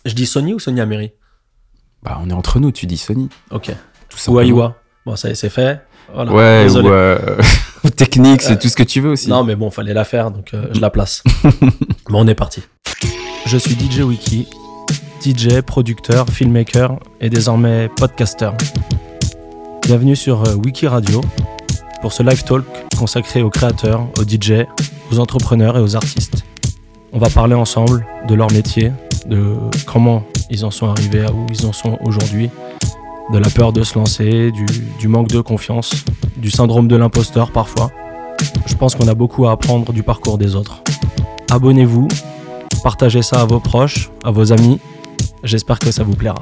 Je dis Sony ou Sony Améry? Bah, on est entre nous, tu dis Sony. Ok. Tout Ou simplement. Aiwa. Bon, ça y est, c'est fait. Voilà. Ouais, Désolé. ou technique, c'est tout ce que tu veux aussi. Non, mais bon, fallait la faire, donc je la place. Bon, on est parti. Je suis DJ Wiki, DJ, producteur, filmmaker et désormais podcasteur. Bienvenue sur Wiki Radio pour ce live talk consacré aux créateurs, aux DJ, aux entrepreneurs et aux artistes. On va parler ensemble de leur métier, de comment ils en sont arrivés à où ils en sont aujourd'hui, de la peur de se lancer, du manque de confiance, du syndrome de l'imposteur parfois. Je pense qu'on a beaucoup à apprendre du parcours des autres. Abonnez-vous, partagez ça à vos proches, à vos amis. J'espère que ça vous plaira.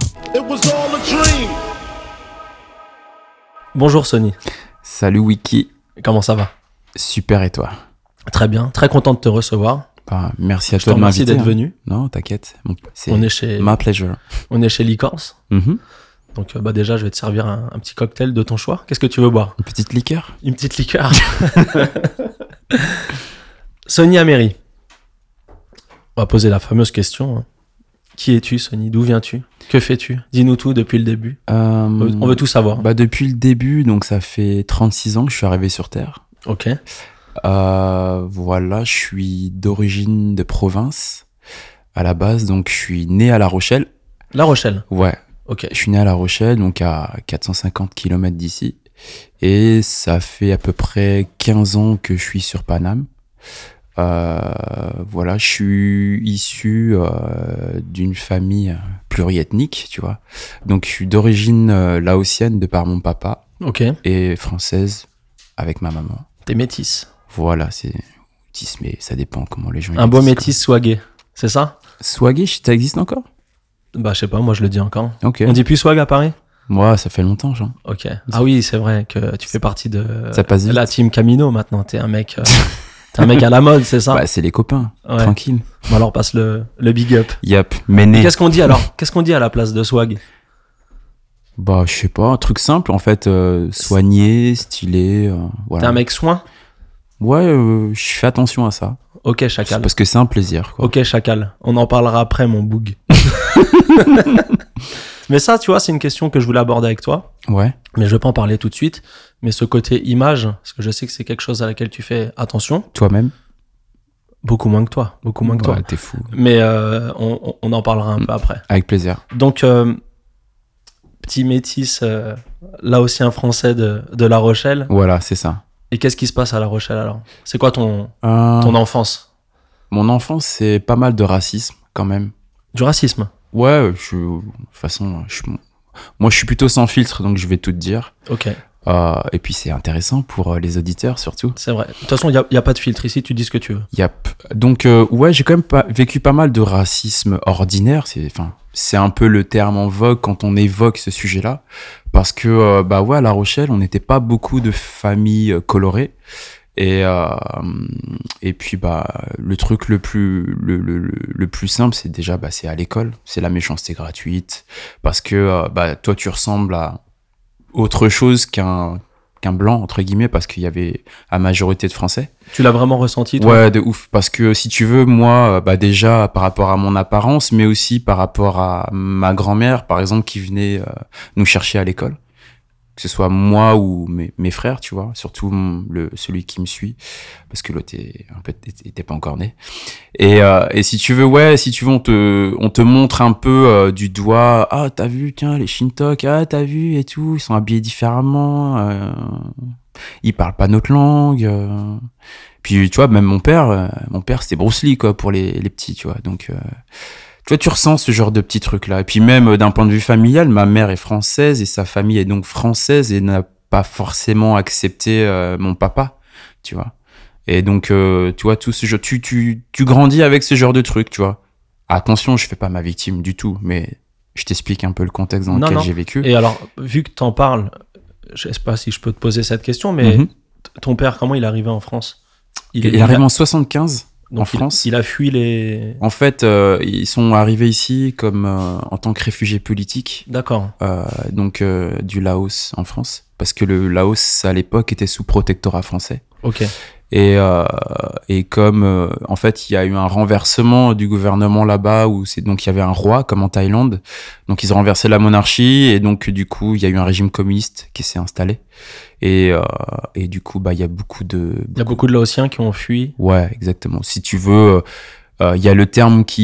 Bonjour Sony. Salut Wiki. Comment ça va? Super, et toi? Très bien, très content de te recevoir. Bah, merci à Je te toi de remercie m'inviter. d'être venu. Non, t'inquiète. C'est On est chez my pleasure. Licorce. Mhm. Donc déjà, je vais te servir un petit cocktail de ton choix. Qu'est-ce que tu veux boire? Une petite liqueur? Une petite liqueur. Sony Améry. On va poser la fameuse question, hein. Qui es-tu, Sony? D'où viens-tu? Que fais-tu? Dis-nous tout depuis le début. On veut tout savoir. Bah, depuis le début, donc ça fait 36 ans que je suis arrivé sur Terre. Ok. Voilà, je suis d'origine de province à la base, donc je suis né à La Rochelle. La Rochelle. Ouais, Ok. je suis né à La Rochelle, donc à 450 km d'ici. Et ça fait à peu près 15 ans que je suis sur Paname. Voilà, je suis issu d'une famille pluriethnique, tu vois. Donc je suis d'origine laotienne de par mon papa Ok. et française avec ma maman. T'es métis. Voilà, c'est métis, mais ça dépend comment les gens... Un beau métis swagué. C'est ça? Swaggy, ça existe encore? Bah, je sais pas, moi je le dis encore. Ok. On dit plus swag à Paris? Moi, ça fait longtemps, Jean. Ok. Ah oui, c'est vrai que tu fais partie de Ça passe vite. la team Camino maintenant. T'es un mec à la mode, c'est ça? Bah, c'est les copains, Ouais. tranquille. Bon, alors passe le big up. Yep, mené. Qu'est-ce qu'on dit alors? Qu'est-ce qu'on dit à la place de swag? Bah, je sais pas, un truc simple en fait, soigné, stylé, voilà. T'es un mec soin? Ouais, je fais attention à ça. Ok, chacal. Parce que c'est un plaisir, quoi. Ok, chacal. On en parlera après, mon boug. Mais ça, tu vois, c'est une question que je voulais aborder avec toi. Ouais. Mais je vais pas en parler tout de suite. Mais ce côté image, parce que je sais que c'est quelque chose à laquelle tu fais attention. Toi-même? Beaucoup moins que toi. Beaucoup moins que toi. Ouais, t'es fou. Mais on en parlera un peu après. Avec plaisir. Donc, petit métis laotien français de La Rochelle. Voilà, c'est ça. Et qu'est-ce qui se passe à La Rochelle alors? C'est quoi ton Ton enfance? Mon enfance, c'est pas mal de racisme, quand même. Du racisme? Ouais, de toute façon, moi, je suis plutôt sans filtre, donc je vais tout te dire. Ok, Et puis, c'est intéressant pour les auditeurs, surtout. c'est vrai. De toute façon, il n'y a pas de filtre ici, tu dis ce que tu veux. Yep. Donc, ouais, j'ai quand même vécu pas mal de racisme ordinaire. C'est un peu le terme en vogue quand on évoque ce sujet-là. Parce que, bah ouais, à La Rochelle, on n'était pas beaucoup de familles colorées. Et puis, bah, le truc le plus simple, c'est déjà, bah, c'est à l'école. C'est la méchanceté gratuite. Parce que, bah, toi, tu ressembles à autre chose qu'un blanc, entre guillemets, parce qu'il y avait la majorité de Français. Tu l'as vraiment ressenti, toi? Ouais, de ouf. Parce que si tu veux, moi, bah déjà par rapport à mon apparence, mais aussi par rapport à ma grand-mère, par exemple, qui venait nous chercher à l'école. Que ce soit moi ou mes frères, tu vois. Surtout celui qui me suit. Parce que l'autre était pas encore né. Et si tu veux, on te montre un peu du doigt. Ah, t'as vu, tiens, les Shintok, ah, t'as vu, et tout. Ils sont habillés différemment. Ils parlent pas notre langue. Puis, tu vois, même mon père, c'était Bruce Lee, quoi, pour les petits, tu vois. Donc, tu vois, tu ressens ce genre de petits trucs-là. Et puis même, d'un point de vue familial, ma mère est française et sa famille est donc française et n'a pas forcément accepté mon papa, tu vois. Et donc, tu vois, tout ce genre, tu grandis avec ce genre de trucs, tu vois. Attention, je fais pas ma victime du tout, mais je t'explique un peu le contexte dans lequel j'ai vécu. Et alors, vu que t'en parles, je sais pas si je peux te poser cette question, mais ton père, comment il est arrivé en France? Il arrive en 75 donc en France. Il a fui les... En fait, ils sont arrivés ici comme en tant que réfugiés politiques. D'accord. Donc du Laos en France. Parce que le Laos, à l'époque, était sous protectorat français. Ok. Et comme en fait il y a eu un renversement du gouvernement là-bas où donc il y avait un roi comme en Thaïlande, donc ils ont renversé la monarchie et donc du coup il y a eu un régime communiste qui s'est installé et du coup il y a beaucoup de Laotiens qui ont fui. Ouais, exactement. Si tu veux, il y a le terme que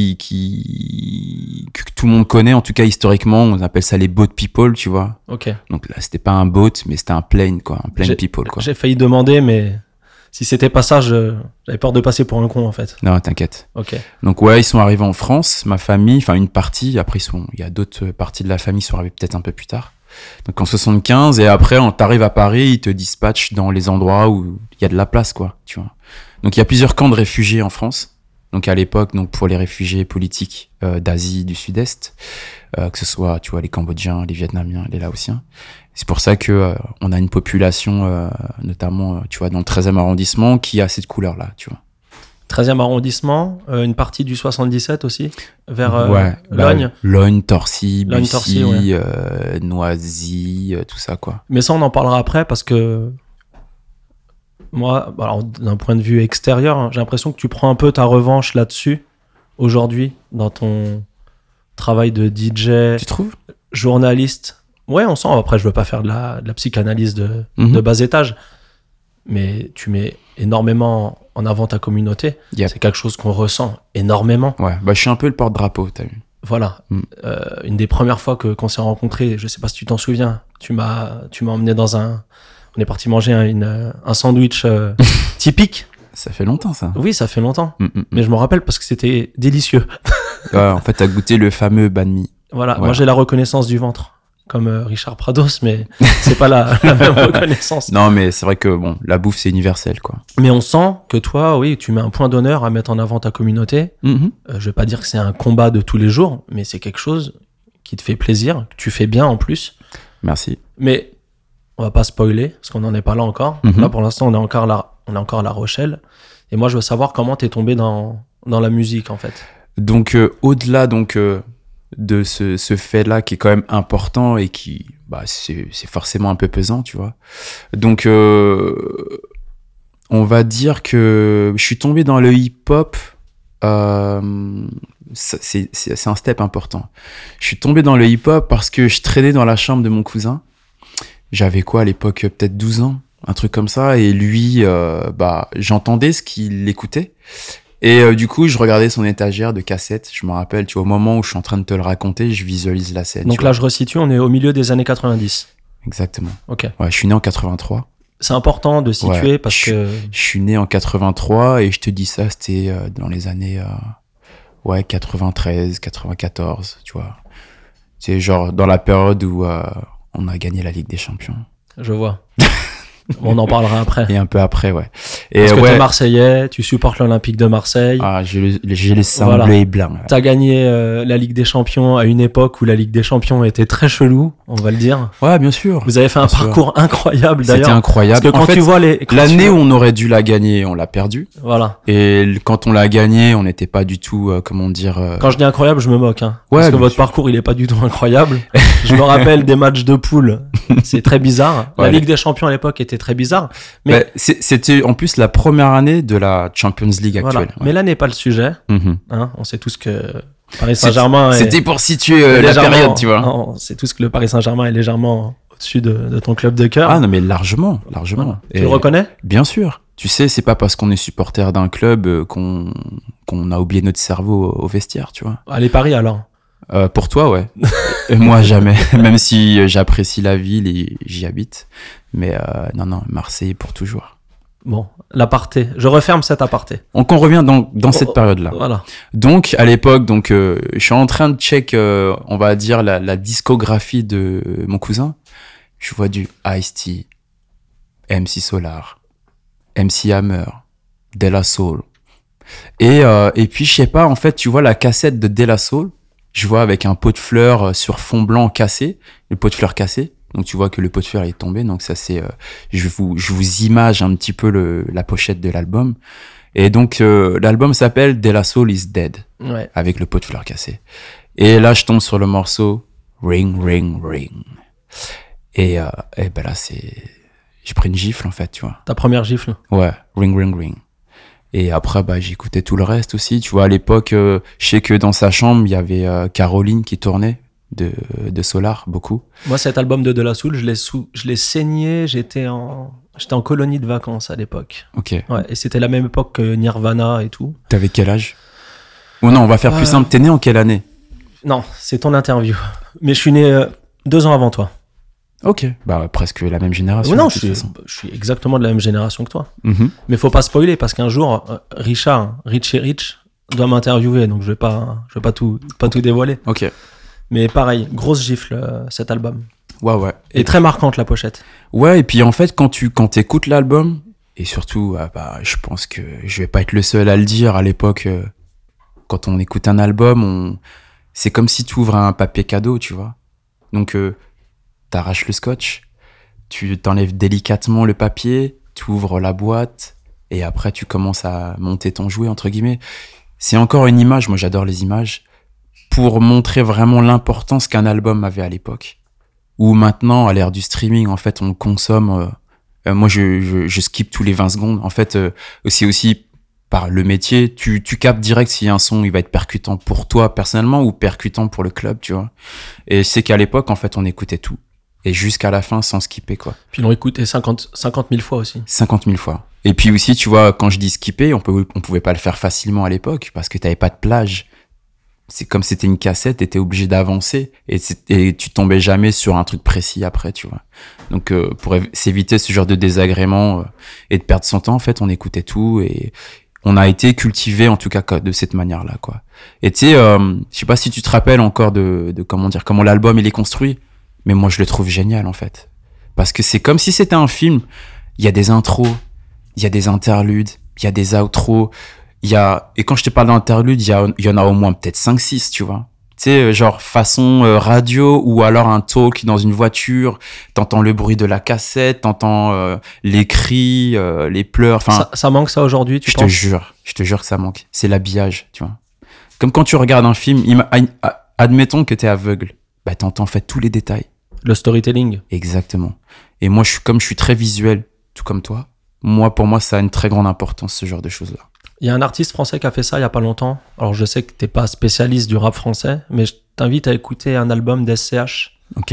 tout le monde connaît, en tout cas historiquement, on appelle ça les boat people, tu vois. Ok. Donc là, c'était pas un boat, mais c'était un plane, quoi, un plane people, quoi. J'ai failli demander, mais si c'était pas ça, j'avais peur de passer pour un con, en fait. Non, t'inquiète. Ok. Donc ouais, ils sont arrivés en France, ma famille, enfin une partie, après il y a d'autres parties de la famille qui sont arrivées peut-être un peu plus tard. Donc en 75, et après, on t'arrive à Paris, ils te dispatchent dans les endroits où il y a de la place, quoi, tu vois. Donc il y a plusieurs camps de réfugiés en France. Donc à l'époque, donc pour les réfugiés politiques d'Asie du Sud-Est, que ce soit, tu vois, les Cambodgiens, les Vietnamiens, les Laotiens. C'est pour ça que on a une population, notamment, tu vois, dans le 13e arrondissement, qui a cette couleur-là, tu vois. 13e arrondissement, une partie du 77 aussi, vers Logne. Logne, Torcy, Logne, Bussy, Torcy, ouais. Noisy, tout ça, quoi. Mais ça, on en parlera après parce que moi, alors, d'un point de vue extérieur, hein, j'ai l'impression que tu prends un peu ta revanche là-dessus aujourd'hui dans ton travail de DJ. Tu trouves ? Journaliste. Ouais, on sent. Après, je veux pas faire de la psychanalyse de bas étage, mais tu mets énormément en avant ta communauté. Yep. C'est quelque chose qu'on ressent énormément. Ouais, je suis un peu le porte-drapeau, t'as vu. Voilà. Une des premières fois qu'on s'est rencontrés, je sais pas si tu t'en souviens, tu m'as emmené dans on est parti manger un sandwich typique. Ça fait longtemps, ça. Oui, ça fait longtemps. Mais je me rappelle parce que c'était délicieux. Ouais, en fait, t'as goûté le fameux banh mi. Voilà. Moi j'ai la reconnaissance du ventre, comme Richard Prados, mais c'est pas la même reconnaissance. Non, mais c'est vrai que bon, la bouffe, c'est universel, quoi. Mais on sent que toi, oui, tu mets un point d'honneur à mettre en avant ta communauté. Je vais pas dire que c'est un combat de tous les jours, mais c'est quelque chose qui te fait plaisir, que tu fais bien en plus. Merci. Mais on va pas spoiler, parce qu'on n'en est pas là encore. Là, pour l'instant, on est encore à La Rochelle. Et moi, je veux savoir comment t'es tombé dans la musique, en fait. Donc, au-delà de ce fait-là qui est quand même important et qui, c'est forcément un peu pesant, tu vois. Donc, on va dire que je suis tombé dans le hip-hop. C'est un step important. Je suis tombé dans le hip-hop parce que je traînais dans la chambre de mon cousin. J'avais quoi à l'époque, peut-être 12 ans, un truc comme ça, et lui, j'entendais ce qu'il écoutait, et du coup, je regardais son étagère de cassettes, je me rappelle, tu vois, au moment où je suis en train de te le raconter, je visualise la scène. Donc là, je resitue, on est au milieu des années 90. Exactement. Ok. Ouais, je suis né en 83. C'est important de situer parce que... Je suis né en 83, et je te dis ça, c'était dans les années 93, 94, tu vois. C'est genre dans la période où... on a gagné la Ligue des Champions. Je vois. On en parlera après. Et un peu après, ouais. Et parce que t'es Marseillais, tu supportes l'Olympique de Marseille. Ah, j'ai les sangs bleus et blancs. Ouais. T'as gagné la Ligue des Champions à une époque où la Ligue des Champions était très chelou, on va le dire. Ouais, bien sûr. Vous avez fait un parcours incroyable d'ailleurs. C'était incroyable. Parce que quand tu vois l'année où on aurait dû la gagner, on l'a perdue. Voilà. Et quand on l'a gagnée, on n'était pas du tout, comment dire... Quand je dis incroyable, je me moque. Hein, ouais, parce que votre parcours, il est pas du tout incroyable. Je me rappelle des matchs de poule. C'est très bizarre. La Ligue des Champions à l'époque était très bizarre. Mais c'était en plus la première année de la Champions League actuelle. Voilà. Ouais. Mais là n'est pas le sujet. Hein, on sait tous que Paris Saint-Germain c'était pour situer la période, tu vois. On sait tous que le Paris Saint-Germain est légèrement au-dessus de ton club de cœur. Ah non, mais largement. Voilà. Tu le reconnais ? Bien sûr. Tu sais, c'est pas parce qu'on est supporter d'un club qu'on a oublié notre cerveau au vestiaire, tu vois. Allez, Paris alors. Pour toi, ouais. Moi, jamais. Même si j'apprécie la ville et j'y habite. Mais non, Marseille pour toujours. Bon, l'aparté. Je referme cet aparté. Donc, on revient dans cette période-là. Voilà. Donc, à l'époque, je suis en train de check, on va dire, la discographie de mon cousin. Je vois du Ice-T, MC Solar, MC Hammer, De La Soul. Et puis, je sais pas, en fait, tu vois la cassette de De La Soul. Je vois avec un pot de fleurs sur fond blanc cassé, le pot de fleurs cassé. Donc tu vois que le pot de fleurs est tombé. Donc ça c'est, je vous image un petit peu la pochette de l'album. Et donc l'album s'appelle De La Soul is Dead, ouais. Avec le pot de fleurs cassé. Et là je tombe sur le morceau Ring Ring Ring. Et ben là j'ai pris une gifle en fait, tu vois. Ta première gifle? Ouais, ring ring ring. Et après, j'écoutais tout le reste aussi. Tu vois, à l'époque, je sais que dans sa chambre, il y avait Caroline qui tournait de Solar, beaucoup. Moi, cet album de La Soul, je l'ai saigné. J'étais en colonie de vacances à l'époque. Ok. Ouais, et c'était la même époque que Nirvana et tout. T'avais quel âge? Oh non, on va faire plus simple. T'es né en quelle année? Non, c'est ton interview. Mais je suis né 2 ans avant toi. Ok. Presque la même génération. Non, je suis exactement de la même génération que toi. Mm-hmm. Mais faut pas spoiler parce qu'un jour, Richard, Richie Rich, doit m'interviewer, donc je vais pas tout dévoiler. Ok. Mais pareil, grosse gifle cet album. Ouais. Et très marquante la pochette. Ouais, et puis en fait, quand t'écoutes l'album, et surtout, je pense que je vais pas être le seul à le dire à l'époque, quand on écoute un album, c'est comme si tu ouvres un papier cadeau, tu vois. Donc, t'arraches le scotch, tu t'enlèves délicatement le papier, tu ouvres la boîte, et après tu commences à monter ton jouet, entre guillemets. C'est encore une image, moi j'adore les images, pour montrer vraiment l'importance qu'un album avait à l'époque. Ou maintenant, à l'ère du streaming, en fait, on consomme... moi, je skip tous les 20 secondes. En fait, c'est aussi par le métier, tu captes direct si un son, il va être percutant pour toi personnellement ou percutant pour le club, tu vois. Et c'est qu'à l'époque, en fait, on écoutait tout. Et jusqu'à la fin, sans skipper, quoi. Puis ils l'ont écouté 50 000 fois aussi. 50 000 fois. Et puis aussi, tu vois, quand je dis skipper, on pouvait pas le faire facilement à l'époque parce que t'avais pas de plage. C'est comme c'était une cassette, t'étais obligé d'avancer et tu tombais jamais sur un truc précis après, tu vois. Donc, pour s'éviter ce genre de désagrément et de perdre son temps, en fait, on écoutait tout et on a été cultivé, en tout cas, de cette manière-là, quoi. Et tu sais, je sais pas si tu te rappelles encore de comment l'album, il est construit. Mais moi, je le trouve génial, en fait. Parce que c'est comme si c'était un film. Il y a des intros, il y a des interludes, il y a des outros, et quand je te parle d'interludes, il y en a au moins peut-être 5-6, tu vois. Tu sais, genre façon radio ou alors un talk dans une voiture, t'entends le bruit de la cassette, t'entends les cris, les pleurs, enfin... Ça manque ça aujourd'hui, tu penses? Je te jure que ça manque. C'est l'habillage, tu vois. Comme quand tu regardes un film, admettons que t'es aveugle, t'entends en fait tous les détails. Le storytelling. Exactement. Et moi, je suis très visuel, tout comme toi. Pour moi, ça a une très grande importance, ce genre de choses-là. Il y a un artiste français qui a fait ça il y a pas longtemps. Alors, je sais que t'es pas spécialiste du rap français, mais je t'invite à écouter un album d'SCH. Ok.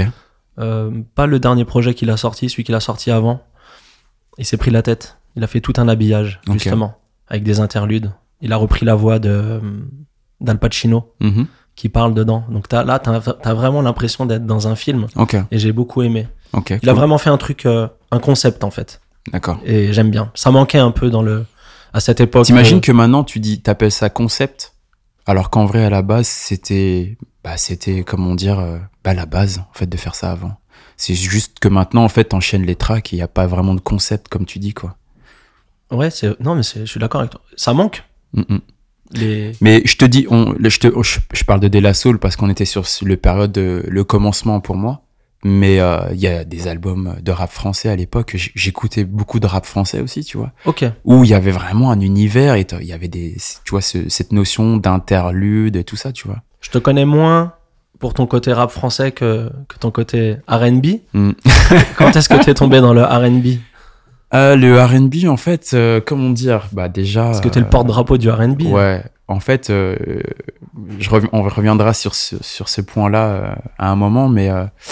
Pas le dernier projet qu'il a sorti, celui qu'il a sorti avant. Il s'est pris la tête. Il a fait tout un habillage, justement, avec des interludes. Il a repris la voix d'Al Pacino. Mm-hmm. Qui parle dedans. Donc t'as vraiment l'impression d'être dans un film. Okay. Et j'ai beaucoup aimé. Okay, il a vraiment fait un truc, un concept en fait. D'accord. Et j'aime bien. Ça manquait un peu à cette époque. T'imagines que maintenant t'appelles ça concept, alors qu'en vrai à la base c'était comment dire, la base en fait de faire ça avant. C'est juste que maintenant en fait t'enchaînes les tracks et il y a pas vraiment de concept comme tu dis quoi. Ouais je suis d'accord avec toi. Ça manque. Mm-mm. Mais je te dis, je parle de La Soul parce qu'on était sur le période le commencement pour moi. Mais il y a des albums de rap français à l'époque. J'écoutais beaucoup de rap français aussi, tu vois. Ok. Où il y avait vraiment un univers et il y avait tu vois, cette notion d'interlude et tout ça, tu vois. Je te connais moins pour ton côté rap français que ton côté R&B. Quand est-ce que t'es tombé dans le R&B? Le R&B, en fait, comment dire, déjà... Est-ce que t'es le porte-drapeau du R&B? Ouais, en fait, on reviendra sur ce point-là à un moment, mais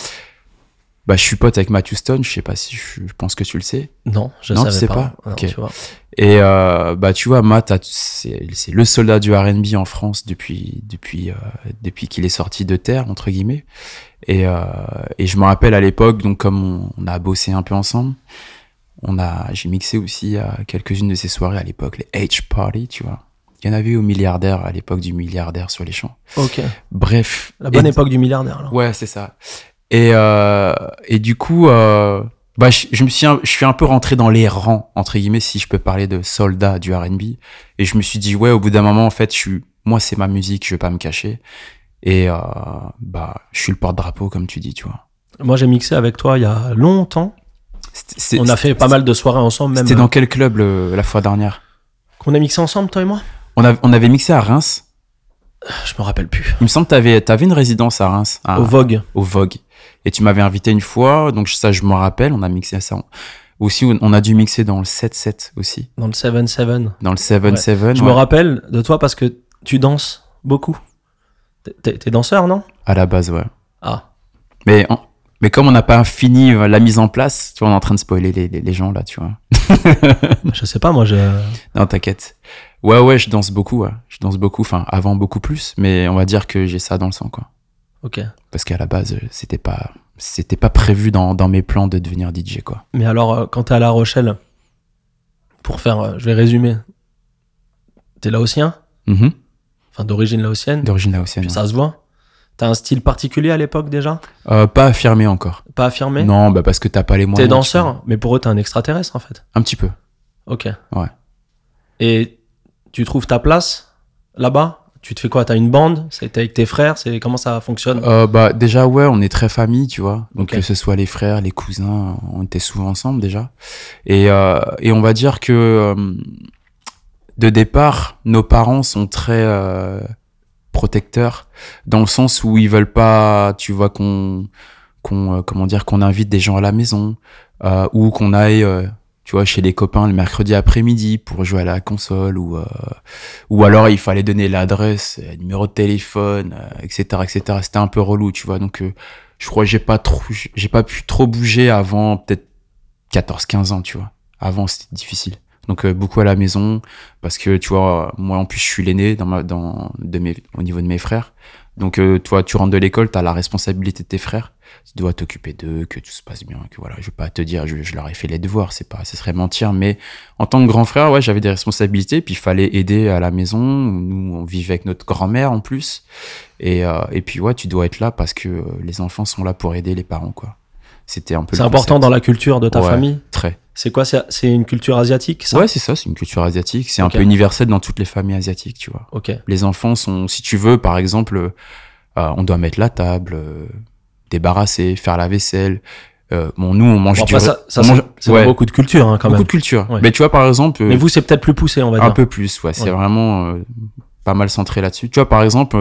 je suis pote avec Matthew Stone, je sais pas si je pense que tu le sais. Non, je savais pas. Non, okay. Tu vois. Et tu vois, Matt, c'est le soldat du R&B en France depuis qu'il est sorti de terre, entre guillemets. Et je me rappelle à l'époque, donc comme on a bossé un peu ensemble, j'ai mixé aussi à quelques-unes de ces soirées à l'époque, les H Party, tu vois. Il y en avait eu au Milliardaire, à l'époque du Milliardaire sur les champs. Ok. Bref. La bonne époque du Milliardaire, là. Ouais, c'est ça. Et du coup, je suis un peu rentré dans les rangs, entre guillemets, si je peux parler de soldat du R&B. Et je me suis dit, ouais, au bout d'un moment, en fait, moi, c'est ma musique, je vais pas me cacher. Et, je suis le porte-drapeau, comme tu dis, tu vois. Moi, j'ai mixé avec toi il y a longtemps. On a fait pas mal de soirées ensemble, même. C'était dans quel club la fois dernière? Qu'on a mixé ensemble, toi et moi? On avait mixé à Reims. Je me rappelle plus. Il me semble que t'avais une résidence à Reims. Au Vogue. Au Vogue. Et tu m'avais invité une fois, donc ça, je me rappelle, on a mixé ça. Aussi, on a dû mixer dans le 7-7 aussi. Dans le 7-7. Dans le 7-7. Je me rappelle de toi parce que tu danses beaucoup. T'es danseur, non? À la base, ouais. Ah. Mais comme on n'a pas fini la mise en place, tu vois, on est en train de spoiler les gens là, tu vois. Je sais pas, moi, Non, t'inquiète. Ouais, je danse beaucoup, ouais. Je danse beaucoup, enfin, avant beaucoup plus, mais on va dire que j'ai ça dans le sang, quoi. Ok. Parce qu'à la base, c'était pas prévu dans mes plans de devenir DJ, quoi. Mais alors, quand t'es à La Rochelle, pour faire, je vais résumer, t'es laotien, enfin d'origine laotienne. D'origine laotienne. Puis ça se voit. T'as un style particulier à l'époque déjà? Pas affirmé encore. Pas affirmé? Non, bah parce que t'as pas les moyens. T'es danseur, mais pour eux, t'es un extraterrestre en fait. Un petit peu. Ok. Ouais. Et tu trouves ta place là-bas? Tu te fais quoi? T'as une bande? T'es avec tes frères? Comment ça fonctionne? Bah déjà ouais, on est très famille, tu vois. Donc Ok. que ce soit les frères, les cousins, on était souvent ensemble déjà. Et on va dire que de départ, nos parents sont très protecteurs dans le sens où ils veulent pas, tu vois, qu'on invite des gens à la maison ou qu'on aille tu vois, chez les copains le mercredi après-midi pour jouer à la console ou alors il fallait donner l'adresse, numéro de téléphone, etc. C'était un peu relou, tu vois. Donc, je crois que j'ai pas pu trop bouger avant peut-être 14-15 ans, tu vois. Avant, c'était difficile. Donc, beaucoup à la maison parce que, tu vois, moi, en plus, je suis l'aîné au niveau de mes frères. Donc, toi, tu rentres de l'école, t'as la responsabilité de tes frères. Tu dois t'occuper d'eux, que tout se passe bien, que voilà, je vais pas te dire, je leur ai fait les devoirs, ce serait mentir, mais en tant que grand frère, ouais, j'avais des responsabilités, puis il fallait aider à la maison. Nous, on vivait avec notre grand-mère en plus, et puis ouais, tu dois être là parce que les enfants sont là pour aider les parents, quoi. C'était un peu. C'est important dans la culture de ta famille? Très. C'est quoi? C'est une culture asiatique, ça? Ouais, c'est ça, c'est une culture asiatique. C'est Ok. un peu universel dans toutes les familles asiatiques, tu vois. Ok. Les enfants sont, si tu veux, par exemple, on doit mettre la table, débarrasser, faire la vaisselle. Bon, nous, on mange Bon, du après, riz. ça Ouais. c'est beaucoup de culture, hein, quand Beaucoup même. de culture. Ouais. Mais tu vois, par exemple. Mais vous, c'est peut-être plus poussé, on va dire. Un peu plus, ouais. C'est Ouais. vraiment pas mal centré là-dessus. Tu vois, par exemple,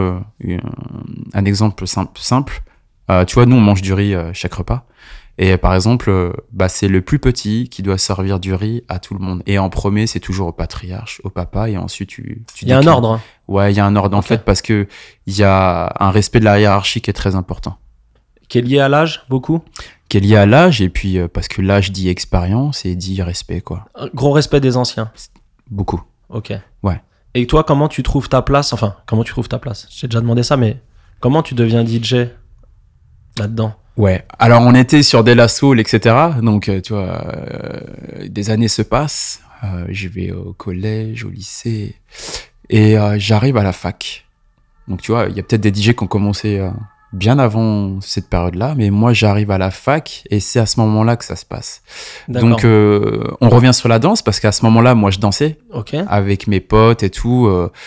un exemple simple. Tu vois, nous, on mange du riz chaque repas. Et par exemple, c'est le plus petit qui doit servir du riz à tout le monde. Et en premier, c'est toujours au patriarche, au papa, et ensuite tu Il y a un déclines. ordre. Ouais, il y a un ordre en Ok. fait parce que il y a un respect de la hiérarchie qui est très important, Qui est lié à l'âge, beaucoup? qui est lié à l'âge et puis parce que l'âge dit expérience et dit respect, quoi. Un gros respect des anciens. Beaucoup. Ok. Ouais. Et toi, comment tu trouves ta place? Enfin, comment tu trouves ta place? J'ai déjà demandé ça, mais comment tu deviens DJ là-dedans? Ouais. Alors on était sur des lassos, etc. Donc tu vois, des années se passent. Je vais au collège, au lycée, et j'arrive à la fac. Donc tu vois, il y a peut-être des DJ qui ont commencé bien avant cette période-là, mais moi j'arrive à la fac et c'est à ce moment-là que ça se passe. D'accord. Donc on revient sur la danse parce qu'à ce moment-là, moi je dansais Ok. avec mes potes et tout.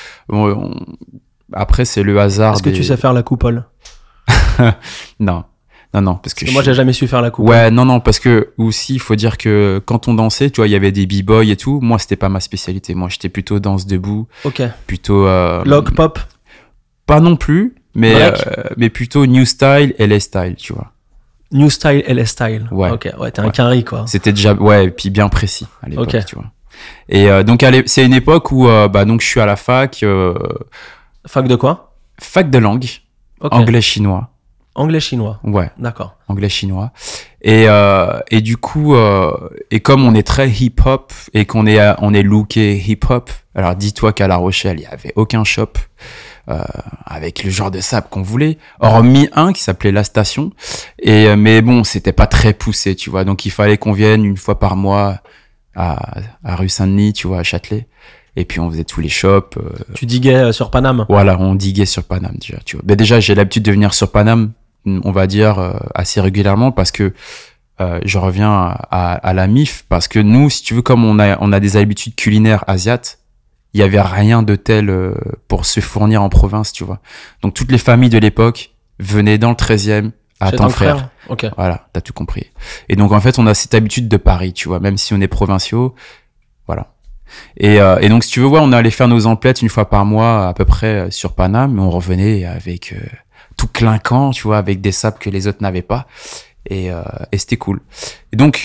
Après c'est le hasard. Est-ce que tu sais faire la coupole? Non. Parce que Moi, j'ai jamais su faire la coupole. Ouais, non, parce que aussi, il faut dire que quand on dansait, tu vois, il y avait des b-boys et tout. Moi, c'était pas ma spécialité. Moi, j'étais plutôt danse debout, Ok. plutôt. Log pop? Pas non plus, Break? mais plutôt new style, LA style, tu vois. New style, LS style. Ouais. Ok, ouais, t'es un Ouais. quinri, quoi. C'était déjà, ouais, et puis bien précis à l'époque, Ok. tu vois. Et donc, c'est une époque où, donc, je suis à la fac, Fac de quoi? fac de langue, Ok. anglais-chinois. Anglais-chinois. Ouais. D'accord. Anglais-chinois. Et du coup, et comme on est très hip-hop et on est looké hip-hop, alors dis-toi qu'à La Rochelle, il y avait aucun shop avec le genre de sable qu'on voulait, hormis un qui s'appelait La Station. Et mais bon, c'était pas très poussé, tu vois. Donc il fallait qu'on vienne une fois par mois à rue Saint-Denis, tu vois, à Châtelet. Et puis on faisait tous les shops. Tu diguais sur Paname? Voilà, on diguait sur Paname déjà, tu vois. Mais déjà, j'ai l'habitude de venir sur Paname, on va dire, assez régulièrement parce que je reviens à la MIF parce que nous, si tu veux, comme on a des habitudes culinaires asiates, il y avait rien de tel pour se fournir en province, tu vois. Donc toutes les familles de l'époque venaient dans le 13e à Chez ton frère. Ok. Voilà, t'as tout compris. Et donc en fait, on a cette habitude de Paris, tu vois, même si on est provinciaux, voilà. Et donc si tu veux, ouais, on allait faire nos emplettes une fois par mois à peu près sur Paname, mais on revenait avec tout clinquant, tu vois, avec des sables que les autres n'avaient pas, et c'était cool. Et donc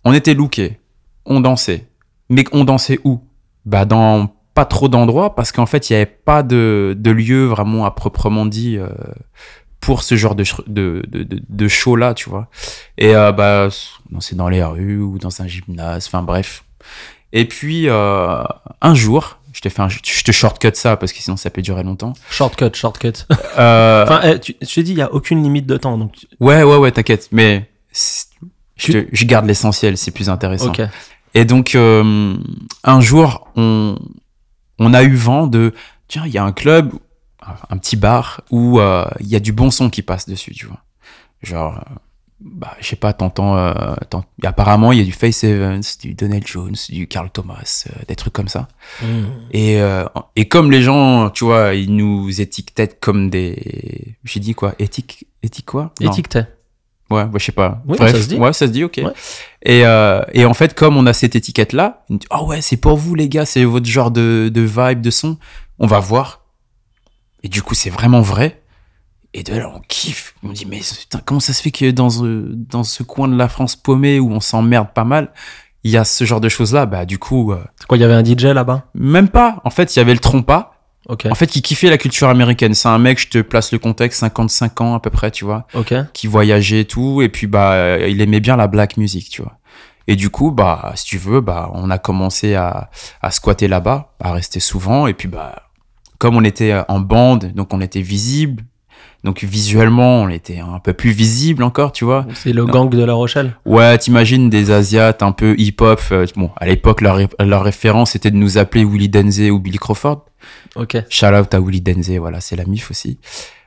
on était lookés, on dansait. Mais on dansait où? Bah, dans pas trop d'endroits, parce qu'en fait, il n'y avait pas de lieu vraiment à proprement dit pour ce genre de show-là, tu vois. Et bah, c'est dans les rues ou dans un gymnase, enfin bref. Et puis, un jour, je te shortcut ça, parce que sinon ça peut durer longtemps. Shortcut. Enfin, je te dis, il n'y a aucune limite de temps. Donc... Ouais, t'inquiète. Mais je garde l'essentiel, c'est plus intéressant. Ok. Et donc, un jour, on a eu vent de, tiens, il y a un club, un petit bar, où il y a du bon son qui passe dessus, tu vois. Genre, bah, je sais pas, apparemment, il y a du Faith Evans, du Donell Jones, du Carl Thomas, des trucs comme ça. Et comme les gens, tu vois, ils nous étiquetent comme des... J'ai dit quoi? Éthique quoi? Étiqueté. Ouais, je sais pas. Oui, bref, ça se dit. Ouais, ça se dit, ok. Ouais. Et en fait, comme on a cette étiquette-là, on dit, oh ouais, c'est pour vous, les gars, c'est votre genre de vibe, de son. On va voir. Et du coup, c'est vraiment vrai. Et de là, on kiffe. On dit, mais putain, comment ça se fait que dans ce coin de la France paumé où on s'emmerde pas mal, il y a ce genre de choses-là? Bah, du coup. C'est quoi, il y avait un DJ là-bas? Même pas. En fait, il y avait le Trompa. Okay. En fait, qui kiffait la culture américaine. C'est un mec, je te place le contexte, 55 ans à peu près, tu vois. Okay. Qui voyageait et tout. Et puis, bah, il aimait bien la black music, tu vois. Et du coup, bah, si tu veux, bah, on a commencé à squatter là-bas, à rester souvent. Et puis, bah, comme on était en bande, donc on était visible. Donc visuellement, on était un peu plus visible encore, tu vois. C'est le gang de La Rochelle. Ouais, t'imagines des Asiates un peu hip-hop. Bon, à l'époque, leur référence était de nous appeler Willie Denze ou Billy Crawford. Ok. Shout out à Willie Denze, voilà, c'est la mif aussi.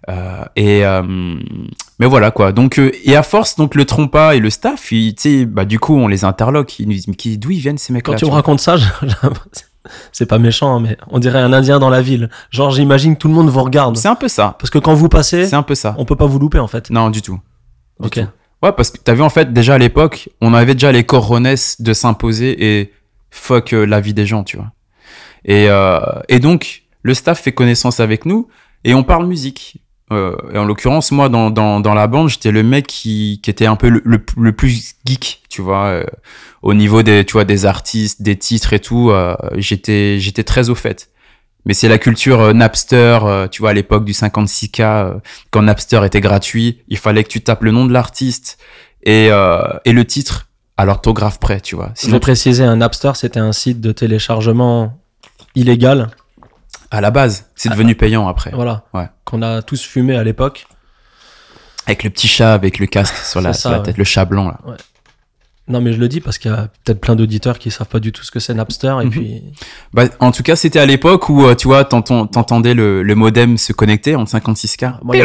Mais voilà quoi. Donc et à force, donc le Trompa et le staff, tu sais, bah du coup, on les interloque. Ils nous disent mais d'où ils viennent ces mecs-là? Quand tu me racontes ça, c'est pas méchant, hein, mais on dirait un Indien dans la ville. Genre, j'imagine que tout le monde vous regarde. C'est un peu ça. Parce que quand vous passez, c'est un peu ça. On peut pas vous louper en fait. Non, du tout. Du ok. tout. Ouais, parce que t'as vu en fait déjà à l'époque, on avait déjà les cojones de s'imposer et fuck la vie des gens, tu vois. Et donc le staff fait connaissance avec nous et on parle musique. Et en l'occurrence, moi dans la bande, j'étais le mec qui était un peu le plus geek, tu vois, au niveau des artistes, des titres et tout. J'étais très au fait. Mais c'est la culture Napster, tu vois, à l'époque du 56K, quand Napster était gratuit, il fallait que tu tapes le nom de l'artiste et le titre à l'orthographe près, tu vois. Sinon, je vais préciser, un Napster, c'était un site de téléchargement illégal. À la base, c'est devenu payant après. Voilà. Ouais. Qu'on a tous fumé à l'époque. Avec le petit chat, avec le casque sur la tête, le chat blanc là. Ouais. Non, mais je le dis parce qu'il y a peut-être plein d'auditeurs qui savent pas du tout ce que c'est Napster et puis. Bah, en tout cas, c'était à l'époque où, tu vois, t'entendais le modem se connecter en 56K. Bon, il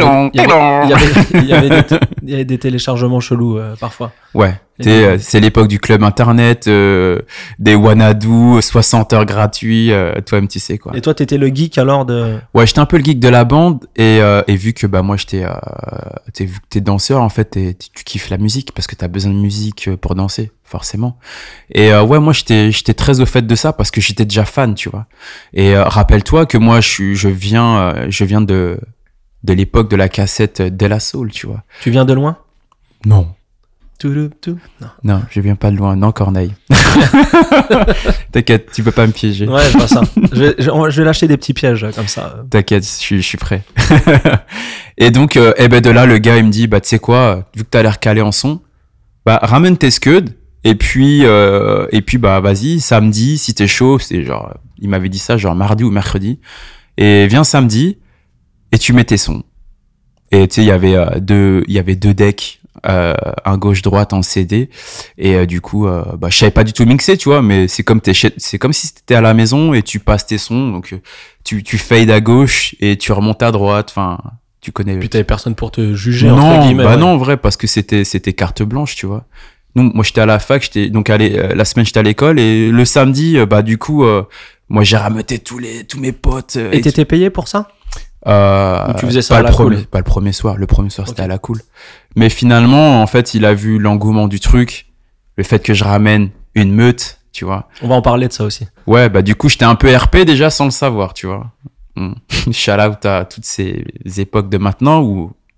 y avait des téléchargements chelous parfois. Ouais. C'est l'époque du club internet, des Wanadu, 60 heures gratuits, toi-même tu sais quoi. Et toi, t'étais le geek alors de... Ouais, j'étais un peu le geek de la bande et vu que bah moi vu que t'es danseur en fait, tu kiffes la musique parce que t'as besoin de musique pour danser forcément. Et ouais, moi j'étais très au fait de ça parce que j'étais déjà fan, tu vois. Et rappelle-toi que moi je viens de l'époque de la cassette De La Soul, tu vois. Tu viens de loin? Non. Non, je viens pas de loin. Non, Corneille. T'inquiète, tu peux pas me piéger. Ouais, je vois ça. Je vais lâcher des petits pièges comme ça. T'inquiète, je suis prêt. Et donc, de là, le gars, il me dit, bah, tu sais quoi, vu que t'as l'air calé en son, bah, ramène tes scuds. Et puis, bah, vas-y, samedi, si t'es chaud, c'est genre, il m'avait dit ça, genre mardi ou mercredi. Et viens samedi, et tu mets tes sons. Et tu sais, il y avait deux decks. Un gauche-droite en CD et du coup bah je savais pas du tout mixer, tu vois, mais c'est comme si t'étais à la maison et tu passes tes sons, donc tu fades à gauche et tu remontes à droite, enfin tu connais. Puis t'avais personne pour te juger non, entre guillemets. Bah ouais. Non, en vrai, parce que c'était carte blanche, tu vois. Moi j'étais à la fac, la semaine j'étais à l'école et le samedi bah du coup moi j'ai rameuté tous mes potes et t'étais payé pour ça? Tu faisais ça pas à la cool. Pas le premier soir. Le premier soir, okay. C'était à la cool. Mais finalement, en fait, il a vu l'engouement du truc, le fait que je ramène une meute, tu vois. On va en parler de ça aussi. Ouais, bah du coup, j'étais un peu RP déjà sans le savoir, tu vois. Shout out à toutes ces époques de maintenant où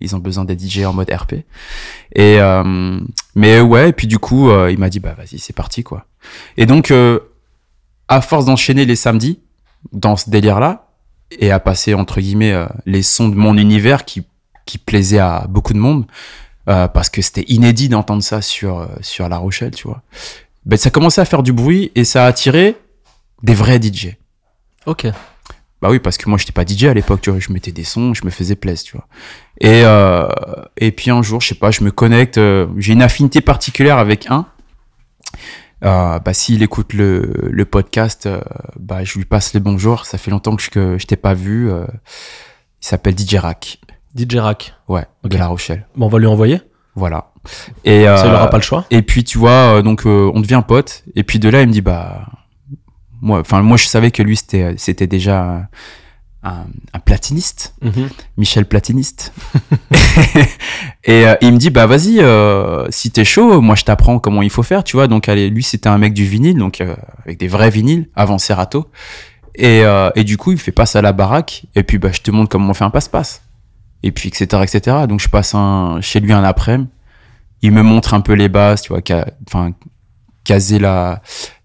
Ils ont besoin des DJ en mode RP. Et mais ouais, et puis du coup, il m'a dit bah vas-y, c'est parti quoi. Et donc à force d'enchaîner les samedis dans ce délire-là et à passer entre guillemets les sons de mon univers qui plaisaient à beaucoup de monde parce que c'était inédit d'entendre ça sur La Rochelle, tu vois. Ben ça commençait à faire du bruit et ça a attiré des vrais DJ. Ok. Bah oui, parce que moi, j'étais pas DJ à l'époque, tu vois. Je mettais des sons, je me faisais plaisir, tu vois. Et puis un jour, je sais pas, je me connecte, j'ai une affinité particulière avec un. Bah s'il écoute le podcast, bah je lui passe les bonjours. Ça fait longtemps que je t'ai pas vu. Il s'appelle DJ Rack. DJ Rack. Ouais, de La Rochelle. Bon, on va lui envoyer. Voilà. Et Ça, il aura pas le choix. Et puis tu vois, donc on devient pote. Et puis de là, il me dit bah moi je savais que lui c'était déjà un platiniste, Michel Platiniste. Et il me dit bah vas-y, si t'es chaud, moi je t'apprends comment il faut faire, tu vois. Donc allez, lui c'était un mec du vinyle, donc avec des vrais vinyles avant Serato. Et du coup il fait passe à la baraque. Et puis bah je te montre comment on fait un passe-passe. Et puis etc. Donc je passe chez lui un après-midi. Il me montre un peu les bases, tu vois, caser la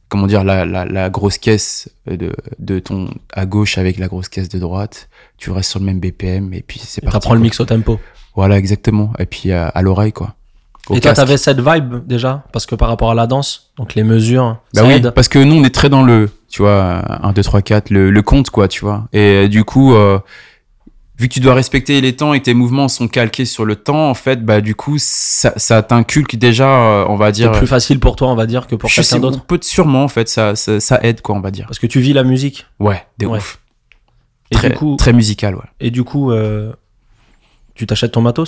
grosse caisse de ton à gauche avec la grosse caisse de droite. Tu restes sur le même BPM et puis c'est parti. T'apprends le mix au tempo. Voilà, exactement. Et puis à l'oreille, quoi. Et toi, t'avais cette vibe déjà, parce que par rapport à la danse, donc les mesures, bah ça oui, aide. parce que nous on est très dans tu vois, 1, 2, 3, 4, le compte, quoi, tu vois. Et du coup, vu que tu dois respecter les temps et que tes mouvements sont calqués sur le temps, en fait, bah du coup, ça t'inculque déjà, on va dire. C'est plus facile pour toi, on va dire, que pour quelqu'un d'autre. Sûrement, en fait, ça aide, quoi, on va dire. Parce que tu vis la musique. Ouais, ouf. Et très, du coup, très musical, ouais. Et du coup, tu t'achètes ton matos ?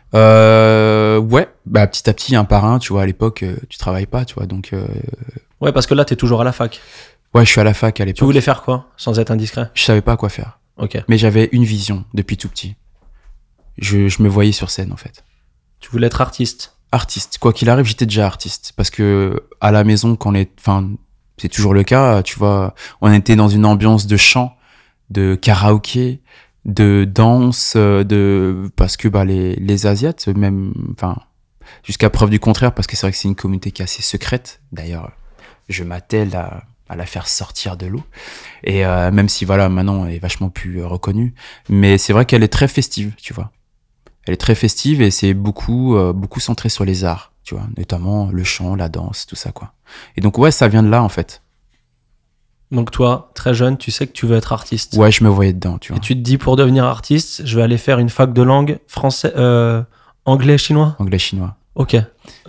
Ouais, bah petit à petit, un par un, tu vois, à l'époque, tu travailles pas, tu vois, donc. Ouais, parce que là, t'es toujours à la fac. Ouais, je suis à la fac à l'époque. Tu voulais faire quoi, sans être indiscret ? Je savais pas quoi faire. Ok. Mais j'avais une vision depuis tout petit. Je me voyais sur scène, en fait. Tu voulais être artiste ? Artiste. Quoi qu'il arrive, j'étais déjà artiste. Parce que à la maison, c'est toujours le cas, tu vois, on était dans une ambiance de chant, de karaoké, de danse, parce que bah les Asiates, même, jusqu'à preuve du contraire, parce que c'est vrai que c'est une communauté qui est assez secrète. D'ailleurs, je m'attelle à la faire sortir de l'eau. Et même si voilà, maintenant elle est vachement plus reconnue, mais c'est vrai qu'elle est très festive, tu vois. Elle est très festive et c'est beaucoup centré sur les arts, tu vois, notamment le chant, la danse, tout ça, quoi. Et donc ouais, ça vient de là en fait. Donc toi, très jeune, tu sais que tu veux être artiste. Ouais, je me voyais dedans, tu vois. Et tu te dis, pour devenir artiste, je vais aller faire une fac de langue français, anglais, chinois. Anglais, chinois. Ok. Pourquoi ?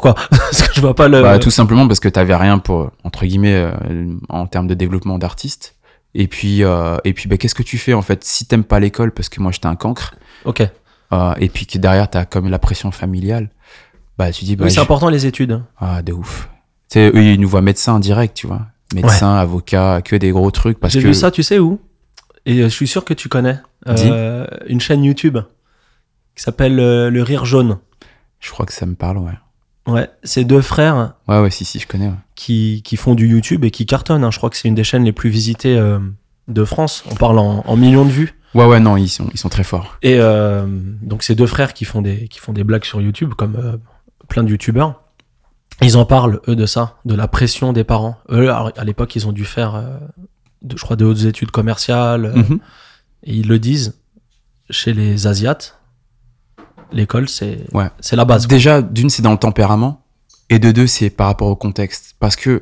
Parce que je vois pas le... Bah, tout simplement parce que t'avais rien pour, entre guillemets, en termes de développement d'artiste. Et puis bah, qu'est-ce que tu fais, en fait, si t'aimes pas l'école, parce que moi, j'étais un cancre. Ok. Et puis que derrière, t'as comme la pression familiale. Bah, tu dis, bah. Oui, c'est important, les études. Ah, de ouf. Tu sais, eux, ils nous voient médecins direct, tu vois. Médecin, avocat, que des gros trucs. J'ai vu ça, tu sais où ? Et je suis sûr que tu connais. Une chaîne YouTube qui s'appelle Le Rire Jaune. Je crois que ça me parle, ouais. Ouais, c'est deux frères. Ouais, si, je connais. Ouais. Qui font du YouTube et qui cartonnent. Hein. Je crois que c'est une des chaînes les plus visitées de France. On parle en millions de vues. Ouais, non, ils sont très forts. Et donc, c'est deux frères qui font des blagues sur YouTube, comme plein de YouTubeurs. Ils en parlent, eux, de ça, de la pression des parents. Eux, à l'époque, ils ont dû faire, je crois, de hautes études commerciales. Et ils le disent, chez les Asiates, l'école, c'est la base. Déjà, d'une, c'est dans le tempérament. Et de deux, c'est par rapport au contexte. Parce que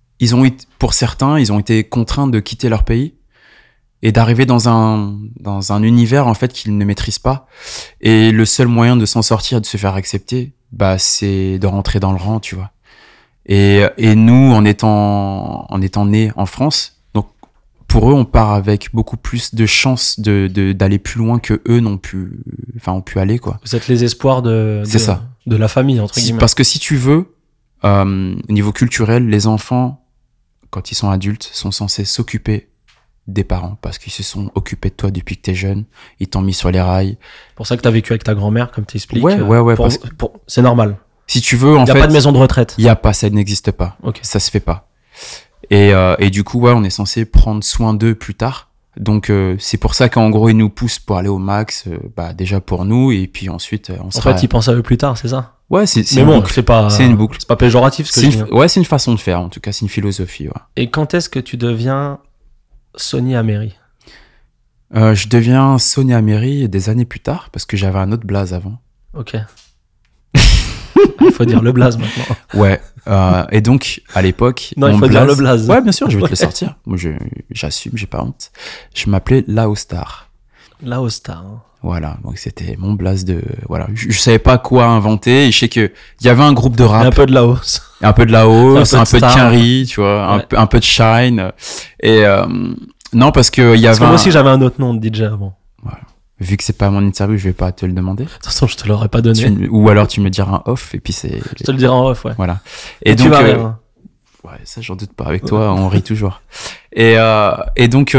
pour certains, ils ont été contraints de quitter leur pays et d'arriver dans un univers, en fait, qu'ils ne maîtrisent pas. Et le seul moyen de s'en sortir, de se faire accepter, bah, c'est de rentrer dans le rang, tu vois. Et nous, en étant nés en France, donc, pour eux, on part avec beaucoup plus de chances d'aller plus loin que eux ont pu aller, quoi. Vous êtes les espoirs de la famille, entre guillemets. Parce que si tu veux, au niveau culturel, les enfants, quand ils sont adultes, sont censés s'occuper des parents, parce qu'ils se sont occupés de toi depuis que t'es jeune, ils t'ont mis sur les rails. C'est pour ça que t'as vécu avec ta grand-mère, comme t'expliques. Ouais. C'est normal. Si tu veux, en fait. Il n'y a pas de maison de retraite. Il n'y a pas, ça n'existe pas. Okay. Ça se fait pas. Et du coup, ouais, on est censé prendre soin d'eux plus tard, Donc c'est pour ça qu'en gros ils nous poussent pour aller au max, déjà pour nous, et puis ensuite on sera... En fait, ils pensent à eux plus tard, c'est ça? Ouais, c'est Mais une bon, boucle. c'est une boucle. C'est pas péjoratif ce que je dis. Ouais, c'est une façon de faire, en tout cas, c'est une philosophie. Ouais. Et quand est-ce que tu deviens Sony Amery? Je deviens Sony Amery des années plus tard, parce que j'avais un autre blaze avant. Ok. Il faut dire le blaze maintenant. Ouais. Et donc, à l'époque... Non, il faut dire le blaze. Ouais, bien sûr, je vais te le sortir. Moi, j'assume, j'ai pas honte. Je m'appelais Laostar. Laostar. Voilà, donc c'était mon blaze de... Voilà, je savais pas quoi inventer. Et je sais qu'il y avait un groupe de rap. Et un peu de Laos. Un peu de Laos, un peu de Star. Carrie, tu vois, Ouais. un peu de Shine. Et non, parce que il y avait... Parce que moi aussi, j'avais un autre nom de DJ avant. Vu que c'est pas mon interview, je vais pas te le demander. De toute façon, je te l'aurais pas donné. Ou alors tu me diras en off, et puis c'est... Je te le dirai en off, ouais. Voilà. Et donc, tu vas rire. ouais, ça j'en doute pas. Avec toi, on rit toujours. Et donc,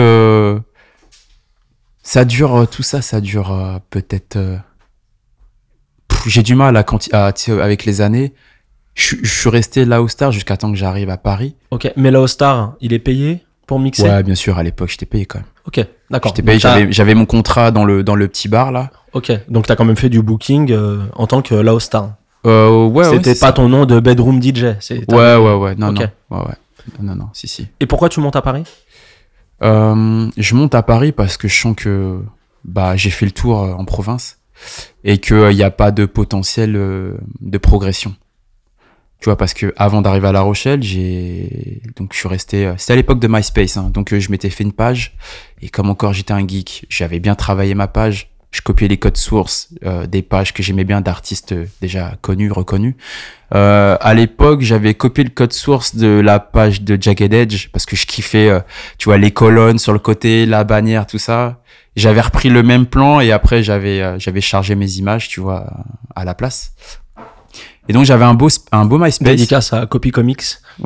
ça dure, tout ça, ça dure peut-être... j'ai du mal avec les années. Je suis resté là au Star jusqu'à temps que j'arrive à Paris. Ok, mais Laostar, il est payé pour mixer? Ouais, bien sûr, à l'époque, j'étais payé quand même. Ok, d'accord. J'étais payé, Donc, j'avais mon contrat dans le petit bar, là. Ok, donc t'as quand même fait du booking en tant que Laostar. Ouais, C'était c'est pas ça. ton nom de bedroom DJ. Ouais. Non, Ok. non. Ouais. Non, si. Et pourquoi tu montes à Paris? Je monte à Paris parce que je sens que j'ai fait le tour en province et qu'il n'y a pas de potentiel de progression. Tu vois, parce que avant d'arriver à La Rochelle, donc je suis resté... c'était à l'époque de MySpace, hein, donc je m'étais fait une page et comme encore j'étais un geek, j'avais bien travaillé ma page. Je copiais les codes sources des pages que j'aimais bien d'artistes déjà connus, reconnus. À l'époque, j'avais copié le code source de la page de Jagged Edge parce que je kiffais, tu vois, les colonnes sur le côté, la bannière, tout ça. J'avais repris le même plan et après j'avais chargé mes images, tu vois, à la place. Et donc j'avais un beau MySpace. Dédicace à Copy Comics.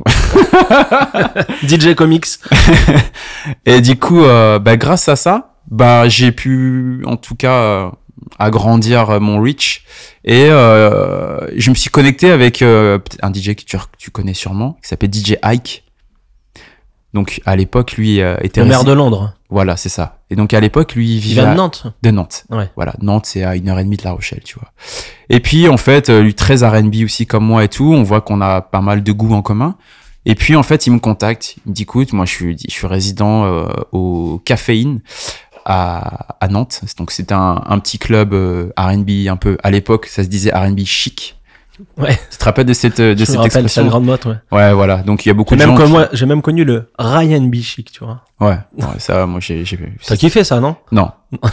DJ Comics. Et du coup, grâce à ça, j'ai pu, en tout cas, agrandir mon reach. Et je me suis connecté avec un DJ que tu connais sûrement, qui s'appelle DJ Ike. Donc à l'époque, lui était... Le maire de Londres. Voilà, c'est ça. Et donc à l'époque, lui, il Il vivait vient de Nantes. de Nantes. Ouais. Voilà, Nantes, c'est à 1h30 de La Rochelle, tu vois. Et puis, en fait, lui, très R&B aussi comme moi et tout, on voit qu'on a pas mal de goûts en commun. Et puis, en fait, il me contacte, il me dit, écoute, moi, je suis résident au Caféine à Nantes. Donc, c'était un petit club R&B un peu, à l'époque, ça se disait R&B chic. Ouais. Tu te rappelles de cette Je me rappelle, c'est expression? une grande mode, ouais. Ouais, voilà. Donc, il y a beaucoup de Même gens comme moi, j'ai même connu le Ryan B chic, tu vois. Ouais, ça, moi, j'ai T'as kiffé ça, non? Non.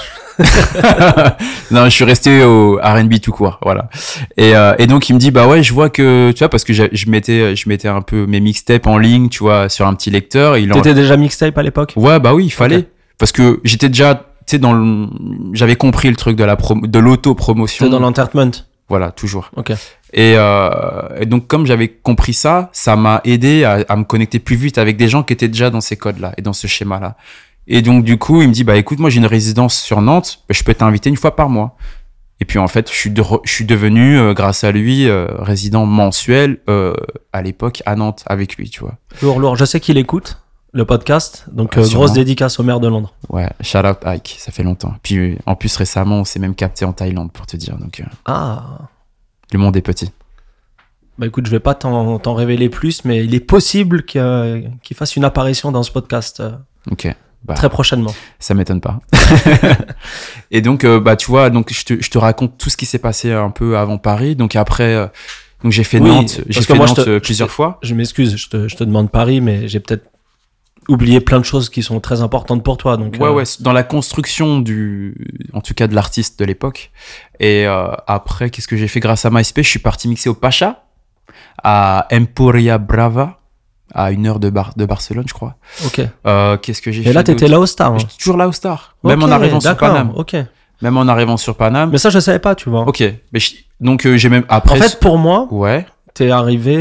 Non, je suis resté au R&B tout court, voilà. Et donc il me dit ouais, je vois que tu vois parce que je mettais un peu mes mixtapes en ligne, tu vois, sur un petit lecteur. T'étais déjà mixtape à l'époque? Ouais, oui, il fallait Ok. parce que j'étais déjà tu sais j'avais compris le truc de l'auto-promotion. T'étais dans l'entertainment. Voilà, toujours. Ok. Et donc comme j'avais compris ça m'a aidé à me connecter plus vite avec des gens qui étaient déjà dans ces codes-là et dans ce schéma-là. Et donc du coup, il me dit écoute, moi j'ai une résidence sur Nantes, je peux t'inviter une fois par mois. Et puis en fait, je suis devenu grâce à lui résident mensuel à l'époque à Nantes avec lui, tu vois. Lourd. Je sais qu'il écoute le podcast, donc Ouais, sûrement. grosse dédicace au maire de Londres. Ouais, shout out Ike, ça fait longtemps. Puis en plus récemment, on s'est même capté en Thaïlande pour te dire. Donc Ah. le monde est petit. Bah écoute, je vais pas t'en révéler plus, mais il est possible qu'il fasse une apparition dans ce podcast Ok. très prochainement. Ça m'étonne pas. Et donc, tu vois, donc je te raconte tout ce qui s'est passé un peu avant Paris. Donc après, donc j'ai fait Oui, Nantes, parce que moi, plusieurs fois. Je m'excuse, je te demande Paris, mais j'ai peut-être oublié plein de choses qui sont très importantes pour toi. Donc, Ouais, dans la construction en tout cas de l'artiste de l'époque. Et après, qu'est-ce que j'ai fait grâce à MySpace? Je suis parti mixer au Pacha, à Emporia Brava, à 1 heure de Barcelone, je crois. Ok. Qu'est-ce que j'ai fait? Et là, t'étais là au Star. Hein. J'étais toujours là au Star. Même en arrivant sur Paname. Ok. Même en arrivant sur Paname. Mais ça, je savais pas, tu vois. Ok. Mais donc, j'ai même après. En fait, pour moi, ouais. t'es arrivé,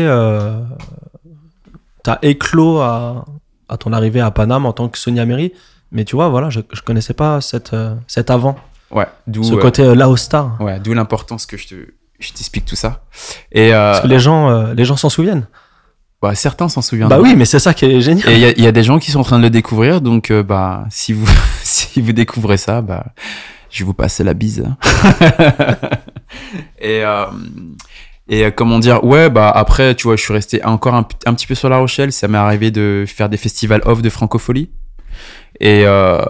t'as éclos à ton arrivée à Paname en tant que Sony Amery. Mais tu vois, voilà, je connaissais pas cet avant. Ouais. D'où Ce côté là au Star. Ouais. D'où l'importance que je t'explique tout ça. Et Parce que les gens s'en souviennent. Bah, certains s'en souviendront. Bah oui, mais c'est ça qui est génial. Et il y a des gens qui sont en train de le découvrir, donc si vous si vous découvrez ça, je vais vous passer la bise. Et comment dire, ouais, après, tu vois, je suis resté encore un petit peu sur La Rochelle. Ça m'est arrivé de faire des festivals off de francophonie. Et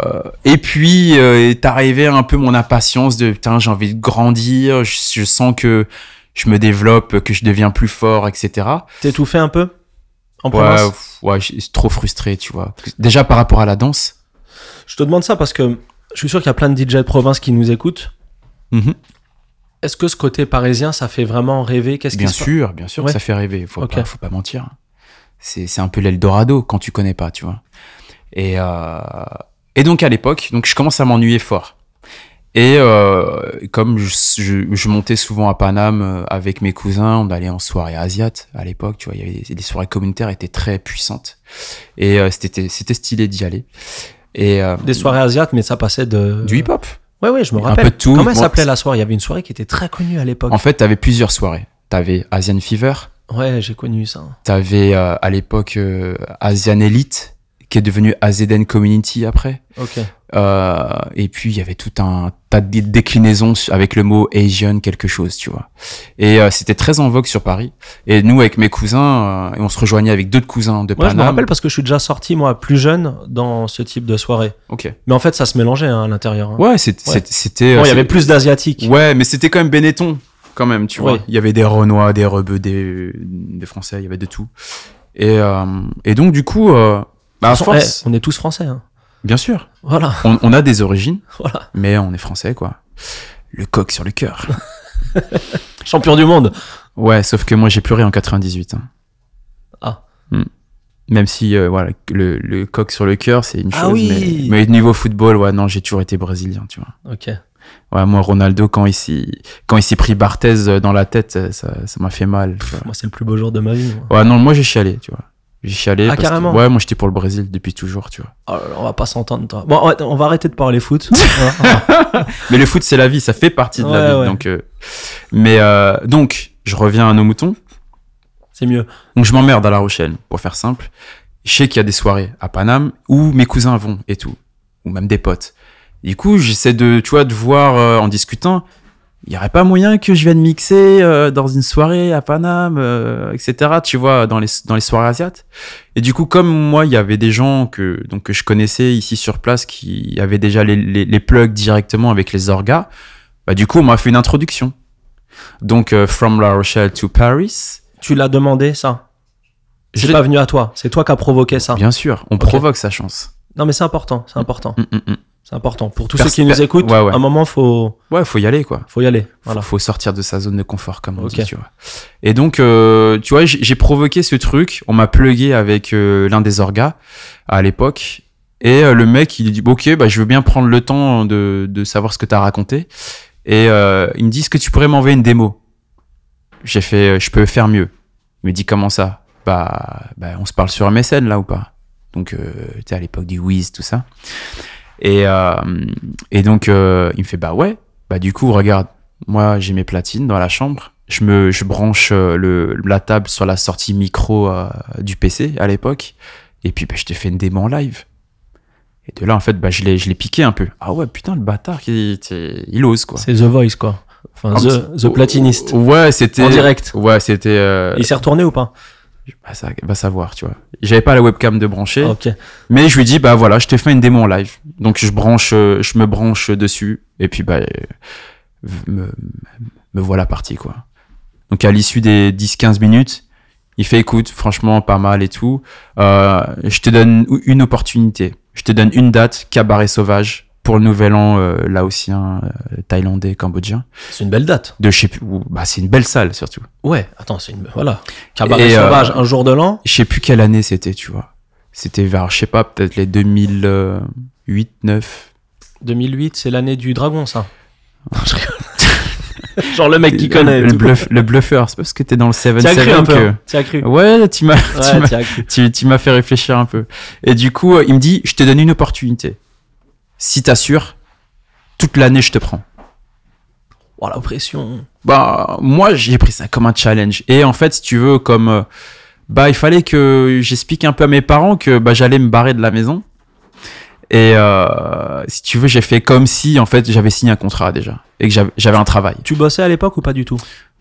puis est arrivé un peu mon impatience de putain, j'ai envie de grandir, je sens que je me développe, que je deviens plus fort, etc. T'étouffais un peu en province? Ouais, je suis trop frustré, tu vois. Déjà par rapport à la danse. Je te demande ça parce que je suis sûr qu'il y a plein de DJ de province qui nous écoutent. Mm-hmm. Est-ce que ce côté parisien, ça fait vraiment rêver? Bien sûr ouais. Que ça fait rêver. Faut okay. Faut pas mentir. C'est un peu l'Eldorado quand tu connais pas, tu vois. Et donc à l'époque, donc je commence à m'ennuyer fort. Et comme je montais souvent à Paname avec mes cousins, on allait en soirée asiate à l'époque, tu vois, il y avait les soirées communautaires étaient très puissantes et c'était stylé d'y aller. Et des soirées asiates, mais ça passait du hip-hop. Ouais, je me rappelle. Un peu de tout. Comment elle s'appelait la soirée? Il y avait une soirée qui était très connue à l'époque. En fait, t'avais plusieurs soirées. T'avais Asian Fever. Ouais, j'ai connu ça. T'avais à l'époque Asian Elite, qui est devenu AZN Community après. Ok. Et puis il y avait tout un tas de déclinaisons avec le mot Asian quelque chose, tu vois. Et c'était très en vogue sur Paris. Et nous avec mes cousins, on se rejoignait avec d'autres cousins de Paname. Je me rappelle parce que je suis déjà sorti moi plus jeune dans ce type de soirée. Ok. Mais en fait ça se mélangeait à l'intérieur. Hein. Ouais, c'était. Bon, il y avait plus d'asiatiques. Ouais, mais c'était quand même Benetton, quand même, tu vois. Ouais. Il y avait des Renois, des Rebeux, des Français, il y avait de tout. Et donc du coup, à force, on est tous français. Hein. Bien sûr. Voilà. On a des origines, voilà. Mais on est français, quoi. Le coq sur le cœur. Champion du monde. Ouais, sauf que moi, j'ai pleuré en 98. Hein. Ah. Même si, voilà, le coq sur le cœur, c'est une chose. Oui. Mais niveau football, ouais, non, j'ai toujours été brésilien, tu vois. Ok. Ouais, moi, Ronaldo, quand il s'est pris Barthez dans la tête, ça m'a fait mal. Tu vois. Moi, c'est le plus beau jour de ma vie. Moi. Ouais, non, moi, j'ai chialé, tu vois. J'ai chialé. Ah, carrément. Ouais, moi, j'étais pour le Brésil depuis toujours, tu vois. Oh, on va pas s'entendre, toi. Bon, on va arrêter de parler foot. Mais le foot, c'est la vie, ça fait partie de la vie. Ouais. Donc, donc, je reviens à nos moutons. C'est mieux. Donc, je m'emmerde à La Rochelle, pour faire simple. Je sais qu'il y a des soirées à Paname où mes cousins vont et tout, ou même des potes. Du coup, j'essaie de voir en discutant. Il y aurait pas moyen que je vienne mixer dans une soirée à Paname, etc. Tu vois, dans les soirées asiates. Et du coup, comme moi, il y avait des gens que je connaissais ici sur place qui avaient déjà les plugs directement avec les orgas. Du coup, on m'a fait une introduction. Donc, from La Rochelle to Paris. Tu l'as demandé, ça? C'est pas venu à toi. C'est toi qui as provoqué ça. Bien sûr, on provoque sa chance. Non, mais c'est important. C'est important. C'est important. Pour tous ceux qui nous écoutent, ouais. à un moment, faut y aller, quoi. Faut y aller. Voilà. Faut sortir de sa zone de confort, comme on dit, tu vois. Et donc, tu vois, j'ai provoqué ce truc. On m'a plugué avec l'un des orgas à l'époque. Et le mec, il dit, ok, je veux bien prendre le temps de savoir ce que t'as raconté. Et il me dit, est-ce que tu pourrais m'envoyer une démo? J'ai fait, je peux faire mieux. Il me dit, comment ça? On se parle sur MSN, là, ou pas? Donc, tu sais, à l'époque du Wiz, tout ça. Et donc, il me fait, ouais. Du coup, regarde, moi, j'ai mes platines dans la chambre. Je branche la table sur la sortie micro du PC à l'époque. Et puis, je te fais une démo en live. Et de là, en fait, je l'ai piqué un peu. Ah ouais, putain, le bâtard, il ose, quoi. C'est The Voice, quoi. Enfin, The Platiniste. Ouais, c'était... En direct. Ouais, c'était... Il s'est retourné ou pas? Ça va savoir, tu vois. J'avais pas la webcam de brancher. Ok. Mais je lui dis, voilà, je te fais une démo en live. Donc, je me branche dessus. Et puis, me voilà parti, quoi. Donc, à l'issue des 10-15 minutes, il fait, écoute, franchement, pas mal et tout. Je te donne une opportunité. Je te donne une date, Cabaret Sauvage, pour le nouvel an laotien, thaïlandais, cambodgien. C'est une belle date. Je sais plus, c'est une belle salle, surtout. Ouais, attends, voilà. Cabaret Sauvage, un jour de l'an. Je sais plus quelle année c'était, tu vois. C'était vers, je sais pas, peut-être les 2008, 9. 2008, c'est l'année du dragon, ça. Je rigole. Genre le mec qui connaît. Le bluffeur, c'est parce que t'es dans le 7-7 T'y as cru un peu. T'y as cru. Ouais, tu m'as fait réfléchir un peu. Et du coup, il me dit, je te donne une opportunité. Si t'assures, toute l'année, je te prends. Oh, la pression. Moi, j'ai pris ça comme un challenge. Et en fait, si tu veux, comme Bah, il fallait que j'explique un peu à mes parents que bah, j'allais me barrer de la maison. Et si tu veux, j'ai fait comme si en fait j'avais signé un contrat déjà et que j'avais un travail. Tu bossais à l'époque ou pas du tout?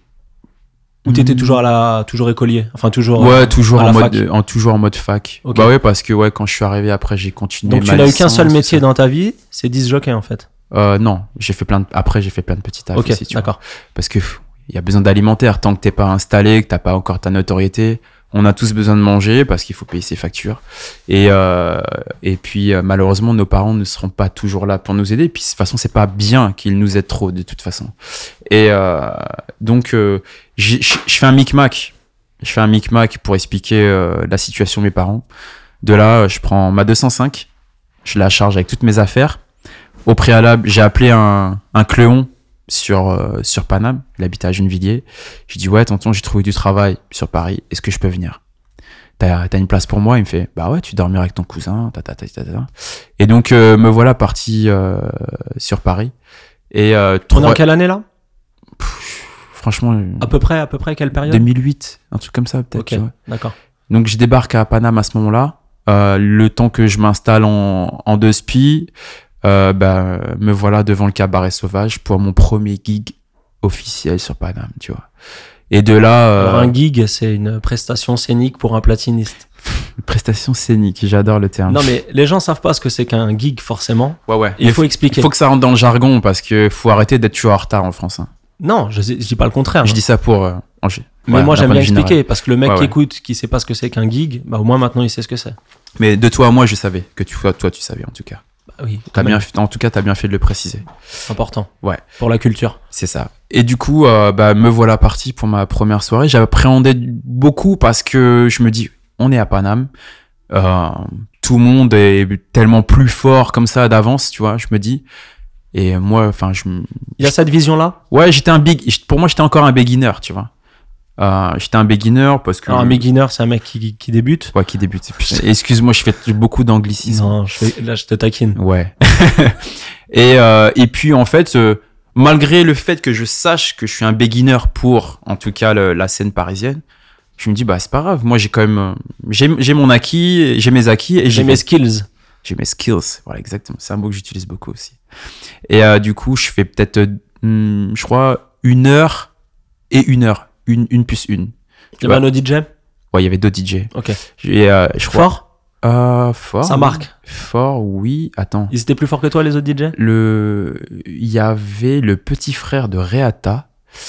Ou t'étais toujours toujours écolier? Enfin, toujours. Ouais, toujours à en la mode, fac. toujours en mode fac. Ok. Bah ouais, parce que ouais, quand je suis arrivé après, j'ai continué. Donc, tu ma n'as eu qu'un licence, seul tout métier ça. dans ta vie, c'est disc jockey en fait. Non, après j'ai fait plein de petits tafs Ok, aussi, tu vois. d'accord. Parce que il y a besoin d'alimentaire tant que t'es pas installé, que t'as pas encore ta notoriété. On a tous besoin de manger parce qu'il faut payer ses factures. Et puis malheureusement, nos parents ne seront pas toujours là pour nous aider. Puis de toute façon, c'est pas bien qu'ils nous aident trop de toute façon. Et donc je fais un micmac. Je fais un micmac pour expliquer la situation de mes parents. De là, je prends ma 205, je la charge avec toutes mes affaires. Au préalable, j'ai appelé un Cléon sur Paname, il habitait à Gennevilliers. J'ai dit ouais tonton, j'ai trouvé du travail sur Paris, est-ce que je peux venir? T'as une place pour moi? Il me fait bah ouais, tu dormiras avec ton cousin, et donc me voilà parti sur Paris. Et On est en quelle année là? Franchement À peu près quelle période? 2008, un truc comme ça peut-être. Ok, tu vois. d'accord. Donc je débarque à Paname à ce moment-là, le temps que je m'installe en 2 spi. Me voilà devant le cabaret sauvage pour mon premier gig officiel sur Paname, tu vois. Et de là... Alors, un gig, c'est une prestation scénique pour un platiniste. Prestation scénique, j'adore le terme. Non, mais les gens savent pas ce que c'est qu'un gig, forcément. Ouais. Il faut expliquer. Il faut que ça rentre dans le jargon parce que faut arrêter d'être toujours en retard en France. Hein. Non, je dis pas le contraire. Je dis ça pour Angers. Mais Ouais, moi, d'un j'aime point bien de vue expliquer général. parce que le mec Ouais, qui ouais. écoute, qui sait pas ce que c'est qu'un gig, bah au moins maintenant il sait ce que c'est. Mais de toi à moi, je savais que toi, tu savais en tout cas. Bah oui, quand même, En tout cas, t'as bien fait de le préciser. important. Ouais. Pour la culture. C'est ça. Et du coup, me voilà parti pour ma première soirée. J'appréhendais beaucoup parce que je me dis, on est à Paname. Tout le monde est tellement plus fort comme ça d'avance, tu vois, je me dis. Et moi, enfin, Il y a cette vision-là. ouais, pour moi, j'étais encore un beginner, tu vois. J'étais un beginner parce que... Alors, un beginner, c'est un mec qui débute. Ouais, qui débute. Excuse-moi, je fais beaucoup d'anglicisme. Non, là, je te taquine. Ouais. et puis, en fait, malgré le fait que je sache que je suis un beginner pour, en tout cas, la scène parisienne, je me dis, bah, c'est pas grave. Moi, j'ai quand même, j'ai mon acquis, j'ai mes acquis et J'ai mes skills. j'ai mes skills. Voilà, exactement. C'est un mot que j'utilise beaucoup aussi. Et du coup, je fais peut-être, je crois, 1 heure et 1 heure. Une plus une. Il y avait un autre DJ. Ouais, il y avait 2 DJ. Ok. Et, je crois, Fort. fort. Ça oui. marque. Fort, oui. Attends. Ils étaient plus forts que toi, les autres DJ. Il y avait le petit frère de Reata,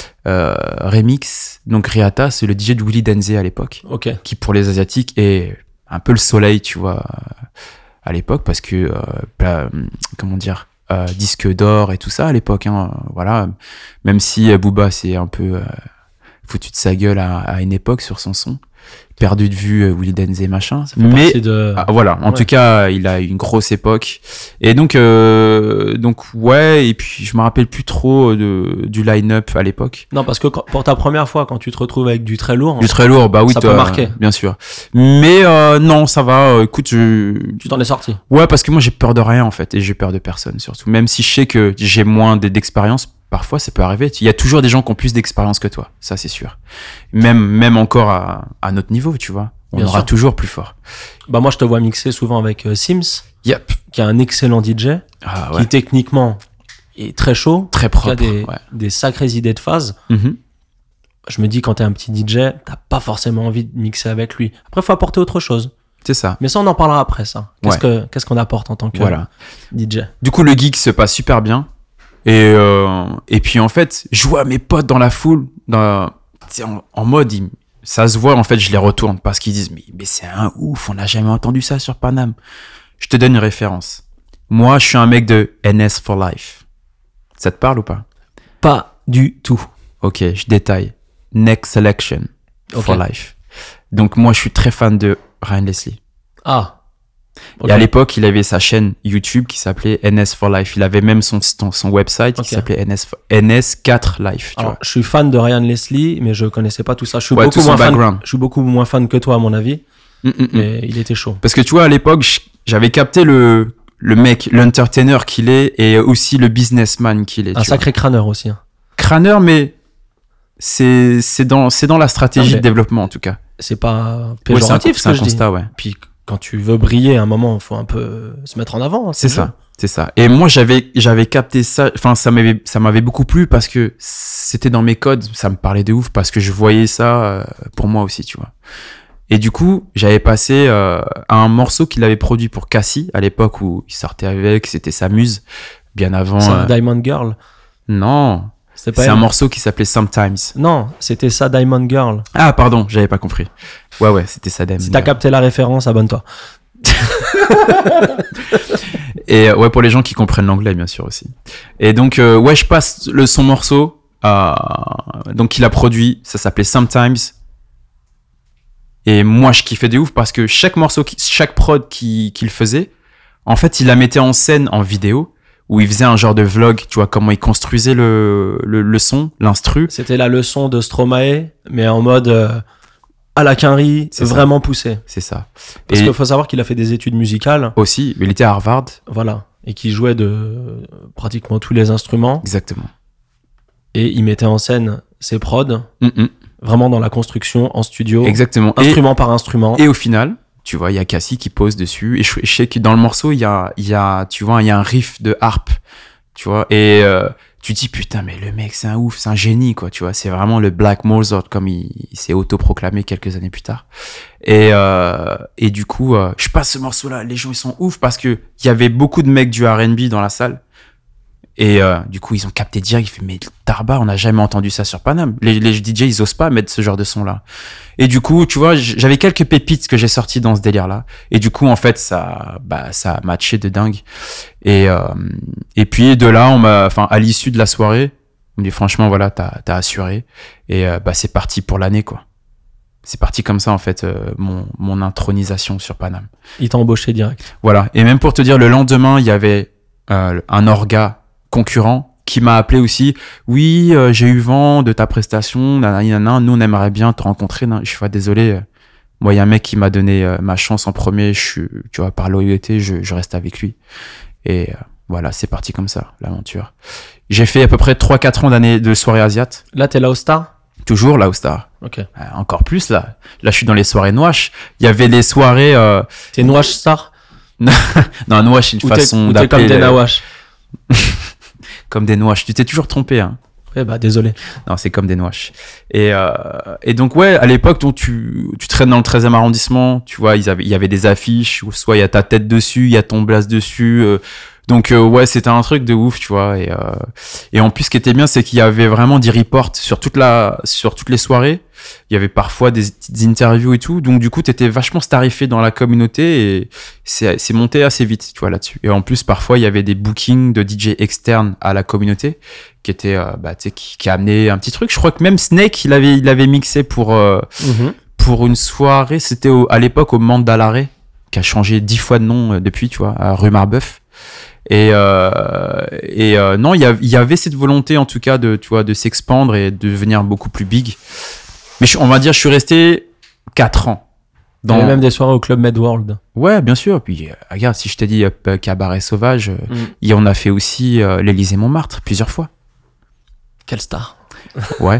Remix. Donc Reata, c'est le DJ de Willy Denzé à l'époque, Ok. qui pour les Asiatiques est un peu le soleil, tu vois, à l'époque, parce que, comment dire, disque d'or et tout ça à l'époque, hein, voilà. Même si Booba s'est un peu foutu de sa gueule à une époque sur son son, perdu de vue Willy Denzé machin. Ça fait partie de... Voilà, en Ouais. tout cas, il a eu une grosse époque. Et donc ouais, et puis je me rappelle plus trop du line-up à l'époque. Non, parce que pour ta première fois, quand tu te retrouves avec du très lourd, Du très lourd, bah oui, Ça peut marquer. bien sûr. Mais non, ça va. Écoute, tu t'en es sorti. ouais, parce que moi j'ai peur de rien en fait, et j'ai peur de personne surtout. Même si je sais que j'ai moins d'expérience, parfois ça peut arriver. Il y a toujours des gens qui ont plus d'expérience que toi, ça c'est sûr. Même encore à notre niveau, tu vois. On Bien aura sûr. toujours plus fort. Bah moi, je te vois mixer souvent avec Sims, Yep. qui est un excellent DJ, Ah ouais. qui techniquement est très chaud, Très qui a propre. Ouais. des sacrées idées de phase. Mhm. Je me dis, quand t'es un petit DJ, t'as pas forcément envie de mixer avec lui. Après, faut apporter autre chose. C'est ça. Mais ça, on en parlera après, ça. Qu'est-ce qu'on apporte en tant que Voilà. DJ? Du coup, le gig se passe super bien. Et puis, en fait, je vois mes potes dans la foule, en mode, ça se voit, en fait, je les retourne parce qu'ils disent, mais c'est un ouf, on n'a jamais entendu ça sur Paname. Je te donne une référence. Moi, je suis un mec de NS for Life. Ça te parle ou pas? Pas du tout. Ok, je détaille. Next Selection for Ok. Life. Donc, moi, je suis très fan de Ryan Leslie. Ah. Ok. Et à l'époque, il avait sa chaîne YouTube qui s'appelait NS for Life. Il avait même son website Ok. qui s'appelait NS4 Life. Tu Alors, vois. je suis fan de Ryan Leslie, mais je connaissais pas tout ça. Je suis, Ouais, beaucoup tout son moins fan, background. je suis beaucoup moins fan que toi, à mon avis. Mais il était chaud. Parce que tu vois, à l'époque, j'avais capté le mec, l'entertainer qu'il est et aussi le businessman qu'il est. Un tu sacré crâneur aussi. Hein. vois. Crâneur, mais c'est dans la stratégie Ah, mais- de développement en tout cas. c'est pas Ouais, péjoratif, c'est un ce que je dis. constat, ouais. Puis quand tu veux briller, à un moment, il faut un peu se mettre en avant. Hein, C'est le jeu. ça, c'est ça. Et moi, j'avais capté ça. Enfin, ça m'avait beaucoup plu parce que c'était dans mes codes. Ça me parlait de ouf parce que je voyais ça pour moi aussi, tu vois. Et du coup, j'avais passé à un morceau qu'il avait produit pour Cassie à l'époque où il sortait avec. C'était sa muse, bien avant. C'est un Diamond Girl. Non, C'est pas c'est un elle. morceau qui s'appelait Sometimes. Non, c'était ça Diamond Girl. Ah, pardon, j'avais pas compris. Ouais, c'était ça. Si t'as capté la référence, abonne-toi. Et ouais, pour les gens qui comprennent l'anglais, bien sûr aussi. Et donc, ouais, je passe son morceau. Donc, il a produit. Ça s'appelait Sometimes. Et moi, je kiffais de ouf parce que chaque morceau, chaque prod qu'il faisait, en fait, il la mettait en scène en vidéo où il faisait un genre de vlog, tu vois, comment il construisait le son, l'instru. C'était la leçon de Stromae, mais en mode à la quinri, C'est ça. vraiment poussé. C'est ça. Parce Et qu'il faut savoir qu'il a fait des études musicales, aussi, il était à Harvard. voilà, et qu'il jouait de pratiquement tous les instruments, Exactement. et il mettait en scène ses prods, Mm-mm. vraiment dans la construction, en studio, Exactement. instrument par instrument. Et au final, tu vois, il y a Cassie qui pose dessus. Et je sais que dans le morceau, il y a, tu vois, il y a un riff de harpe, tu vois. Et tu te dis, putain, mais le mec, c'est un ouf, c'est un génie, quoi, tu vois. C'est vraiment le Black Mozart, comme il s'est autoproclamé quelques années plus tard. Et du coup, je passe ce morceau-là. Les gens, ils sont ouf parce que il y avait beaucoup de mecs du R&B dans la salle. Et du coup, ils ont capté direct. Ils font, mais Tarba, on n'a jamais entendu ça sur Paname. Les DJ, ils osent pas mettre ce genre de son-là. Et du coup, tu vois, j'avais quelques pépites que j'ai sorties dans ce délire-là. Et du coup, en fait, ça a matché de dingue. Et puis, de là, à l'issue de la soirée, on me dit, franchement, voilà, t'as assuré. Et c'est parti pour l'année, quoi. C'est parti comme ça, en fait, mon intronisation sur Paname. Il t'a embauché direct. Voilà. Et même pour te dire, le lendemain, il y avait un orga concurrent qui m'a appelé aussi. Oui, j'ai eu vent de ta prestation. Nanana, nous, on aimerait bien te rencontrer. Je suis désolé. Moi, il y a un mec qui m'a donné ma chance en premier. Tu vois, par loyauté, je reste avec lui. Et voilà, c'est parti comme ça, l'aventure. J'ai fait à peu près 3-4 ans de soirée asiate. Là, t'es là au Star ? Toujours là au Star. Ok. Encore plus là. Là, je suis dans les soirées Noache. Il y avait les soirées. T'es Noache Star ? Non, Noache, c'est une façon Ou t'es d'appeler. comme des Nawash ? Comme des Noaches. Tu t'es toujours trompé, hein. Ouais, bah, désolé. Non, c'est comme des Noaches. Et donc, ouais, à l'époque, donc, tu traînes dans le 13e arrondissement, tu vois, il y avait des affiches, où soit il y a ta tête dessus, il y a ton blast dessus. Donc, ouais, c'était un truc de ouf, tu vois. Et en plus, ce qui était bien, c'est qu'il y avait vraiment des reports sur toutes les soirées. Il y avait parfois des petites interviews et tout. Donc, du coup, t'étais vachement starifié dans la communauté et c'est monté assez vite, tu vois, là-dessus. Et en plus, parfois, il y avait des bookings de DJ externes à la communauté qui étaient, tu sais, qui amenaient un petit truc. Je crois que même Snake, il avait mixé pour une soirée. C'était à l'époque au Mandalare, qui a changé 10 fois de nom depuis, tu vois, à rue Marbeuf. Et non, il y avait cette volonté en tout cas de s'expandre et de devenir beaucoup plus big. Mais on va dire, je suis resté 4 ans. Il y avait même des soirées au Club Med World. Ouais, bien sûr. Puis regarde, si je t'ai dit Cabaret Sauvage, et on a fait aussi l'Élysée Montmartre plusieurs fois. Quelle star. Ouais.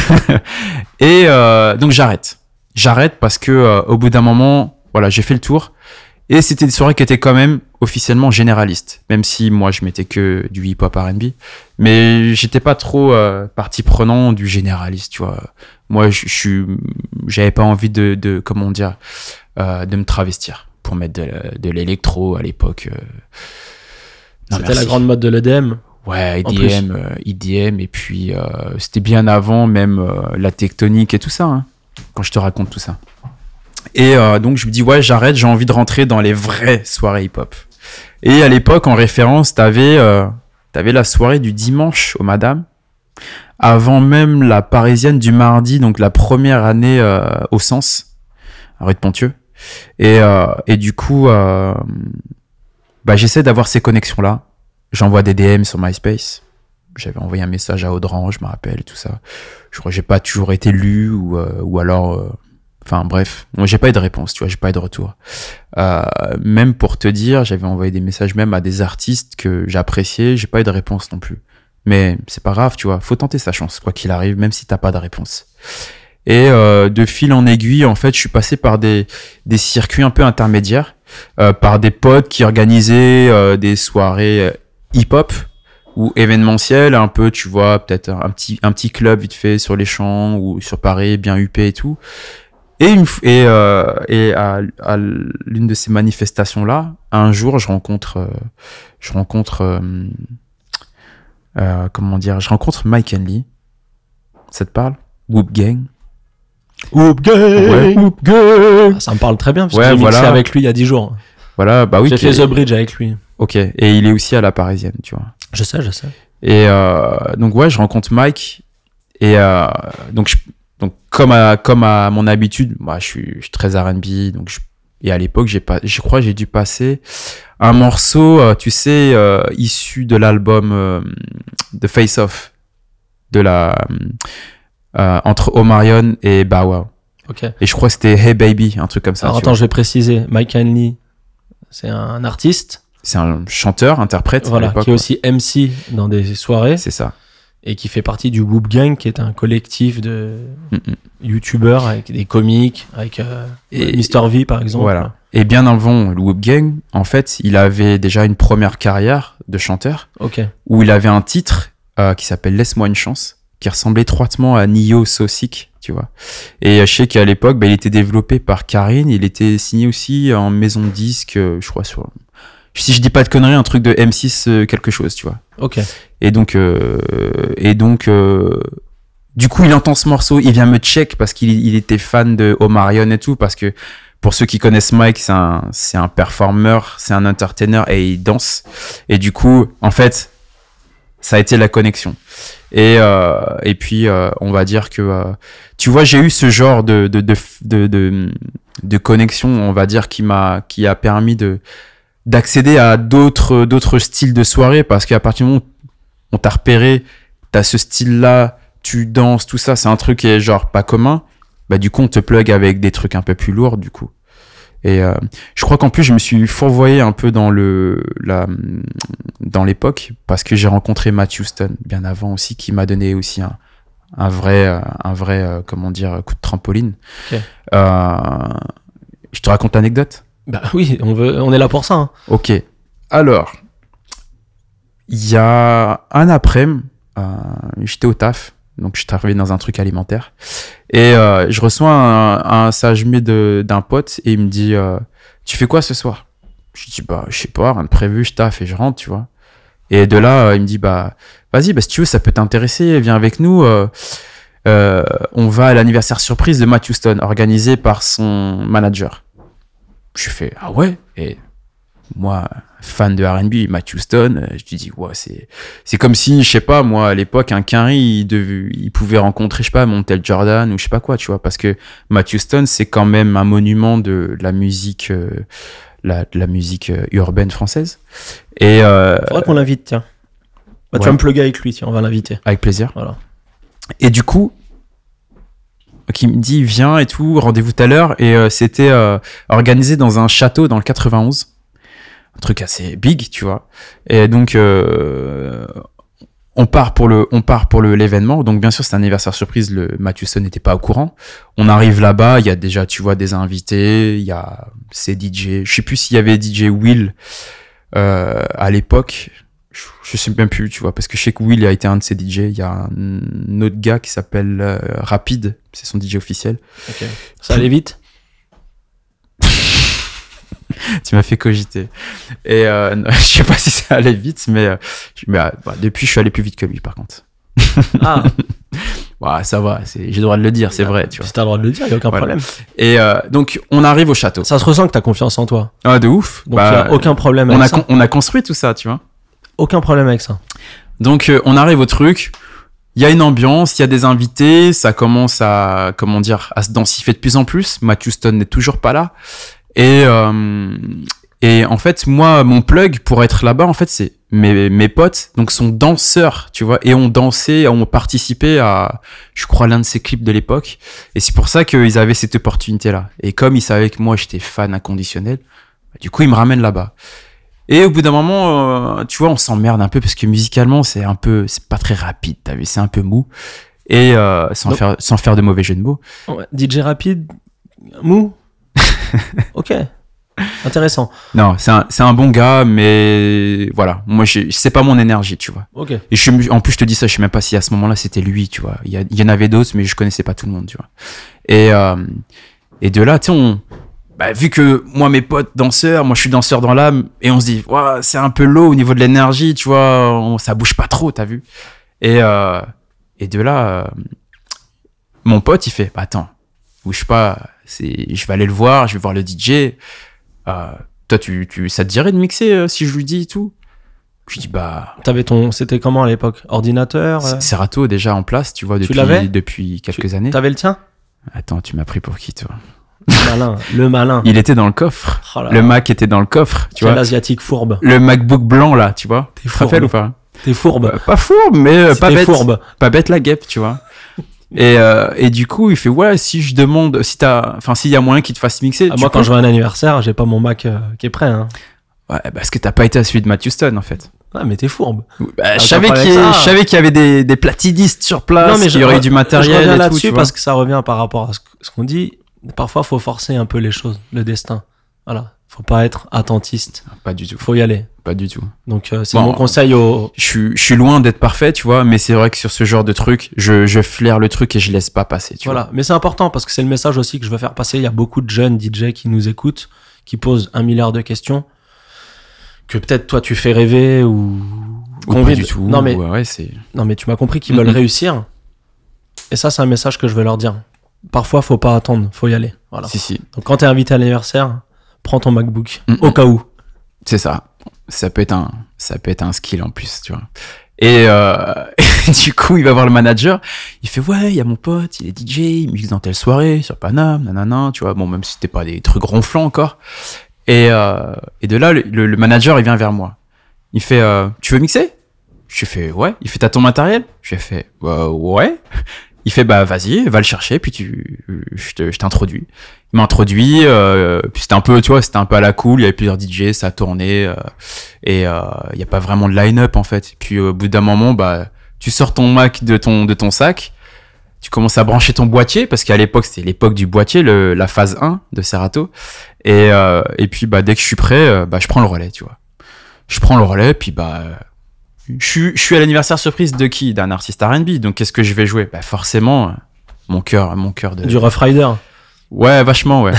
Et donc j'arrête parce que au bout d'un moment, voilà, j'ai fait le tour. Et c'était des soirées qui étaient quand même officiellement généralistes, même si moi je mettais que du hip-hop R&B, mais j'étais pas trop partie prenante du généraliste, tu vois. Moi, j'avais pas envie de comment dire, de me travestir pour mettre de l'électro à l'époque. C'était la grande mode de l'EDM. Ouais, EDM, et puis c'était bien avant même la tectonique et tout ça, hein, quand je te raconte tout ça. Et donc je me dis ouais, j'arrête, j'ai envie de rentrer dans les vraies soirées hip-hop. Et à l'époque, en référence, t'avais la soirée du dimanche au Madame, avant même la parisienne du mardi, donc la première année au Sens, à rue de Ponthieu. Et du coup, j'essaie d'avoir ces connexions-là. J'envoie des DM sur MySpace. J'avais envoyé un message à Audran, je me rappelle, tout ça. Je crois que j'ai pas toujours été lu ou alors... Enfin bref, moi j'ai pas eu de réponse, tu vois, j'ai pas eu de retour. Même pour te dire, j'avais envoyé des messages même à des artistes que j'appréciais, j'ai pas eu de réponse non plus. Mais c'est pas grave, tu vois, faut tenter sa chance, quoi qu'il arrive, même si t'as pas de réponse. Et de fil en aiguille, en fait, je suis passé par des circuits un peu intermédiaires, par des potes qui organisaient des soirées hip-hop ou événementielles, un peu, tu vois, peut-être un petit club vite fait sur les champs ou sur Paris, bien huppé et tout. Et à l'une de ces manifestations-là, un jour, je rencontre Mike Henley. Ça te parle? Whoop Gang. Whoop Gang. Ouais, Whoop Gang. Ah, ça me parle très bien, parce Ouais, que j'ai mixé voilà. avec lui il y a 10 jours. Voilà, bah oui. J'ai fait The Bridge avec lui. Ok, et il est aussi à la Parisienne, tu vois. Je sais. Et donc ouais, je rencontre Mike, et donc comme à mon habitude, moi je suis très R&B, et à l'époque je crois que j'ai dû passer un morceau, tu sais, issu de l'album The Face Off, de entre Omarion et Bow Wow. Ok. Et je crois que c'était Hey Baby, un truc comme ça. Alors attends, je vais préciser. Mike Henley, c'est un artiste. C'est un chanteur, interprète. Voilà, à l'époque, qui est aussi MC dans des soirées. C'est ça. Et qui fait partie du Whoop Gang, qui est un collectif de youtubeurs avec des comiques, avec Mr. V par exemple. Voilà. Et bien avant le Whoop Gang, en fait, il avait déjà une première carrière de chanteur, où il avait un titre qui s'appelle Laisse-moi une chance, qui ressemblait étroitement à Nio So-Sick, tu vois. Et je sais qu'à l'époque, il était développé par Karine, il était signé aussi en maison de disque, je crois, si je dis pas de conneries, un truc de M6 quelque chose, tu vois. Ok. Et donc, du coup, il entend ce morceau, il vient me check parce qu'il était fan de Omarion et tout, parce que pour ceux qui connaissent Mike, c'est un performeur, c'est un entertainer et il danse. Et du coup, en fait, ça a été la connexion. Et puis, on va dire que, tu vois, j'ai eu ce genre de connexion, on va dire, qui a permis d'accéder à d'autres styles de soirée, parce qu'à partir du moment où on t'a repéré, t'as ce style-là, tu danses, tout ça, c'est un truc qui est genre pas commun, bah du coup on te plug avec des trucs un peu plus lourds du coup. Et je crois qu'en plus je me suis fourvoyé un peu dans l'époque, parce que j'ai rencontré Matt Houston bien avant aussi, qui m'a donné aussi un vrai comment dire, coup de trampoline. Okay. Je te raconte l'anecdote? Bah oui, on est là pour ça. Hein. Ok. Alors, il y a un après-midi, j'étais au taf, donc je travaillais dans un truc alimentaire, et je reçois un sage mail d'un pote, et il me dit tu fais quoi ce soir? Je dis je sais pas, rien de prévu, je taffe et je rentre, tu vois. Et de là, il me dit vas-y, si tu veux, ça peut t'intéresser, viens avec nous. On va à l'anniversaire surprise de Matt Houston, organisé par son manager. Je fais ah ouais. Et moi, fan de R&B, Matt Houston, je te dis ouais, c'est comme si, je sais pas moi, à l'époque, un Quinry il pouvait rencontrer, je sais pas, Montel Jordan ou je sais pas quoi, tu vois, parce que Matt Houston, c'est quand même un monument de la musique la musique urbaine française. Et faudrait qu'on l'invite, tiens. Tu vas me plugger avec lui, tiens, on va l'inviter. Avec plaisir. Voilà. Et du coup, qui me dit viens et tout, rendez-vous tout à l'heure, et c'était organisé dans un château dans le 91, un truc assez big, tu vois. Et donc on part pour l'événement. Donc bien sûr c'est un anniversaire surprise, le Matt Houston n'était pas au courant. On arrive là-bas, il y a déjà, tu vois, des invités, il y a ces DJ, je sais plus s'il y avait DJ Will à l'époque. Je sais même plus, tu vois, parce que je sais que Will a été un de ses DJ. Il y a un autre gars qui s'appelle Rapide, c'est son DJ officiel. Ok. Ça allait vite? Tu m'as fait cogiter. Et je sais pas si ça allait vite, mais depuis je suis allé plus vite que lui, par contre. Ah. Ouais, ça va, j'ai le droit de le dire, c'est vrai, tu vois. Si t'as le droit de le dire, il n'y a aucun problème. Et donc on arrive au château. Ça se ressent que t'as confiance en toi. Ah, de ouf. Donc il n'y a aucun problème avec ça. On a construit tout ça, tu vois. Aucun problème avec ça. Donc on arrive au truc, il y a une ambiance, il y a des invités, ça commence à se densifier de plus en plus. Matt Houston n'est toujours pas là. Et en fait, moi, mon plug pour être là-bas, en fait, c'est mes potes, donc sont danseurs, tu vois, et ont participé à, je crois, l'un de ces clips de l'époque. Et c'est pour ça qu'ils avaient cette opportunité-là. Et comme ils savaient que moi, j'étais fan inconditionnel, du coup, ils me ramènent là-bas. Et au bout d'un moment, tu vois, on s'emmerde un peu parce que musicalement, c'est pas très rapide, t'as vu, c'est un peu mou. Et sans faire de mauvais jeu de mots. Ouais, DJ rapide, mou. Ok, intéressant. Non, c'est un bon gars, mais voilà, moi c'est pas mon énergie, tu vois. Ok. Et en plus je te dis ça, je sais même pas si à ce moment-là c'était lui, tu vois. Il y en avait d'autres, mais je connaissais pas tout le monde, tu vois. Et de là, tu sais, vu que moi mes potes danseurs, moi je suis danseur dans l'âme, et on se dit, ouais, c'est un peu low au niveau de l'énergie, tu vois, ça bouge pas trop, t'as vu. Et de là, mon pote il fait, attends, bouge pas. Je vais aller le voir, je vais voir le DJ. Toi, ça te dirait de mixer si je lui dis et tout? Je lui dis, C'était comment à l'époque? Ordinateur? Serato déjà en place, tu vois, depuis quelques années. T'avais le tien? Attends, tu m'as pris pour qui, toi? Le malin. Il était dans le coffre. Oh là le là. Mac était dans le coffre, tu vois. L'asiatique fourbe. Le MacBook blanc, là, tu vois. Tu te rappelles ou pas? T'es fourbe. Pas fourbe, mais pas bête. Fourbe. Pas bête la guêpe, tu vois. Et du coup, il fait, ouais, si je demande, s'il y a moyen qu'il te fasse mixer. Moi, quand je vais à un anniversaire, j'ai pas mon Mac qui est prêt, hein. Ouais, parce que t'as pas été à celui de Matthew Stone, en fait. Ouais, mais t'es fourbe. Je savais qu'il y avait des platidistes sur place, qu'il y aurait du matériel. Je reviens et là-dessus tout, parce que ça revient par rapport à ce qu'on dit. Parfois, faut forcer un peu les choses, le destin. Voilà. Faut pas être attentiste. Pas du tout. Faut y aller. Pas du tout. Donc, c'est mon conseil au... Je suis loin d'être parfait, tu vois, mais c'est vrai que sur ce genre de truc, je flaire le truc et je laisse pas passer, tu vois. Mais c'est important parce que c'est le message aussi que je veux faire passer. Il y a beaucoup de jeunes DJ qui nous écoutent, qui posent 1 milliard de questions, que peut-être toi tu fais rêver ou pas du tout. Non, mais, c'est... non, mais tu m'as compris qu'ils veulent réussir. Et ça, c'est un message que je veux leur dire. Parfois, faut pas attendre, faut y aller. Voilà. Si. Donc, quand t'es invité à l'anniversaire, prends ton MacBook, au cas où. C'est ça. Ça peut être un skill en plus, tu vois. Et du coup, il va voir le manager. Il fait, ouais, il y a mon pote, il est DJ, il mixe dans telle soirée, sur Paname, nanana, tu vois. Bon, même si c'était pas des trucs ronflants encore. Et de là, le manager, il vient vers moi. Il fait, tu veux mixer? Je lui fais, ouais. Il fait, t'as ton matériel? Je lui ai fait, ouais. Il fait, vas-y, va le chercher, puis je t'introduis. Il m'a introduit, puis c'était un peu, tu vois, c'était un peu à la cool, il y avait plusieurs DJ, ça tournait, et il y a pas vraiment de line-up, en fait. Puis au bout d'un moment, tu sors ton Mac de ton sac, tu commences à brancher ton boîtier, parce qu'à l'époque, c'était l'époque du boîtier, la phase 1 de Serato. Et puis, dès que je suis prêt, je prends le relais, tu vois. Je prends le relais, puis je suis à l'anniversaire surprise de qui? D'un artiste R&B. Donc, qu'est-ce que je vais jouer? Forcément, mon cœur de... Du Rough Rider. Ouais, vachement, ouais.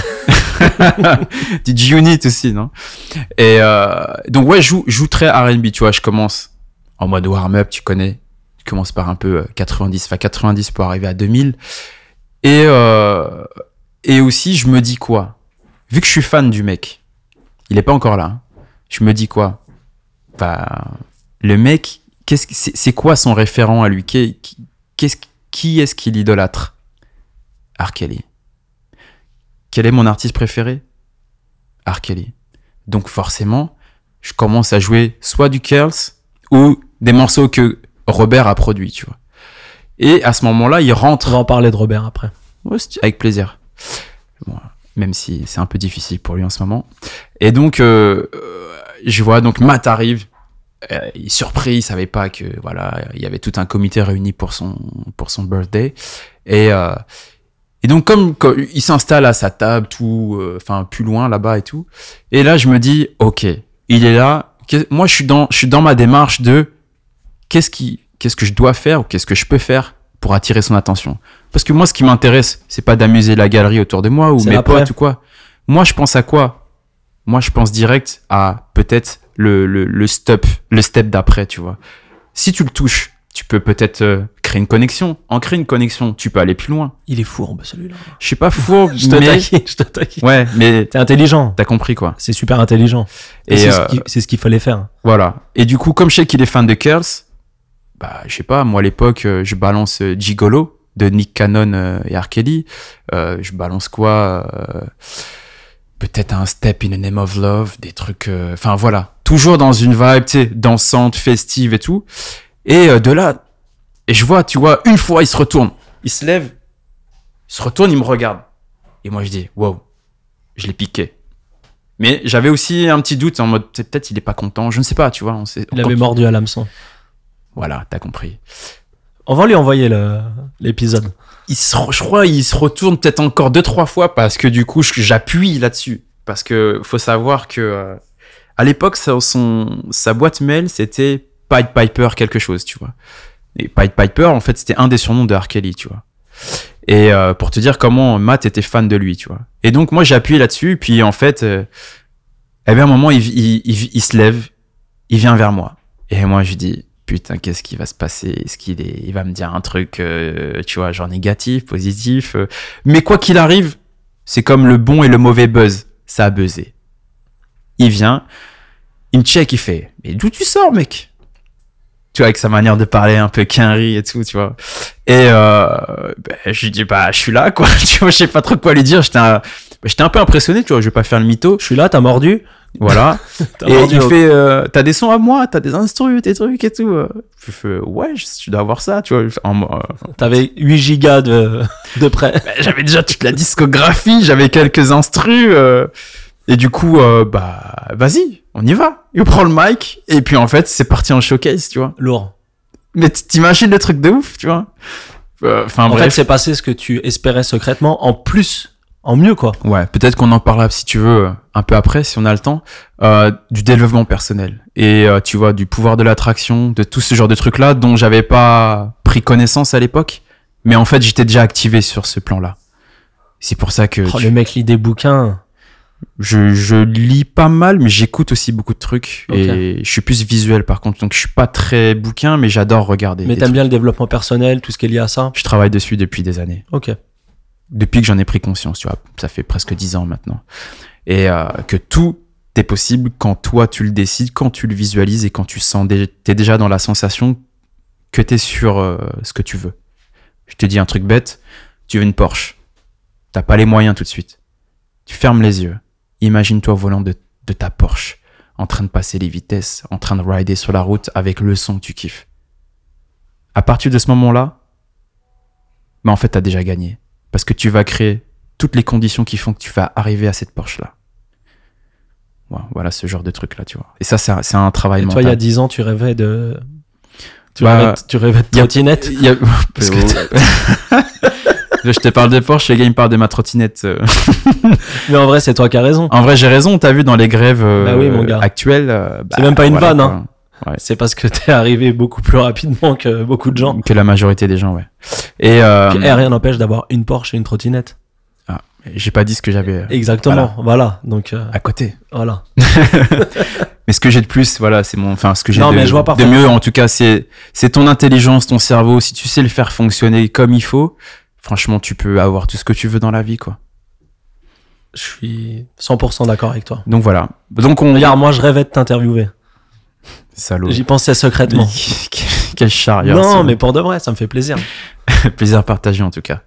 Du G-Unit aussi, non? Et donc, ouais, je joue très R&B, tu vois. Je commence en mode warm-up, tu connais. Je commence par un peu 90 pour arriver à 2000. Et aussi, je me dis quoi? Vu que je suis fan du mec, il est pas encore là. Hein, je me dis quoi? Le mec, c'est quoi son référent à lui? Qui est-ce qu'il idolâtre? R. Kelly. Quel est mon artiste préféré? R. Kelly. Donc forcément, je commence à jouer soit du Curls ou des morceaux que Robert a produits, tu vois. Et à ce moment-là, il rentre... On va en parler de Robert après. Ouais, avec plaisir. Bon, même si c'est un peu difficile pour lui en ce moment. Et donc, je vois, donc Matt arrive. Il est surpris, il savait pas que voilà, il y avait tout un comité réuni pour son birthday. Et donc comme il s'installe à sa table, tout, plus loin là-bas et tout. Et là, je me dis, ok, il est là. Moi, je suis dans ma démarche de qu'est-ce que je dois faire ou qu'est-ce que je peux faire pour attirer son attention. Parce que moi, ce qui m'intéresse, c'est pas d'amuser la galerie autour de moi ou mes potes ou quoi. Moi, je pense à quoi? Moi, je pense direct à peut-être le step d'après, tu vois. Si tu le touches, tu peux peut-être créer une connexion. En créer une connexion, tu peux aller plus loin. Il est fourbe, celui-là. Je suis pas fourbe, je te taquine. Ouais, mais... T'es intelligent. T'as compris, quoi. C'est super intelligent. Et c'est ce qu'il fallait faire. Voilà. Et du coup, comme je sais qu'il est fan de Curls, je sais pas, moi, à l'époque, je balance Gigolo de Nick Cannon et R. Kelly. Je balance quoi peut-être un Step in the Name of Love, des trucs... voilà. Toujours dans une vibe, tu sais, dansante, festive et tout. Et de là, et je vois, tu vois, une fois, il se retourne. Il se lève, il se retourne, il me regarde. Et moi, je dis, wow, je l'ai piqué. Mais j'avais aussi un petit doute en mode, peut-être il est pas content, je ne sais pas, tu vois. Il avait mordu à l'hameçon. Voilà, t'as compris. On va lui envoyer l'épisode. Je crois il se retourne peut-être encore 2-3 fois parce que du coup j'appuie là-dessus. Parce que faut savoir que à l'époque sa boîte mail c'était Pied Piper quelque chose, tu vois. Et Pied Piper en fait c'était un des surnoms de R. Kelly, tu vois. Et pour te dire comment Matt était fan de lui, tu vois. Et donc moi j'ai appuyé là-dessus puis en fait à un moment il se lève, il vient vers moi et moi je lui dis putain, qu'est-ce qui va se passer? Est-ce il va me dire un truc, tu vois, genre négatif, positif. Mais quoi qu'il arrive, c'est comme le bon et le mauvais buzz. Ça a buzzé. Il vient, il me check, il fait, mais d'où tu sors, mec? Tu vois, avec sa manière de parler un peu quinri et tout, tu vois. Et je lui dis, bah, je suis là, quoi. Tu vois, je sais pas trop quoi lui dire. J'étais un peu impressionné, tu vois, je vais pas faire le mytho. Je suis là, t'as mordu. Voilà. Et il fait, t'as des sons à moi, t'as des instrus, des trucs et tout. Je fais, ouais, tu dois avoir ça, tu vois. T'avais 8 gigas de prêt. J'avais déjà toute la discographie, j'avais quelques instrus. Et du coup, bah, vas-y, on y va. Il prend le mic. Et puis, en fait, c'est parti en showcase, tu vois. Lourd. Mais t'imagines le truc de ouf, tu vois. En fait, c'est passé ce que tu espérais secrètement, en plus. En mieux, quoi. Ouais, peut-être qu'on en parlera, si tu veux, un peu après, si on a le temps, du développement personnel. Et tu vois, du pouvoir de l'attraction, de tout ce genre de trucs-là, dont j'avais pas pris connaissance à l'époque. Mais en fait, j'étais déjà activé sur ce plan-là. C'est pour ça que... Le mec lit des bouquins. Je lis pas mal, mais j'écoute aussi beaucoup de trucs. Okay. Et je suis plus visuel, par contre. Donc, je suis pas très bouquin, mais j'adore regarder. Mais t'aimes bien le développement personnel, tout ce qui est lié à ça? Je travaille dessus depuis des années. Ok. Depuis que j'en ai pris conscience, tu vois, ça fait presque 10 ans maintenant. Et que tout est possible quand toi tu le décides, quand tu le visualises et quand tu sens, t'es déjà dans la sensation que t'es sur ce que tu veux. Je te dis un truc bête, tu veux une Porsche, t'as pas les moyens tout de suite. Tu fermes les yeux, imagine-toi au volant de ta Porsche, en train de passer les vitesses, en train de rider sur la route avec le son que tu kiffes. À partir de ce moment-là, bah en fait t'as déjà gagné. Parce que tu vas créer toutes les conditions qui font que tu vas arriver à cette Porsche-là. Ouais, voilà ce genre de truc-là, tu vois. Et ça, c'est un travail mental. Toi, il y a 10 ans, tu rêvais de... Tu rêvais de trottinette. Parce que je te parle de Porsche, les gars, ils me parlent de ma trottinette. Mais en vrai, c'est toi qui as raison. En vrai, j'ai raison. T'as vu dans les grèves oui, mon gars. actuelles... c'est même pas une vanne, quoi. hein. Ouais. C'est parce que t'es arrivé beaucoup plus rapidement que beaucoup de gens. Que la majorité des gens, ouais. Et rien n'empêche d'avoir une Porsche et une trottinette. Ah, j'ai pas dit ce que j'avais. Exactement, voilà. Donc à côté. Voilà. Mais ce que j'ai de plus, voilà, c'est ce que j'ai de mieux, en tout cas, c'est ton intelligence, ton cerveau. Si tu sais le faire fonctionner comme il faut, franchement, tu peux avoir tout ce que tu veux dans la vie, quoi. Je suis 100% d'accord avec toi. Donc voilà. Donc Regarde, moi, je rêvais de t'interviewer. Salaud. J'y pensais secrètement. Quel charrière. Non, mais pour de vrai, ça me fait plaisir. Plaisir partagé en tout cas.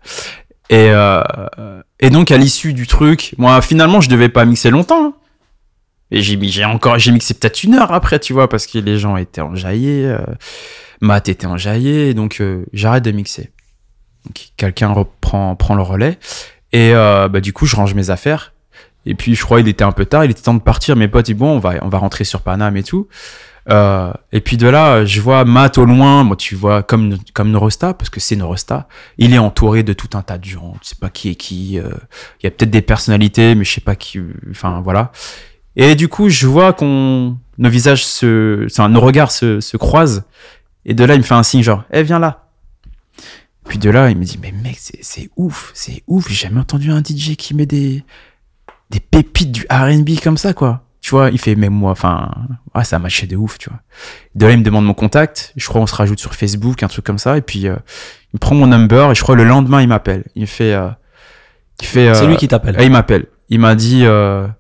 Et donc à l'issue du truc, moi finalement je devais pas mixer longtemps. Hein. Et j'ai mixé peut-être 1 heure après, tu vois, parce que les gens étaient enjaillés, Matt était enjaillé, donc j'arrête de mixer. Donc quelqu'un prend le relais et du coup je range mes affaires. Et puis je crois il était un peu tard, il était temps de partir. Mes potes disent bon on va rentrer sur Paname et tout. Et puis de là, je vois Matt au loin, moi tu vois comme Norosta, parce que c'est Norosta, il est entouré de tout un tas de gens, tu sais pas qui est qui, il y a peut-être des personnalités, mais je sais pas qui, enfin voilà. Et du coup, je vois nos regards se croisent, et de là, il me fait un signe genre, viens là. Puis de là, il me dit, mais mec, c'est ouf, j'ai jamais entendu un DJ qui met des pépites du R&B comme ça, quoi. Tu vois, il fait, même moi, enfin, ça a matché de ouf, tu vois. De là, il me demande mon contact. Je crois qu'on se rajoute sur Facebook, un truc comme ça. Et puis, il me prend mon number. Et je crois le lendemain, il m'appelle. Il fait. C'est lui qui t'appelle. Il m'appelle. Il m'a dit. Je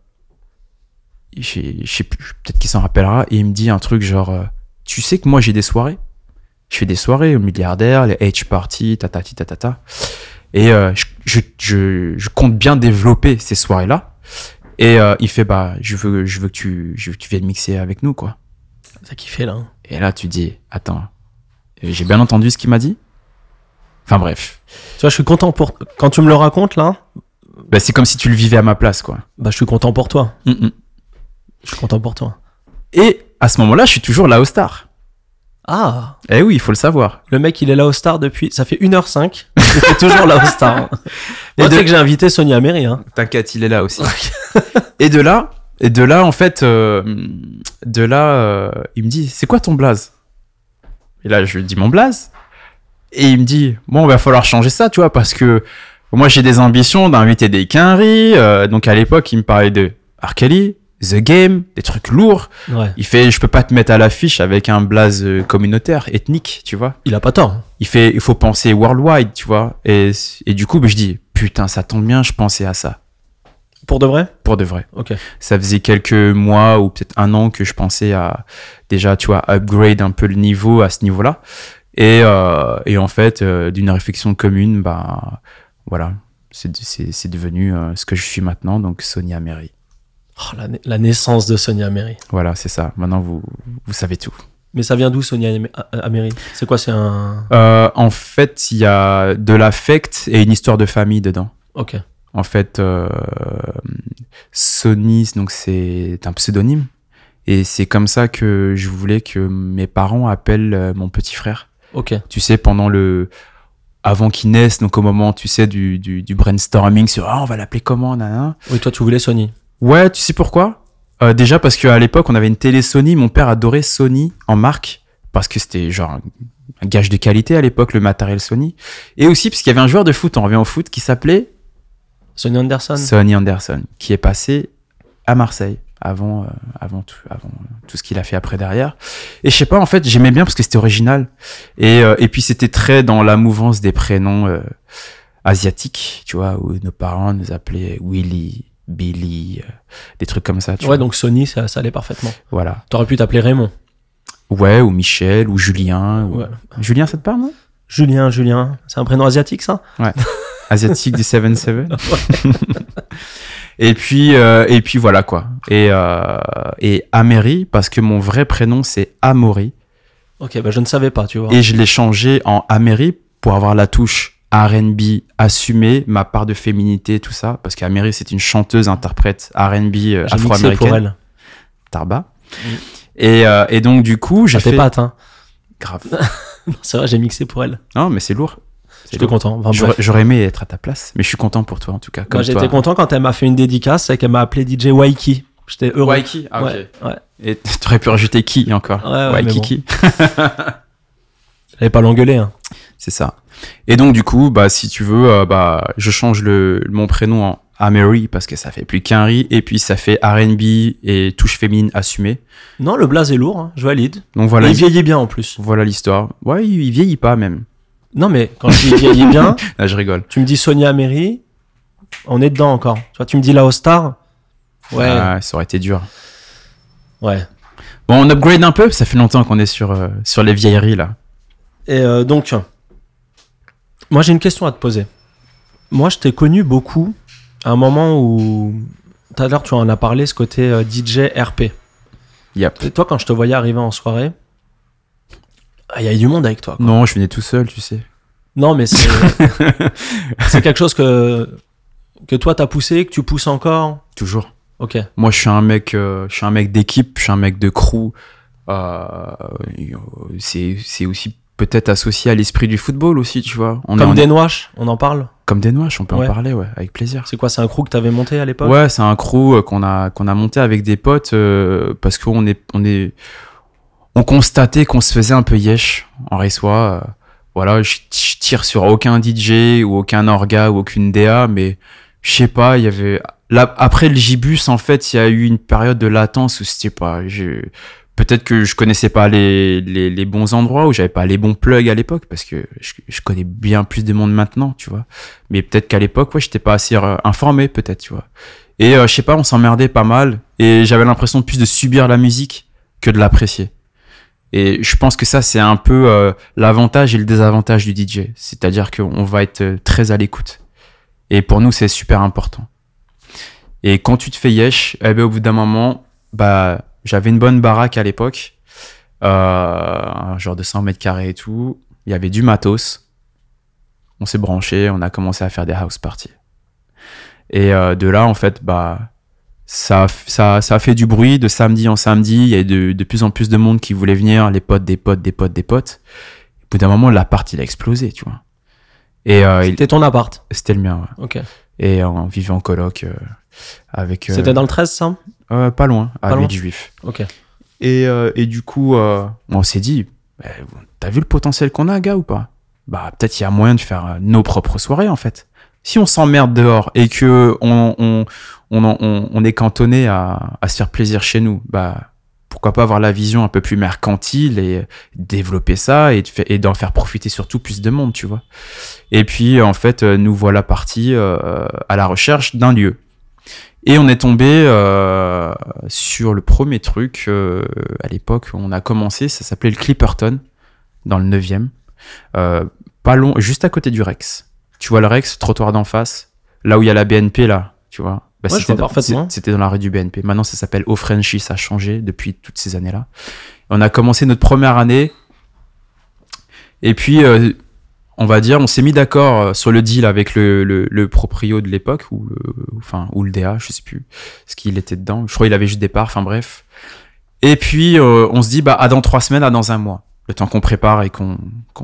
sais plus, peut-être qu'il s'en rappellera. Et il me dit un truc genre, tu sais que moi, j'ai des soirées. Je fais des soirées aux milliardaires, les H parties, tatati, tatata. Et je compte bien développer ces soirées-là. Et il fait, je veux que tu viennes mixer avec nous, quoi. T'as kiffé, là. Et là, tu dis, attends, j'ai bien entendu ce qu'il m'a dit? Enfin, bref. Tu vois, je suis content quand tu me le racontes, là. C'est comme si tu le vivais à ma place, quoi. Je suis content pour toi. Mm-mm. Je suis content pour toi. Et à ce moment-là, je suis toujours là au Star. Ah, Eh oui, il faut le savoir. le mec, il est là au Star depuis... Ça fait 1h05. Il est toujours là au Star. Hein. Et Moi, tu de- sais que j'ai invité Sonia Mary. Hein. T'inquiète, il est là aussi. Et de là, en fait, il me dit, c'est quoi ton blaze? Et là, je lui dis mon blaze. Et il me dit, bon, il va falloir changer ça, tu vois, parce que moi, j'ai des ambitions d'inviter des quinries. Donc, à l'époque, il me parlait de R. Kelly, The Game, des trucs lourds. Ouais. Il fait, je peux pas te mettre à l'affiche avec un blaze communautaire, ethnique, tu vois. Il a pas tort. Il faut penser worldwide, tu vois. Et du coup, je dis, putain, ça tombe bien, je pensais à ça. Pour de vrai? Pour de vrai. Ok. Ça faisait quelques mois ou peut-être un an que je pensais à déjà, tu vois, upgrade un peu le niveau à ce niveau-là. Et en fait, d'une réflexion commune, bah, voilà, c'est devenu ce que je suis maintenant, donc Sonia Mary. Oh, la naissance de Sonia Mary. Voilà, c'est ça. Maintenant, vous savez tout. Mais ça vient d'où, Sonia Mary? C'est quoi, c'est un... En fait, il y a de l'affect et une histoire de famille dedans. Ok. En fait, Sonny, donc c'est un pseudonyme. Et c'est comme ça que je voulais que mes parents appellent mon petit frère. Ok. Tu sais, avant qu'il naisse, donc au moment, tu sais, du brainstorming sur on va l'appeler comment, nanana. Oui, toi, tu voulais Sony. Ouais, tu sais pourquoi? Déjà parce qu'à l'époque, on avait une télé Sony. Mon père adorait Sony en marque parce que c'était genre un gage de qualité à l'époque, le matériel Sony. Et aussi parce qu'il y avait un joueur de foot, on revient au foot, qui s'appelait Sonny Anderson. Sonny Anderson, qui est passé à Marseille avant tout ce qu'il a fait après derrière. Et je sais pas, en fait, j'aimais bien parce que c'était original. Et puis c'était très dans la mouvance des prénoms asiatiques, tu vois, où nos parents nous appelaient Willy, Billy, des trucs comme ça. Tu vois. Donc Sony, ça allait parfaitement. Voilà. T'aurais pu t'appeler Raymond. Ouais, ou Michel, ou Julien. Ouais. Julien, ça te parle, non? Julien. C'est un prénom asiatique, ça? Ouais. Asiatique du 7-7. Et puis voilà, quoi. Et Améry, parce que mon vrai prénom, c'est Amaury. Ok, bah je ne savais pas, tu vois. Et je l'ai changé en Améry pour avoir la touche R&B, assumer ma part de féminité, tout ça. Parce qu'Améry, c'est une chanteuse, interprète R&B J'ai mixé afro-américaine. pour elle. Tarba. Mm. Et donc, du coup, j'ai Ça fait fait... pâte, hein. Grave. Non, c'est vrai, j'ai mixé pour elle. Non, mais c'est lourd. J'étais content. Enfin, bref. J'aurais aimé être à ta place, mais je suis content pour toi, en tout cas. Comme Moi, j'étais toi. content quand elle m'a fait une dédicace, c'est qu'elle m'a appelé DJ Waiki. J'étais heureux. Waiki, ah, ok. Ouais. Et tu aurais pu rajouter qui encore? Ouais, mais Waikiki. J'allais pas l'engueuler, hein. C'est ça. Et donc, du coup, bah, si tu veux, je change mon prénom en Améry parce que ça fait plus qu'un riz. Et puis, ça fait R&B et touche féminine assumée. Non, le blaze est lourd, hein. Je valide. Donc, voilà. Et il vieillit bien en plus. Voilà l'histoire. Ouais, il vieillit pas, même. Non, mais quand je dis vieillit bien, Là, je rigole. tu me dis Sonia Mary, on est dedans encore. Tu vois, tu me dis la All-Star. Ouais. Ah, ça aurait été dur. Ouais. Bon, on upgrade un peu. Ça fait longtemps qu'on est sur les vieilleries, là. Et donc, moi j'ai une question à te poser. Moi je t'ai connu beaucoup à un moment où, tout à l'heure tu en as parlé, ce côté DJ RP. Yep. Et toi quand je te voyais arriver en soirée, il y avait du monde avec toi, quoi. Non, je venais tout seul, tu sais. Non mais c'est c'est quelque chose que toi t'as poussé, que tu pousses encore. Toujours. Ok. Moi, je suis un mec d'équipe, je suis un mec de crew. C'est aussi peut-être associé à l'esprit du football aussi, tu vois. Comme des Noaches, on en parle. Comme des Noaches, on peut Ouais. en parler, ouais, avec plaisir. C'est quoi, c'est un crew que t'avais monté à l'époque? Ouais, c'est un crew qu'on a monté avec des potes parce qu'on on constatait qu'on se faisait un peu yesh en Ressois. Voilà, je tire sur aucun DJ ou aucun orga ou aucune DA, mais je sais pas, il y avait là après le Gibus, en fait, il y a eu une période de latence où c'était pas peut-être que je connaissais pas les bons endroits, ou j'avais pas les bons plugs à l'époque, parce que je connais bien plus de monde maintenant, tu vois. Mais peut-être qu'à l'époque, ouais, j'étais pas assez informé, peut-être, tu vois. Et je sais pas, on s'emmerdait pas mal, et j'avais l'impression plus de subir la musique que de l'apprécier. Et je pense que ça, c'est un peu l'avantage et le désavantage du DJ. C'est-à-dire qu'on va être très à l'écoute. Et pour nous, c'est super important. Et quand tu te fais yesh, eh ben, au bout d'un moment, bah, j'avais une bonne baraque à l'époque, un genre de 100 mètres carrés et tout. Il y avait du matos. On s'est branché, on a commencé à faire des house parties. Et de là, en fait, bah, Ça a fait du bruit de samedi en samedi. Il y a de plus en plus de monde qui voulait venir, les potes, des potes, des potes, des potes. Au bout d'un moment, l'appart, il a explosé, tu vois. Et C'était ton appart? C'était le mien, ouais. Ok. Et on vivait en coloc avec... C'était dans le 13, ça? Pas loin, à Pas loin. Villejuif. Ok. Et du coup, on s'est dit, t'as vu le potentiel qu'on a, gars, ou pas? Bah, peut-être il y a moyen de faire nos propres soirées, en fait. Si on s'emmerde dehors et que on est cantonné à se faire plaisir chez nous, bah, pourquoi pas avoir la vision un peu plus mercantile et développer ça et d'en faire profiter surtout plus de monde, tu vois. Et puis, en fait, nous voilà partis à la recherche d'un lieu. Et on est tombé sur le premier truc à l'époque où on a commencé, ça s'appelait le Clipperton, dans le 9e. Pas long, juste à côté du Rex. Tu vois le Rex, trottoir d'en face, là où il y a la BNP, là, tu vois. Bah, Ouais, je vois parfaitement. C'était dans la rue du BNP. Maintenant, ça s'appelle Au Frenchy, ça a changé depuis toutes ces années-là. On a commencé notre première année. Et puis, on va dire, on s'est mis d'accord sur le deal avec le proprio de l'époque, ou le DA, je sais plus ce qu'il était dedans. Je crois qu'il avait juste des parts, enfin bref. Et puis, on se dit, bah, à dans 3 semaines, à dans un mois. Le temps qu'on prépare et qu'on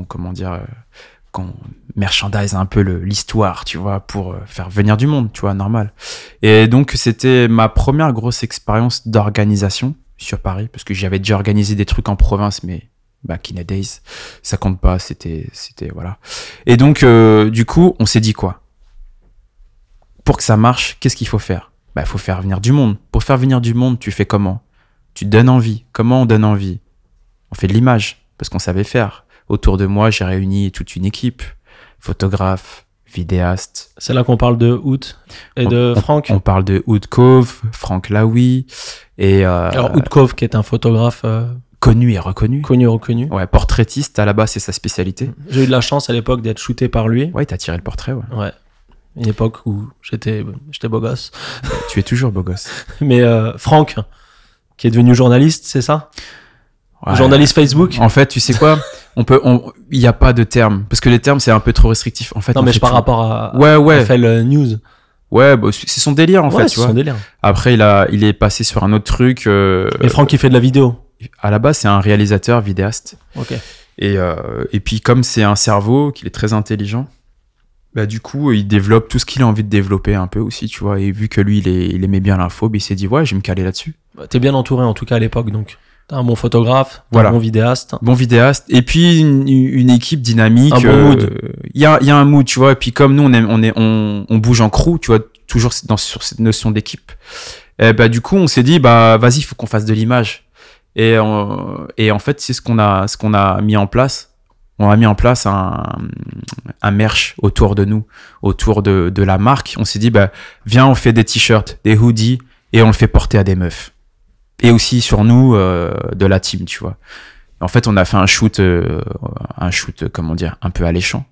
merchandise un peu l'histoire, tu vois, pour faire venir du monde, tu vois, normal. Et donc, c'était ma première grosse expérience d'organisation sur Paris, parce que j'avais déjà organisé des trucs en province, mais back in the days, ça compte pas, c'était voilà. Et donc, du coup, on s'est dit quoi? Pour que ça marche, qu'est-ce qu'il faut faire? Bah, il faut faire venir du monde. Pour faire venir du monde, tu fais comment? Tu donnes envie. Comment on donne envie? On fait de l'image, parce qu'on savait faire. Autour de moi, j'ai réuni toute une équipe, photographes, vidéastes. C'est là qu'on parle de Hout et de Franck. On parle de Hout Cove, Franck Laoui et alors Hout Cove qui est un photographe connu et reconnu. Reconnu. Ouais, portraitiste à la base, c'est sa spécialité. J'ai eu de la chance à l'époque d'être shooté par lui. Ouais, t'as tiré le portrait, ouais. Ouais. Une époque où j'étais beau gosse. Tu es toujours beau gosse. Mais Franck, qui est devenu journaliste, c'est ça? Ouais. Journaliste Facebook. En fait, tu sais quoi? Il n'y a pas de terme. Parce que les termes, c'est un peu trop restrictif. En fait, non, mais par rapport à FL News. Ouais, bah, c'est son délire, en fait, tu vois. C'est son délire. Après, il est passé sur un autre truc. Mais Franck, il fait de la vidéo. À la base, c'est un réalisateur, vidéaste. Ok. Et puis, comme c'est un cerveau, qu'il est très intelligent, bah, du coup, il développe tout ce qu'il a envie de développer un peu aussi, tu vois. Et vu que lui, il aimait bien l'info, bah, il s'est dit, ouais, je vais me caler là-dessus. Bah, t'es bien entouré, en tout cas, à l'époque, donc. T'as un bon photographe, voilà. Un bon vidéaste. Bon vidéaste. Et puis, une équipe dynamique. Un bon mood. Il y a un mood, tu vois. Et puis, comme nous, on bouge en crew, tu vois, toujours sur cette notion d'équipe. Et bah, du coup, on s'est dit, bah, vas-y, il faut qu'on fasse de l'image. Et en fait, c'est ce qu'on a mis en place. On a mis en place un merch autour de nous, autour de la marque. On s'est dit, bah, viens, on fait des t-shirts, des hoodies, et on le fait porter à des meufs. Et aussi sur nous, de la team, tu vois. En fait, on a fait un shoot, comment dire, un peu alléchant.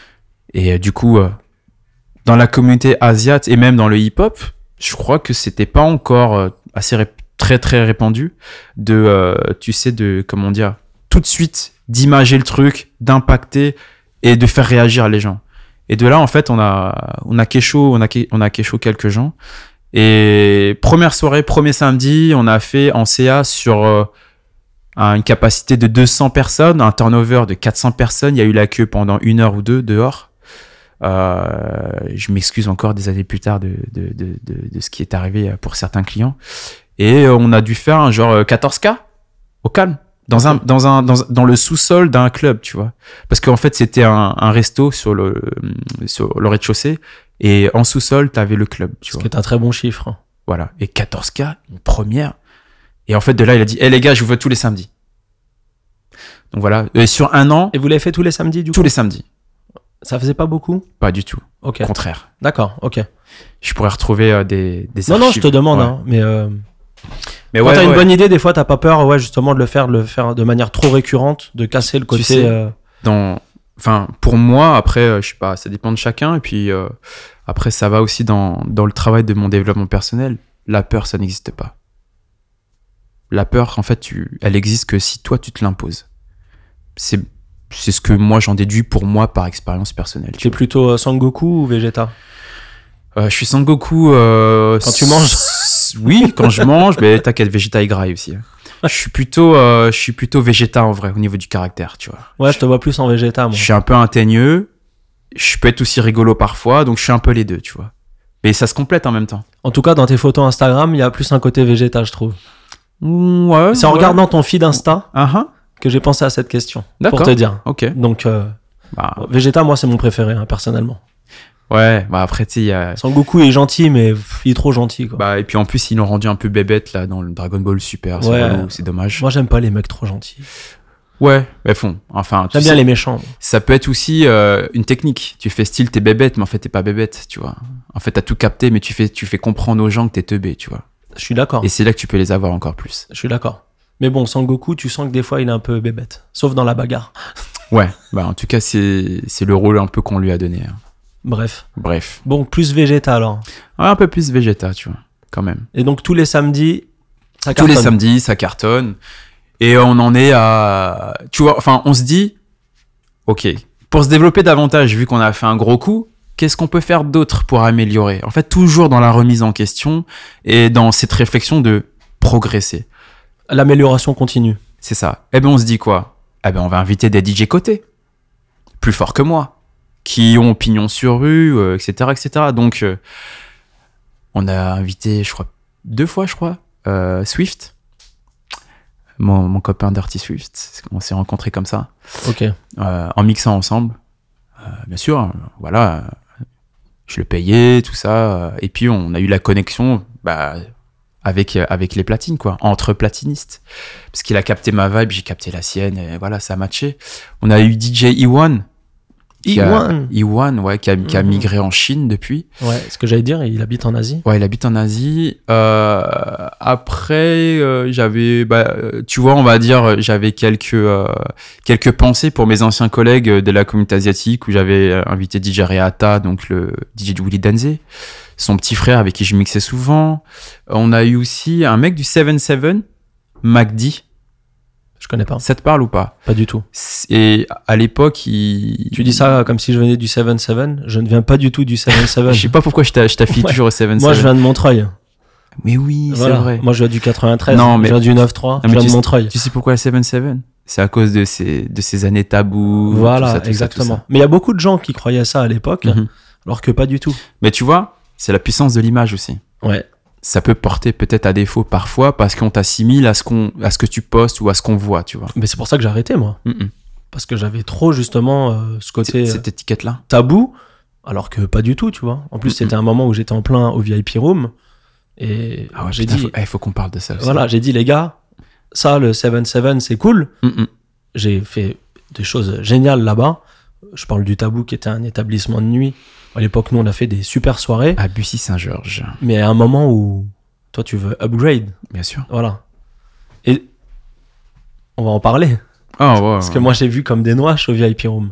Et du coup, dans la communauté asiate et même dans le hip-hop, je crois que c'était pas encore très très répandu tu sais, comment dire, tout de suite d'imager le truc, d'impacter et de faire réagir les gens. Et de là, en fait, on a kécho quelques gens. Et première soirée, premier samedi, on a fait en CA sur une capacité de 200 personnes, un turnover de 400 personnes. Il y a eu la queue pendant 1 heure ou 2 dehors. Je m'excuse encore des années plus tard de ce qui est arrivé pour certains clients. Et on a dû faire un genre 14K au calme, dans le sous-sol d'un club, tu vois. Parce qu'en fait, c'était un resto sur le rez-de-chaussée. Et en sous-sol, t'avais le club, tu vois. Ce qui est un très bon chiffre. Voilà. Et 14K, une première. Et en fait, de là, il a dit, les gars, je vous veux tous les samedis. Donc voilà. Et sur 1 an. Et vous l'avez fait tous les samedis, du coup? Tous les samedis. Ça faisait pas beaucoup? Pas du tout. Ok. Au contraire. D'accord, ok. Je pourrais retrouver des archives. Non, je te demande, ouais. Hein, mais quand t'as une bonne idée, des fois, t'as pas peur, ouais, justement, de le faire de manière trop récurrente, de casser le côté. Tu sais, Enfin, pour moi, après, je sais pas, ça dépend de chacun. Et puis, après, ça va aussi dans le travail de mon développement personnel. La peur, ça n'existe pas. La peur, en fait, elle existe que si toi, tu te l'imposes. C'est ce que moi, j'en déduis pour moi par expérience personnelle. Tu es plutôt Sangoku ou Vegeta? Je suis Sangoku. Quand tu manges Oui, quand je mange, mais t'inquiète, végéta et gras aussi. Je suis plutôt végéta en vrai, au niveau du caractère, tu vois. Ouais, je te vois plus en végéta, moi. Je suis un peu inteigneux, je peux être aussi rigolo parfois, donc je suis un peu les deux, tu vois. Mais ça se complète en même temps. En tout cas, dans tes photos Instagram, il y a plus un côté végéta, je trouve. Ouais. C'est en regardant ton feed Insta Uh-huh. que j'ai pensé à cette question. D'accord. Pour te dire. Ok. Donc, Bah, végéta, moi, c'est mon préféré, hein, personnellement. ouais, bah après, tu sais, il y a... Sangoku est gentil, mais il est trop gentil, quoi. Bah, et puis en plus, ils l'ont rendu un peu bébête, là, dans le Dragon Ball Super. C'est Ouais. relou, c'est dommage. Moi, j'aime pas les mecs trop gentils. Ouais, mais fond. Enfin, tu J'aime bien sais, les méchants. ça peut être aussi une technique. Tu fais style, t'es bébête, mais en fait, t'es pas bébête, tu vois. En fait, t'as tout capté, mais tu fais comprendre aux gens que t'es teubé, tu vois. Je suis d'accord. Et c'est là que tu peux les avoir encore plus. Je suis d'accord. Mais bon, Sangoku, tu sens que des fois, il est un peu bébête. Sauf dans la bagarre. Ouais, bah en tout cas, c'est le rôle un peu qu'on lui a donné. Hein. Bref. Bref. Bon, plus végéta, alors. Ouais, un peu plus végéta, tu vois, quand même. Et donc, tous les samedis, ça Tous cartonne. les samedis, ça cartonne. Et on en est à... Tu vois, enfin, on se dit, ok, pour se développer davantage, vu qu'on a fait un gros coup, qu'est-ce qu'on peut faire d'autre pour améliorer? En fait, toujours dans la remise en question et dans cette réflexion de progresser. L'amélioration continue. C'est ça. Eh ben, on se dit quoi? Eh ben, on va inviter des DJ côté, plus forts que moi, qui ont pignon sur rue, etc., etc. Donc, on a invité, je crois, 2 fois, Swift. Mon copain Dirty Swift, on s'est rencontrés comme ça, Ok. en mixant ensemble. Bien sûr, voilà, je le payais, tout ça, et puis on a eu la connexion avec les platines, quoi, entre platinistes. Parce qu'il a capté ma vibe, j'ai capté la sienne, et voilà, ça a matché. On a eu DJ E1. E1, ouais, qui a migré en Chine depuis. Ouais, ce que j'allais dire, il habite en Asie. Ouais, il habite en Asie. Après, j'avais, tu vois, on va dire, j'avais quelques pensées pour mes anciens collègues de la communauté asiatique où j'avais invité DJ Reata, donc le DJ de Willy Denzé, son petit frère avec qui je mixais souvent. On a eu aussi un mec du 7-7, MacD. Je connais pas. Ça te parle ou pas? Pas du tout. Et à l'époque, il... Tu dis ça comme si je venais du 7-7. Je ne viens pas du tout du 7-7. Je sais pas pourquoi je t'affilie Ouais. toujours au 7-7. Moi, je viens de Montreuil. Mais oui, Voilà. c'est vrai. Moi, je viens du 93. Non, mais- Je viens du 9-3. Je mais viens tu de sais- Montreuil. Tu sais pourquoi la 7-7? C'est à cause de ces années tabous. Voilà, tout ça, tout exactement. ça, tout Mais il y a beaucoup de gens qui croyaient ça à l'époque, ça. Mhm. alors que pas du tout. Mais tu vois, c'est la puissance de l'image aussi. Ouais. Ça peut porter peut-être à défaut parfois parce qu'on t'assimile à ce que tu postes ou à ce qu'on voit, tu vois. Mais c'est pour ça que j'ai arrêté, moi. Mhm. Parce que j'avais trop, justement, ce côté Cette étiquette-là. tabou, alors que pas du tout, tu vois. En plus, Mhm. c'était un moment où j'étais en plein au VIP Room. Et Ah ouais, j'ai putain, dit, faut qu'on parle de ça aussi. voilà, j'ai dit, les gars, ça, le 7-7, c'est cool. Mhm. J'ai fait des choses géniales là-bas. Je parle du Tabou, qui était un établissement de nuit. À l'époque, nous, on a fait des super soirées. À Bussy-Saint-Georges, Mais à un moment où toi, tu veux upgrade. bien sûr. Voilà. Et on va en parler. Ah ouais. Parce que moi, j'ai vu comme des noix au VIP Room.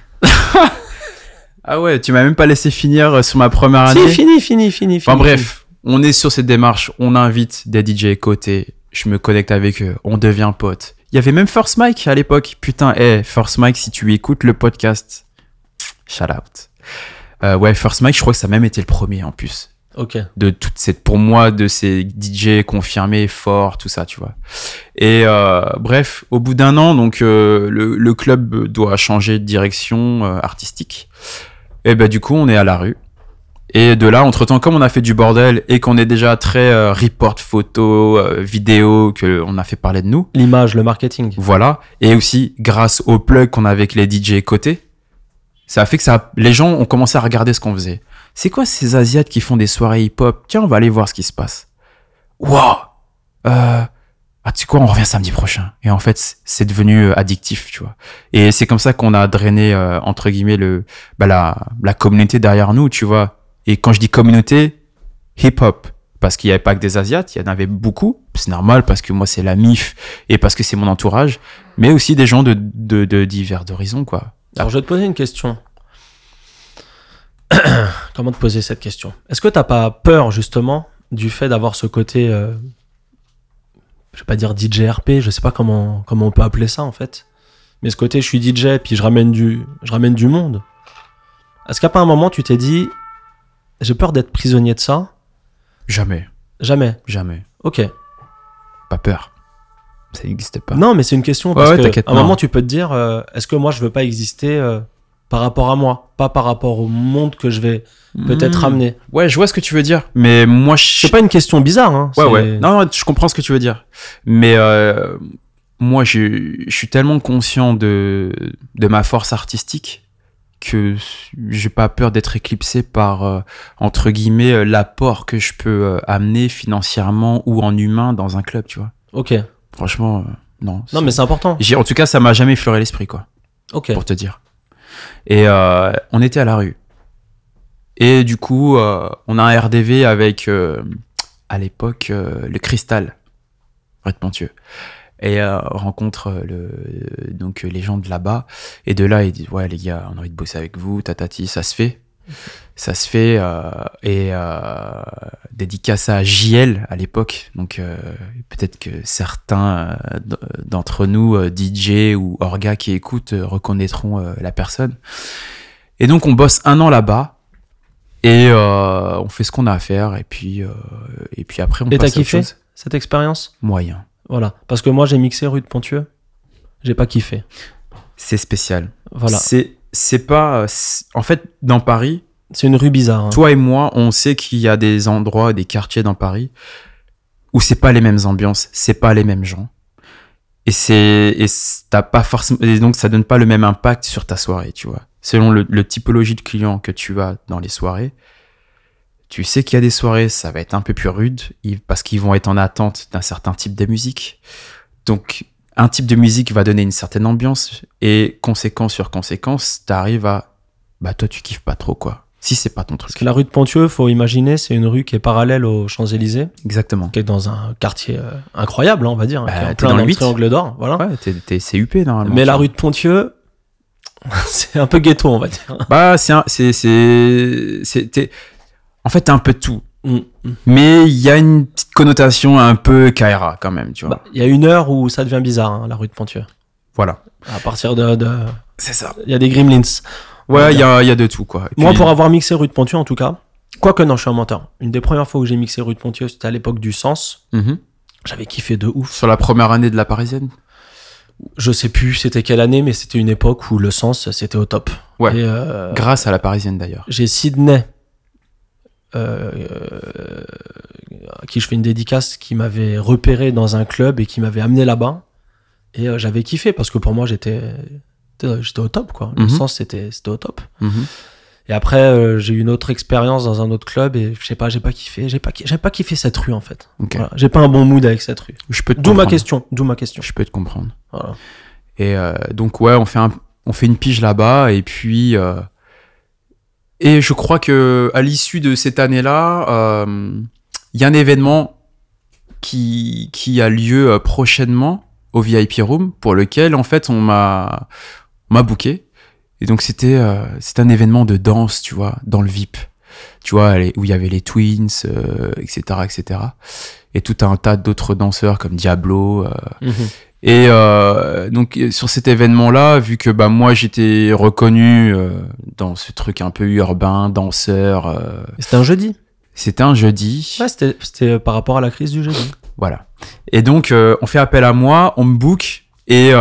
Ah ouais, tu m'as même pas laissé finir sur ma première année. Si, fini. Enfin bref, on est sur cette démarche, on invite des DJ côté, je me connecte avec eux, on devient pote. Il y avait même First Mike à l'époque. Putain, First Mike, si tu écoutes le podcast, shout out. Ouais, First Mike, je crois que ça a même été le premier en plus. Ok. De toute cette, pour moi, de ces DJ confirmés, forts, tout ça, tu vois. Et bref, au bout d'un an, donc le club doit changer de direction artistique. Et ben du coup, on est à la rue. Et de là, entre-temps, comme on a fait du bordel et qu'on est déjà très report photo, vidéo, qu'on a fait parler de nous, L'image, le marketing. voilà. Et aussi, grâce au plug qu'on a avec les DJ côté, ça a fait que les gens ont commencé à regarder ce qu'on faisait. C'est quoi ces Asiates qui font des soirées hip-hop? Tiens, on va aller voir ce qui se passe. Waouh! Tu sais quoi, on revient samedi prochain. Et en fait, c'est devenu addictif, tu vois. Et c'est comme ça qu'on a drainé, entre guillemets, la communauté derrière nous, tu vois. Et quand je dis communauté, hip-hop. Parce qu'il n'y avait pas que des Asiates, il y en avait beaucoup. C'est normal parce que moi, c'est la MIF et parce que c'est mon entourage. Mais aussi des gens de divers horizons, quoi. Alors, je vais te poser une question. Comment te poser cette question? Est-ce que t'as pas peur, justement, du fait d'avoir ce côté, je vais pas dire DJ RP, je sais pas comment on peut appeler ça, en fait. Mais ce côté, je suis DJ, puis je ramène du monde. Est-ce qu'à pas un moment, tu t'es dit, j'ai peur d'être prisonnier de ça? Jamais. Jamais. Jamais. Ok. Pas peur. Ça n'existe pas. Non, mais c'est une question parce ouais, qu'à un moment, tu peux te dire, est-ce que moi, je veux pas exister par rapport à moi, pas par rapport au monde que je vais peut-être ramener. Ouais, je vois ce que tu veux dire. Mais moi, c'est pas une question bizarre. Hein. Ouais. Non, je comprends ce que tu veux dire. Mais moi, je suis tellement conscient de ma force artistique que j'ai pas peur d'être éclipsé par, entre guillemets, l'apport que je peux amener financièrement ou en humain dans un club, tu vois. Ok. Franchement, non. Non, mais c'est important. En tout cas, ça m'a jamais effleuré l'esprit, quoi. Ok. Pour te dire. Et on était à la rue. Et du coup, on a un RDV avec, à l'époque, le Cristal, rue de Ponthieu. Et on rencontre donc les gens de là-bas. Et de là, ils disent, ouais, les gars, on a envie de bosser avec vous, tatati, ça se fait. Ça se fait. Et dédicace à JL à l'époque. Donc peut-être que certains d'entre nous, DJ ou Orga qui écoutent, reconnaîtront la personne. Et donc on bosse 1 an là-bas. Et on fait ce qu'on a à faire. Et puis après, on passe à autre chose. Et t'as kiffé cette expérience ? Moyen. Voilà. Parce que moi, j'ai mixé rue de Ponthieu. J'ai pas kiffé. C'est spécial. Voilà. C'est pas... En fait, dans Paris... C'est une rue bizarre. Hein. Toi et moi, on sait qu'il y a des endroits, des quartiers dans Paris où c'est pas les mêmes ambiances, c'est pas les mêmes gens. Et t'as pas forcément... Et donc, ça donne pas le même impact sur ta soirée, tu vois. Selon le typologie de clients que tu as dans les soirées, tu sais qu'il y a des soirées, ça va être un peu plus rude parce qu'ils vont être en attente d'un certain type de musique. Donc, un type de musique va donner une certaine ambiance et conséquence sur conséquence, t'arrives à... Bah, toi, tu kiffes pas trop, quoi. Si c'est pas ton truc. Parce que la rue de Ponthieu, faut imaginer, c'est une rue qui est parallèle aux Champs-Élysées. Exactement. Qui est dans un quartier incroyable, on va dire. Bah, qui est en t'es plein dans le Triangle d'Or. Voilà. Ouais, t'es CUP, normalement. Mais la rue de Ponthieu, c'est un peu ghetto, on va dire. Bah, en fait, t'as un peu de tout. Mais il y a une petite connotation un peu Kaira, quand même, tu vois. Il y a une heure où ça devient bizarre, hein, la rue de Ponthieu. Voilà. À partir de... C'est ça. Il y a des gremlins. Ouais, il y a de tout, quoi. Moi, pour avoir mixé rue de Ponthieu, en tout cas, quoique non, je suis un menteur. Une des premières fois où j'ai mixé rue de Ponthieu, c'était à l'époque du Sens. J'avais kiffé de ouf. Sur la première année de la Parisienne ? Je sais plus c'était quelle année, mais c'était une époque où le Sens, c'était au top. Ouais, grâce à la Parisienne, d'ailleurs. J'ai Sydney, à qui je fais une dédicace, qui m'avait repéré dans un club et qui m'avait amené là-bas. Et j'avais kiffé, parce que pour moi, j'étais au top, quoi. Le Sens, c'était au top. Et après, j'ai eu une autre expérience dans un autre club et je sais pas, j'ai pas kiffé. J'ai pas kiffé cette rue, en fait. Okay. Voilà. J'ai pas un bon mood avec cette rue. D'où ma question. Je peux te comprendre. Voilà. Et donc, ouais, on fait une pige là-bas et puis... Et je crois que à l'issue de cette année-là, il y a un événement qui a lieu prochainement au VIP Room, pour lequel, en fait, on m'a booké. Et donc, c'était un événement de danse, tu vois, dans le VIP. Tu vois, où il y avait les Twins, etc., etc. Et tout un tas d'autres danseurs comme Diablo. Et donc, sur cet événement-là, vu que bah, moi, j'étais reconnu dans ce truc un peu urbain, danseur... C'était un jeudi. C'était un jeudi. Ouais, c'était par rapport à la crise du jeudi. Voilà. Et donc, on fait appel à moi, on me book, et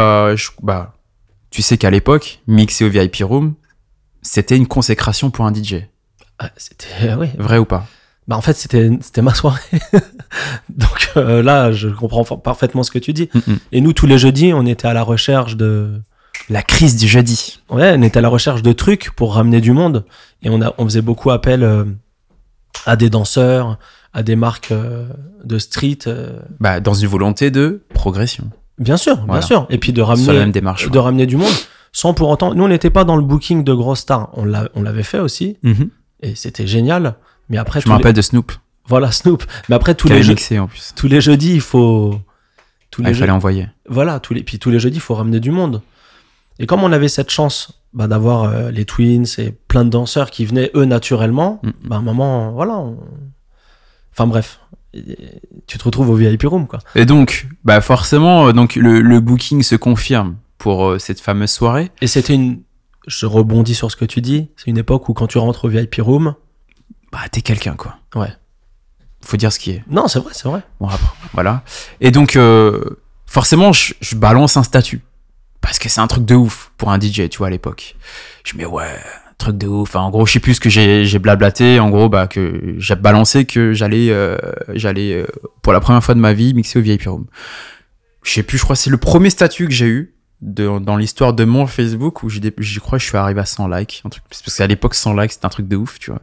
tu sais qu'à l'époque, mixer au VIP Room, c'était une consécration pour un DJ. Ah, c'était... oui. Vrai ou pas ? Bah en fait, c'était ma soirée. Donc là, je comprends parfaitement ce que tu dis. Et nous, tous les jeudis, on était à la recherche de... La crise du jeudi. Ouais, on était à la recherche de trucs pour ramener du monde. Et on faisait beaucoup appel à des danseurs, à des marques de street. Bah, dans une volonté de progression. Bien sûr, voilà. Bien sûr. Et puis de ramener, sur la même démarche, de ramener du monde, sans pour autant... Nous, on n'était pas dans le booking de grosses stars. On l'avait fait aussi. Et c'était génial. Mais après, je me rappelle de Snoop. Voilà, Snoop. Mais après, tous les jeudis, il faut... il fallait envoyer. Voilà, tous les jeudis, il faut ramener du monde. Et comme on avait cette chance d'avoir les Twins et plein de danseurs qui venaient, eux, naturellement, à un moment, voilà. Enfin bref, tu te retrouves au VIP Room, quoi. Et donc, bah forcément, donc le booking se confirme pour cette fameuse soirée. Et c'était je rebondis sur ce que tu dis, c'est une époque où quand tu rentres au VIP Room... Bah, t'es quelqu'un, quoi. Ouais. Faut dire ce qui est. Non, c'est vrai. Bon, après, voilà. Et donc, forcément, je balance un statut. Parce que c'est un truc de ouf pour un DJ, tu vois, à l'époque. Je mets, ouais, truc de ouf. Enfin, en gros, je sais plus ce que j'ai blablaté. En gros, que j'ai balancé que j'allais, pour la première fois de ma vie, mixer au VIP Room. Je sais plus, je crois que c'est le premier statut que j'ai eu dans l'histoire de mon Facebook où je crois que je suis arrivé à 100 likes. Un truc, parce qu'à l'époque, 100 likes, c'était un truc de ouf, tu vois.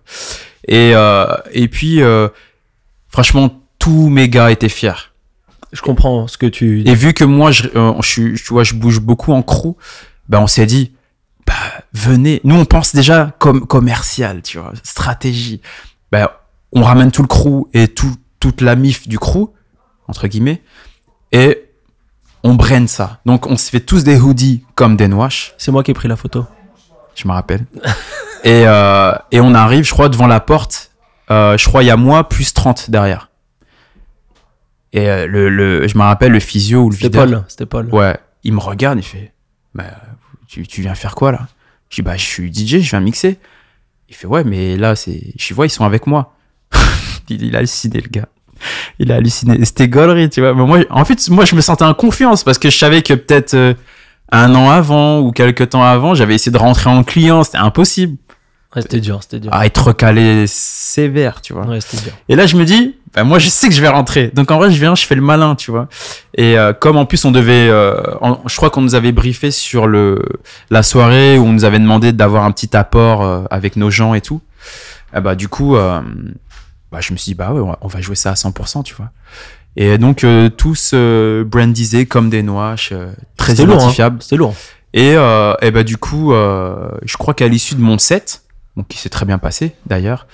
Et puis, franchement, tous mes gars étaient fiers. Je comprends ce que tu dis. Et vu que moi, tu vois, je bouge beaucoup en crew, on s'est dit, venez. Nous, on pense déjà comme commercial, tu vois, stratégie. On ramène tout le crew et toute la mif du crew, entre guillemets, et on braine ça. Donc, on se fait tous des hoodies comme des Noaches. C'est moi qui ai pris la photo. Je me rappelle. et on arrive, je crois, devant la porte. Je crois, il y a moi plus 30 derrière. Et je me rappelle le physio ou le videur. C'était Paul. Ouais, il me regarde, il fait, tu viens faire quoi là? Je dis, je suis DJ, je viens mixer. Il fait, ouais, mais là, je vois, ils sont avec moi. Il a halluciné, le gars. Il a halluciné. C'était gaulerie, tu vois. Mais moi, en fait, je me sentais en confiance parce que je savais que peut-être un an avant ou quelques temps avant, j'avais essayé de rentrer en client. C'était impossible. Ouais, c'était dur. Être recalé sévère, tu vois. Ouais, c'était dur. Et là, je me dis, moi, je sais que je vais rentrer. Donc, en vrai, je fais le malin, tu vois. Et comme en plus, on devait... je crois qu'on nous avait briefé sur la soirée où on nous avait demandé d'avoir un petit apport avec nos gens et tout. Du coup, je me suis dit, ouais, on va jouer ça à 100%, tu vois. Et donc, tous brandisés comme des Noaches, très identifiables. C'était lourd. Et du coup, je crois qu'à l'issue de mon set, donc qui s'est très bien passé d'ailleurs,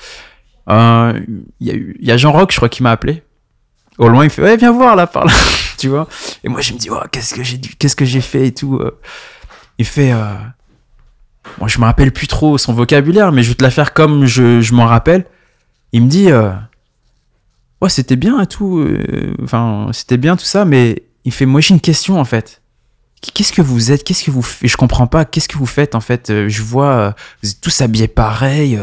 il y a Jean-Roch, je crois, qui m'a appelé. Au loin, il fait, ouais, viens voir là, par là, tu vois. Et moi, je me dis, oh, qu'est-ce que j'ai fait et tout. Il fait, moi, je me rappelle plus trop son vocabulaire, mais je vais te la faire comme je m'en rappelle. Il me dit, ouais, c'était bien et tout. C'était bien tout ça, mais il fait, moi, j'ai une question en fait. Qu'est-ce que vous êtes? Qu'est-ce que vous faites? Je comprends pas. Qu'est-ce que vous faites en fait? Je vois, vous êtes tous habillés pareil.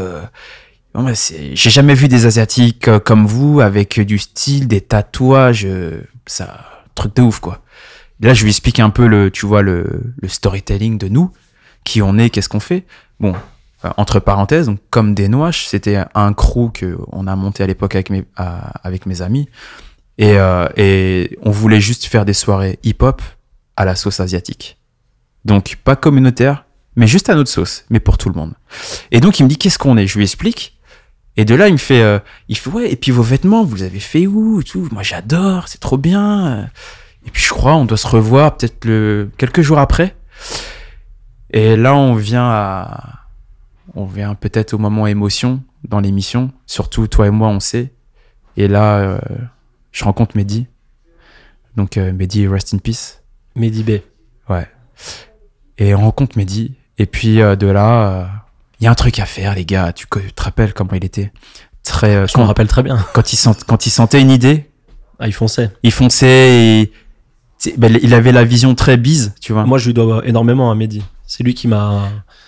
J'ai jamais vu des Asiatiques comme vous, avec du style, des tatouages, truc de ouf quoi. Et là, je lui explique un peu le storytelling de nous, qui on est, qu'est-ce qu'on fait. Bon, entre parenthèses, donc comme des Noaches, c'était un crew que on a monté à l'époque avec mes amis, et on voulait juste faire des soirées hip-hop à la sauce asiatique. Donc, pas communautaire, mais juste à notre sauce, mais pour tout le monde. Et donc, il me dit, qu'est-ce qu'on est? Je lui explique. Et de là, il me fait, ouais, et puis vos vêtements, vous les avez fait où? Tout. Moi, j'adore, c'est trop bien. Et puis, je crois, on doit se revoir peut-être quelques jours après. Et là, on vient peut-être au moment émotion dans l'émission. Surtout, toi et moi, on sait. Et là, je rencontre Mehdi. Donc, Mehdi, rest in peace. Mehdi B. Ouais. Et on rencontre Mehdi. Et puis de là, il y a un truc à faire, les gars. Tu te rappelles comment il était? Très. Je m'en rappelle très bien. Quand il sentait une idée. Ah, il fonçait. Et il avait la vision très bise, tu vois. Moi, je lui dois énormément à Mehdi. C'est lui qui m'a.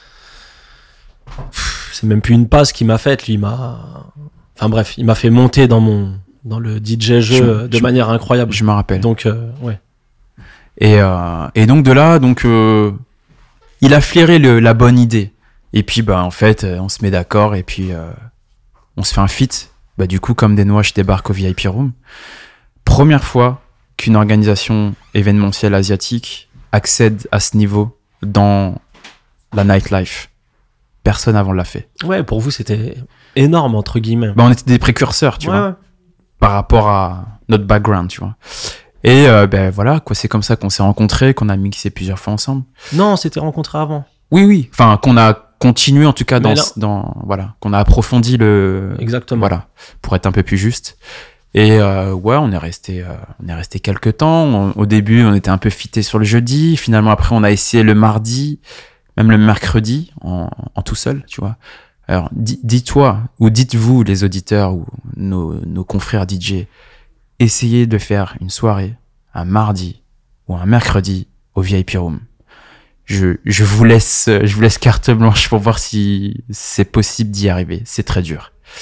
C'est même plus une passe qu'il m'a faite. Lui, il m'a fait monter dans le DJ jeu de manière incroyable. Je me rappelle. Donc, ouais. Et donc de là, il a flairé la bonne idée. Et puis en fait, on se met d'accord et puis on se fait un feat. Du coup, comme des Noaches débarque au VIP Room. Première fois qu'une organisation événementielle asiatique accède à ce niveau dans la nightlife. Personne avant l'a fait. Ouais, pour vous, c'était énorme, entre guillemets. On était des précurseurs, tu vois, par rapport à notre background, tu vois. Et voilà, quoi, c'est comme ça qu'on s'est rencontrés, qu'on a mixé plusieurs fois ensemble. Non, on s'était rencontrés avant. Oui. Enfin, qu'on a continué en tout cas qu'on a approfondi Exactement. Voilà, pour être un peu plus juste. Et on est resté quelques temps. Au début, on était un peu fités sur le jeudi. Finalement, après, on a essayé le mardi, même le mercredi, en tout seul, tu vois. Alors, dis-toi, ou dites-vous, les auditeurs ou nos confrères DJ, essayez de faire une soirée un mardi ou un mercredi au VIP Room. Je vous laisse carte blanche pour voir si c'est possible d'y arriver. C'est très dur.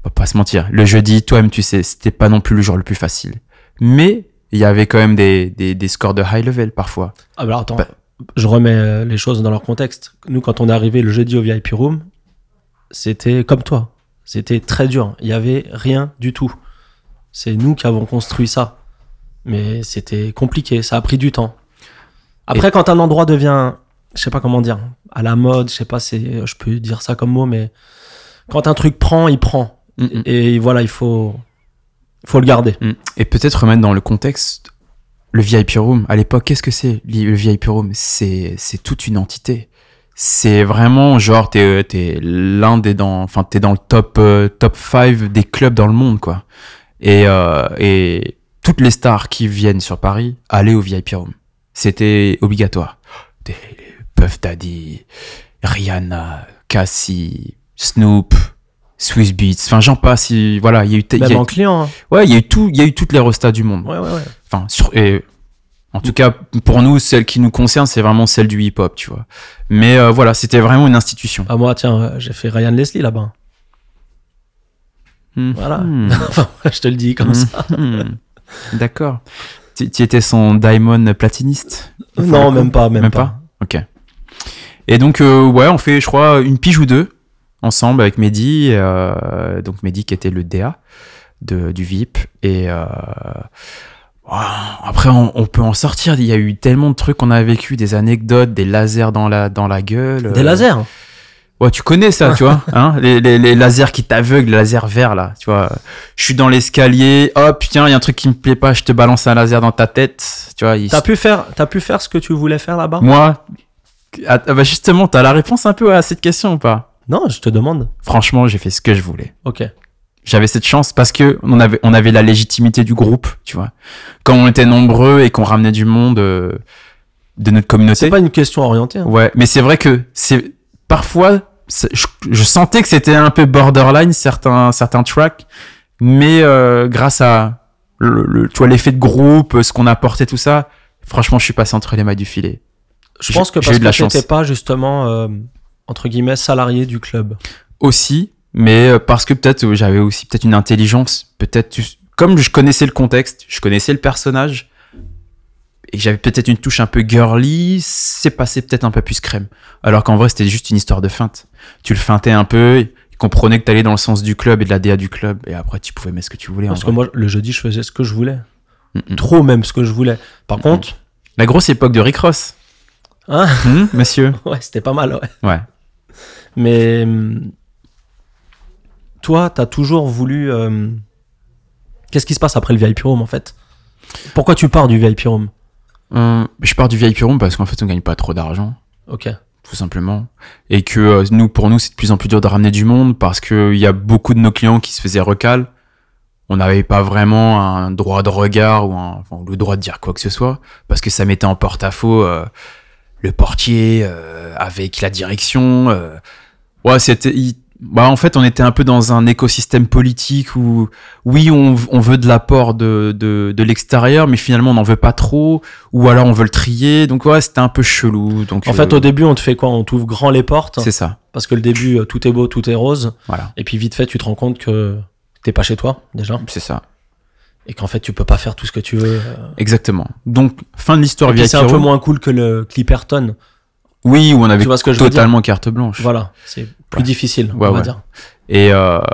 va pas se mentir. Le jeudi, toi-même, tu sais, c'était pas non plus le jour le plus facile. Mais il y avait quand même des scores de high level parfois. Ah bah alors attends, je remets les choses dans leur contexte. Nous, quand on est arrivé le jeudi au VIP Room, c'était comme toi. C'était très dur. Il y avait rien du tout. C'est nous qui avons construit ça. Mais c'était compliqué. Ça a pris du temps. Après, quand un endroit devient, je sais pas comment dire, à la mode, je sais pas, je peux dire ça comme mot, mais quand un truc prend, il prend. Et voilà, il faut le garder. Et peut-être remettre dans le contexte le VIP Room. À l'époque, qu'est-ce que c'est le VIP Room? C'est toute une entité. C'est vraiment genre t'es t'es dans le top 5 des clubs dans le monde, quoi. Et toutes les stars qui viennent sur Paris allaient au VIP Room. C'était obligatoire. Puff Daddy, Rihanna, Cassie, Snoop, Swizz Beatz, enfin j'en passe. Voilà, il y a eu même en client. Hein. Ouais, il y a eu toutes les restas du monde. Ouais. Enfin en tout cas, pour nous, celle qui nous concerne, c'est vraiment celle du hip-hop, tu vois. Mais voilà, c'était vraiment une institution. Ah moi, tiens, j'ai fait Ryan Leslie là-bas. Voilà. Enfin, je te le dis comme ça. D'accord. Tu étais son diamond platiniste? Non, même pas. Ok. Et donc, ouais, on fait, je crois, une pige ou deux ensemble avec Mehdi. Donc, Mehdi qui était le DA du VIP. Et après, on peut en sortir. Il y a eu tellement de trucs qu'on a vécu, des anecdotes, des lasers dans la gueule. Des lasers? Ouais, tu connais ça, tu vois, hein, les lasers qui t'aveuglent, les lasers verts, là, tu vois. Je suis dans l'escalier, hop, putain, il y a un truc qui me plaît pas, je te balance un laser dans ta tête, tu vois. T'as pu faire ce que tu voulais faire là-bas? Moi, bah justement, t'as la réponse un peu à cette question ou pas? Non, je te demande. Franchement, j'ai fait ce que je voulais. Ok. J'avais cette chance parce que on avait la légitimité du groupe, tu vois. Quand on était nombreux et qu'on ramenait du monde de notre communauté. C'est pas une question orientée. Hein. Ouais, mais c'est vrai que parfois, je sentais que c'était un peu borderline certains tracks, mais grâce à tu vois, l'effet de groupe, ce qu'on apportait, tout ça, franchement, je suis passé entre les mailles du filet. Je pense que parce que tu n'étais pas justement entre guillemets salarié du club. Aussi, mais parce que peut-être j'avais aussi peut-être une intelligence, peut-être comme je connaissais le contexte, je connaissais le personnage. Et j'avais peut-être une touche un peu girly, c'est passé peut-être un peu plus crème. Alors qu'en vrai, c'était juste une histoire de feinte. Tu le feintais un peu, il comprenait que t'allais dans le sens du club et de la DA du club, et après, tu pouvais mettre ce que tu voulais. Parce que moi, le jeudi, je faisais ce que je voulais. Trop même ce que je voulais. Par contre... La grosse époque de Rick Ross. Hein monsieur? Ouais, c'était pas mal, ouais. Ouais. Mais... toi, t'as toujours voulu... Qu'est-ce qui se passe après le VIP Room, en fait? Pourquoi tu pars du VIP Room? Je pars du VIP Room parce qu'en fait on gagne pas trop d'argent. Ok. Tout simplement. Et que pour nous c'est de plus en plus dur de ramener du monde parce que il y a beaucoup de nos clients qui se faisaient recal. On n'avait pas vraiment un droit de regard ou le droit de dire quoi que ce soit parce que ça mettait en porte-à-faux le portier avec la direction. Ouais, c'était... en fait, on était un peu dans un écosystème politique où, oui, on veut de l'apport de l'extérieur, mais finalement, on n'en veut pas trop, ou alors on veut le trier. Donc, ouais, c'était un peu chelou. Donc, en fait, au début, on te fait quoi? On t'ouvre grand les portes. C'est ça. Parce que le début, tout est beau, tout est rose. Voilà. Et puis, vite fait, tu te rends compte que t'es pas chez toi, déjà. C'est ça. Et qu'en fait, tu peux pas faire tout ce que tu veux. Exactement. Donc, fin de l'histoire. Et puis, c'est un peu moins cool que le Clipperton. Oui, où on avait totalement carte carte blanche. Voilà, c'est plus difficile, on va dire. Et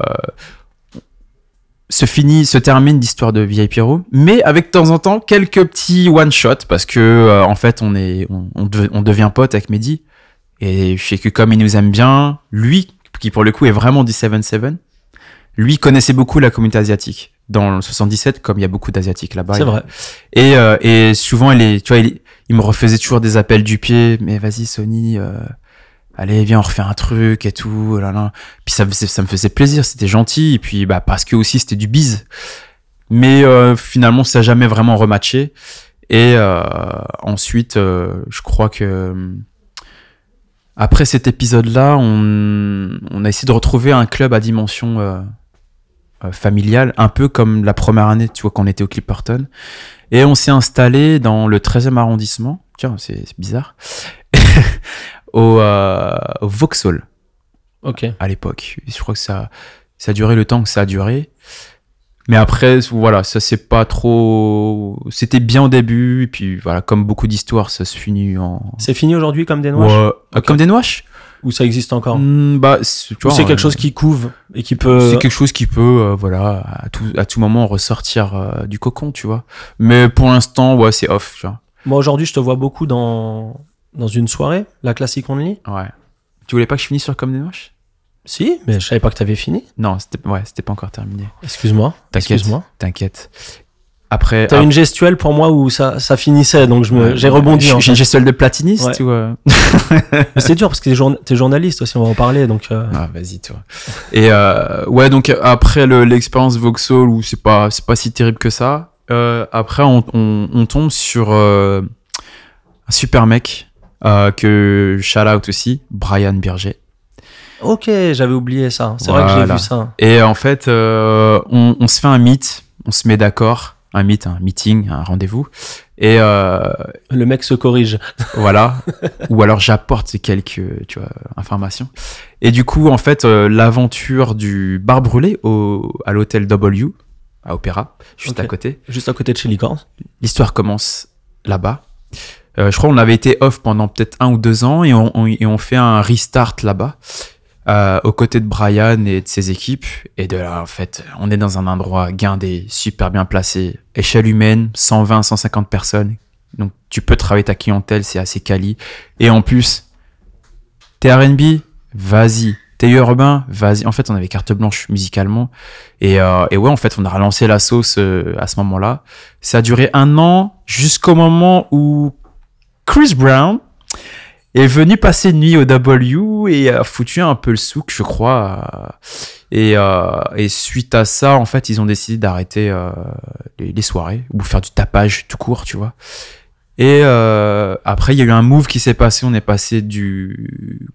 se termine l'histoire de VIP Room, mais avec de temps en temps quelques petits one-shot parce que en fait on devient pote avec Mehdi et je sais que comme il nous aime bien, lui qui pour le coup est vraiment du 7-7, lui connaissait beaucoup la communauté asiatique. Dans le 77, comme il y a beaucoup d'asiatiques là-bas. C'est vrai. Et souvent, il me refaisait toujours des appels du pied. Mais vas-y, Sony, allez, viens, on refait un truc et tout. Là. Puis ça me faisait plaisir, c'était gentil. Et puis, parce que aussi, c'était du bise. Mais finalement, ça n'a jamais vraiment rematché. Et ensuite, je crois que... après cet épisode-là, on a essayé de retrouver un club à dimension... familiale, un peu comme la première année, tu vois, quand on était au Clipperton. Et on s'est installé dans le 13e arrondissement. Tiens, c'est bizarre. au Vauxhall. Ok. À l'époque. Je crois que ça... Ça a duré le temps que ça a duré. Mais après, voilà, ça c'est pas trop... C'était bien au début, et puis voilà, comme beaucoup d'histoires, ça se finit en... C'est fini aujourd'hui comme des noix? Ouais. Ok. Comme des noix? Ou ça existe encore? Bah, tu Ou vois, c'est quelque chose qui couve et qui peut... c'est quelque chose qui peut, voilà, à tout moment ressortir du cocon, tu vois. Mais pour l'instant, ouais, c'est off, tu vois. Moi, aujourd'hui, je te vois beaucoup dans une soirée, la Classic Only. Ouais. Tu voulais pas que je finisse sur Comme des noix? Si, mais je savais pas que t'avais fini. Non, c'était pas encore terminé. Excuse-moi. T'inquiète. Après, T'as une gestuelle pour moi où ça finissait, donc j'ai rebondi. J'ai une gestuelle de platiniste, Ouais. ou Mais c'est dur parce que t'es journaliste aussi, on va en parler. Donc, Ah, vas-y, toi. Et ouais, donc après l'expérience Vauxhall, où c'est pas si terrible que ça, après on tombe sur un super mec que shout out aussi, Brian Birger. Ok, j'avais oublié ça. C'est vrai que j'ai vu ça. Et en fait, on se fait un meet, on se met d'accord, un meeting, un rendez-vous. Et Le mec se corrige. voilà. Ou alors j'apporte quelques, tu vois, informations. Et du coup, en fait, l'aventure du bar brûlé à l'hôtel W, à Opéra, juste Ok. à côté. Juste à côté de chez Licorne. L'histoire commence là-bas. Je crois qu'on avait été off pendant peut-être 1 ou 2 ans et on fait un restart là-bas. Aux côtés de Brian et de ses équipes. Et de là, en fait, on est dans un endroit guindé, super bien placé. Échelle humaine, 120, 150 personnes. Donc, tu peux travailler ta clientèle, c'est assez quali. Et en plus, t'es R&B, vas-y. T'es urbain, vas-y. En fait, on avait carte blanche musicalement. Et ouais, en fait, on a relancé la sauce à ce moment-là. Ça a duré 1 an jusqu'au moment où Chris Brown est venu passer une nuit au W et a foutu un peu le souk, je crois. Et suite à ça, en fait, ils ont décidé d'arrêter les soirées ou faire du tapage tout court, tu vois. Et après, il y a eu un move qui s'est passé. On est passé du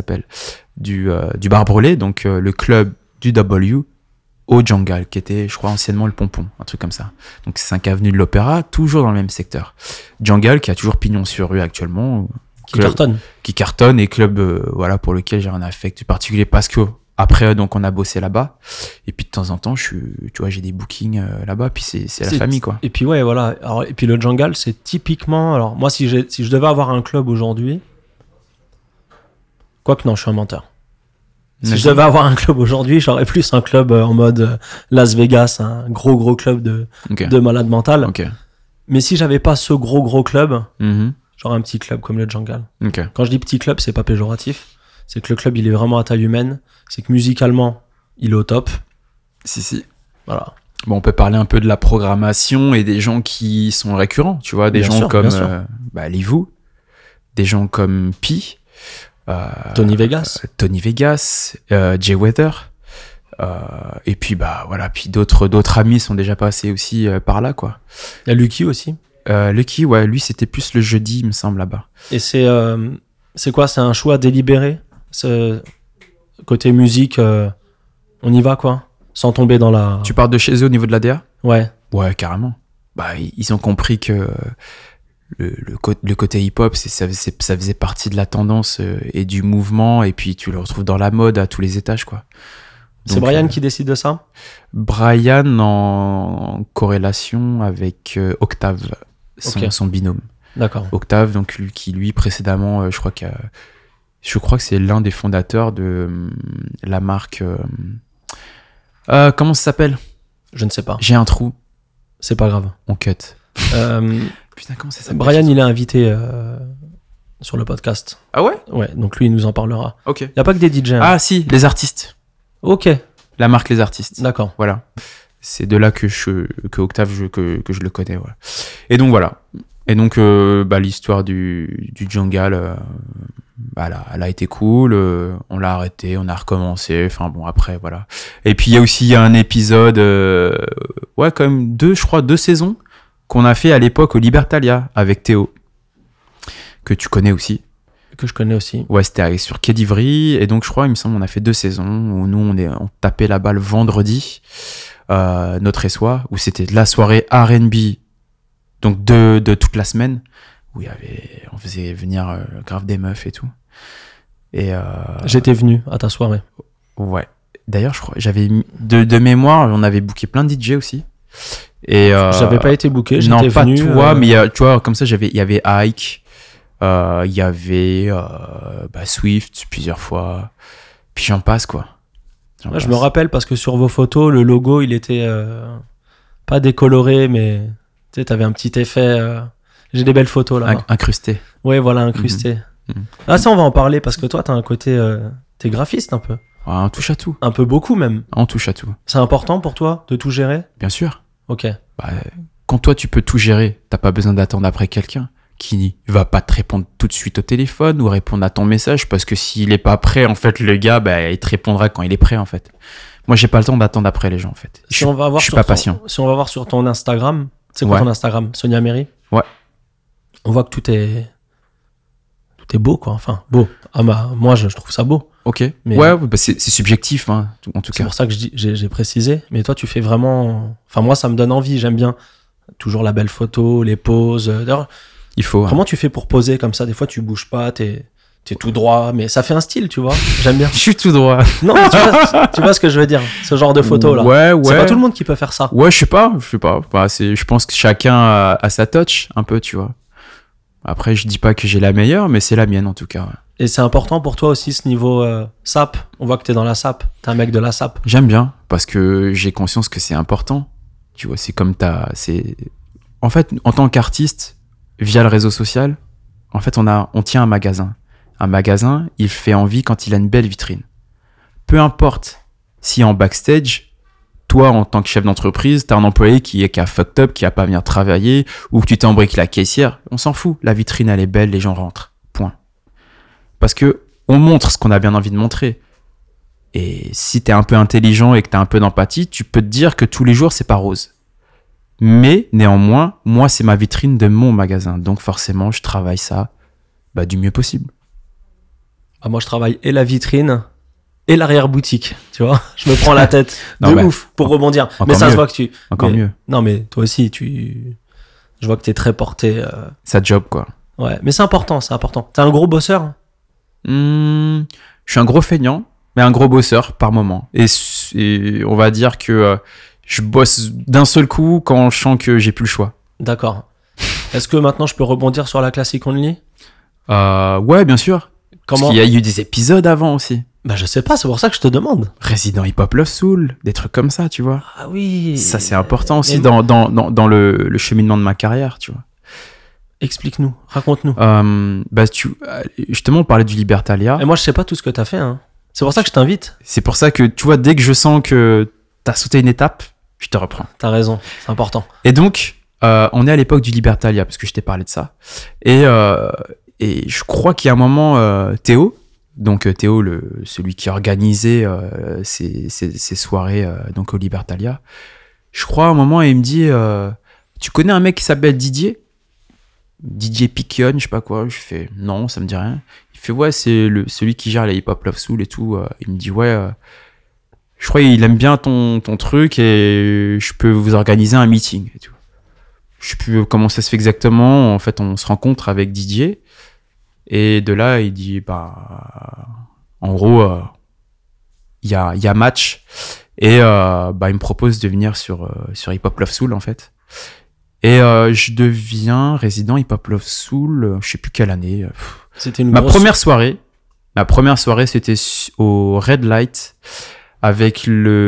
bar brûlé, donc le club du W, au Jungle, qui était, je crois, anciennement le Pompon, un truc comme ça. Donc c'est 5 avenue de l'Opéra, toujours dans le même secteur. Jungle, qui a toujours pignon sur rue actuellement. Qui cartonne, et club voilà, pour lequel j'ai un affect particulier parce que après donc on a bossé là-bas et puis de temps en temps tu vois, j'ai des bookings là-bas, puis c'est la famille, quoi. Et puis ouais, voilà. Alors, et puis le Jungle, c'est typiquement... Alors moi, si je devais avoir un club aujourd'hui... Quoique non, je suis un menteur. Si je devais avoir un club aujourd'hui, j'aurais plus un club en mode Las Vegas, un gros club de malade mental. Ok. Mais si j'avais pas ce gros club... Mm-hmm. Genre un petit club comme le Jungle. Ok. Quand je dis petit club, c'est pas péjoratif. C'est que le club, il est vraiment à taille humaine. C'est que musicalement, il est au top. Si. Voilà. Bon, on peut parler un peu de la programmation et des gens qui sont récurrents, tu vois, des Bien gens sûr, comme bien sûr. Livou, des gens comme Pi, Tony Vegas, Jay Weather, et puis voilà, puis d'autres amis sont déjà passés aussi par là, quoi. il y a Lucky aussi. Lucky, ouais, lui c'était plus le jeudi, il me semble, là-bas. Et c'est quoi? C'est un choix délibéré? Ce côté musique, on y va, quoi? Sans tomber dans la... Tu parles de chez eux au niveau de la DA? Ouais. Ouais, carrément. Ils ont compris que le côté hip-hop, ça faisait partie de la tendance et du mouvement, et puis tu le retrouves dans la mode à tous les étages, quoi. C'est Donc, Brian qui décide de ça? Brian en corrélation avec Octave, son binôme. D'accord. Octave, donc lui précédemment, je crois que c'est l'un des fondateurs de la marque. Comment ça s'appelle? Je ne sais pas. J'ai un trou. C'est pas grave. On cut. Putain, comment ça s'appelle? Brian, il est invité sur le podcast. Ah ouais? Ouais, donc lui, il nous en parlera. Ok. Il n'y a pas que des DJ. Hein. Ah si, les artistes. Ok, La marque Les Artistes. d'accord. Voilà. C'est de là que Octave, que je le connais. Voilà. Et donc voilà. Et donc l'histoire du Jungle, elle a été cool. On l'a arrêté, on a recommencé. Enfin bon, après voilà. Et puis il y a aussi un épisode, quand même 2 saisons qu'on a fait à l'époque au Libertalia avec Théo, que tu connais aussi. Que je connais aussi. Ouais, c'était sur Quai d'Ivry, et donc je crois, il me semble, on a fait 2 saisons où nous on tapait là-bas le vendredi, notre essoir, où c'était de la soirée R&B, donc de toute la semaine, où on faisait venir grave des meufs et tout. Et J'étais venu à ta soirée. ouais. D'ailleurs, je crois, j'avais de mémoire, on avait booké plein de DJ aussi. Et j'avais pas été booké, j'étais non, pas venu. toi, mais tu vois, comme ça, il y avait Ike, il y avait Swift plusieurs fois, puis j'en passe quoi. Ouais, je me rappelle parce que sur vos photos, le logo, il était pas décoloré, mais tu sais, t'avais un petit effet. J'ai des belles photos là. Incrusté. Ouais, voilà, incrusté. Ah, ça, on va en parler parce que toi, t'as un côté. T'es graphiste un peu. Ouais, on touche à tout. Un peu beaucoup même. On touche à tout. C'est important pour toi de tout gérer? Bien sûr. Ok. Quand toi, tu peux tout gérer, t'as pas besoin d'attendre après quelqu'un qui va pas te répondre tout de suite au téléphone ou répondre à ton message parce que s'il est pas prêt, en fait, le gars, il te répondra quand il est prêt, en fait. Moi, j'ai pas le temps d'attendre après les gens, en fait. Je suis pas patient. Si on va voir sur ton Instagram, c'est quoi ton Instagram? Sonia Mary? Ouais. On voit que tout est beau, quoi. Enfin, beau. Ah bah, moi, je trouve ça beau. Ok. Mais c'est subjectif, hein, en tout cas. C'est pour ça que j'ai précisé. Mais toi, tu fais vraiment. Enfin, moi, ça me donne envie. J'aime bien toujours la belle photo, les poses. D'ailleurs, il faut. Comment tu fais pour poser comme ça? Des fois, tu bouges pas, t'es tout droit, mais ça fait un style, tu vois. J'aime bien. Je suis tout droit. Non, mais tu vois ce que je veux dire. Ce genre de photo là. Ouais. C'est pas tout le monde qui peut faire ça. Ouais, je sais pas. Je pense que chacun a sa touch, un peu, tu vois. Après, je dis pas que j'ai la meilleure, mais c'est la mienne en tout cas. Ouais. Et c'est important pour toi aussi ce niveau SAP. On voit que t'es dans la SAP. T'es un mec de la SAP. J'aime bien parce que j'ai conscience que c'est important. Tu vois, c'est comme en fait, en tant qu'artiste, via le réseau social, en fait, on tient un magasin. Un magasin, il fait envie quand il a une belle vitrine. Peu importe si en backstage, toi, en tant que chef d'entreprise, t'as un employé qui a fucked up, qui a pas venir travailler, ou que tu t'embriques la caissière, on s'en fout. La vitrine, elle est belle, les gens rentrent. Point. Parce que on montre ce qu'on a bien envie de montrer. Et si t'es un peu intelligent et que t'as un peu d'empathie, tu peux te dire que tous les jours, c'est pas rose. Mais néanmoins, moi, c'est ma vitrine de mon magasin. Donc forcément, je travaille ça du mieux possible. Bah, moi, je travaille et la vitrine et l'arrière-boutique, tu vois. Je me prends la tête ouf pour rebondir. Mais ça se voit que tu... Encore mieux. Non, mais toi aussi, je vois que t'es très porté... Ça job, quoi. Ouais, mais c'est important, c'est important. T'es un gros bosseur? Je suis un gros feignant, mais un gros bosseur par moment. Et on va dire que je bosse d'un seul coup quand je sens que j'ai plus le choix. D'accord. Est-ce que maintenant, je peux rebondir sur la Classic Only? Ouais, bien sûr. Comment? Parce qu'il y a eu des épisodes avant aussi. Bah, je sais pas, c'est pour ça que je te demande. Resident Hip Hop Love Soul, des trucs comme ça, tu vois. Ah oui. Ça, c'est important aussi dans le cheminement de ma carrière, tu vois. Explique-nous, raconte-nous. Justement, on parlait du Libertalia. Et moi, je sais pas tout ce que t'as fait, hein. C'est pour ça que je t'invite. C'est pour ça que, tu vois, dès que je sens que t'as sauté une étape, je te reprends. T'as raison, c'est important. Et donc, on est à l'époque du Libertalia, parce que je t'ai parlé de ça. Et je crois qu'il y a un moment, Théo, donc Théo, celui qui organisait ces soirées donc au Libertalia, je crois à un moment, il me dit tu connais un mec qui s'appelle Didier Piquion, je sais pas quoi. Je fais non, ça me dit rien. Il fait ouais, c'est celui qui gère la Hip Hop Love Soul et tout. Il me dit ouais, je crois qu'il aime bien ton truc et je peux vous organiser un meeting et tout. Je sais plus comment ça se fait exactement. En fait, on se rencontre avec Didier. Et de là, il dit, en gros, il y a match. Et il me propose de venir sur Hip Hop Love Soul, en fait. Et je deviens résident Hip Hop Love Soul, je sais plus quelle année. C'était une première soirée. Ma première soirée, c'était au Red Light, avec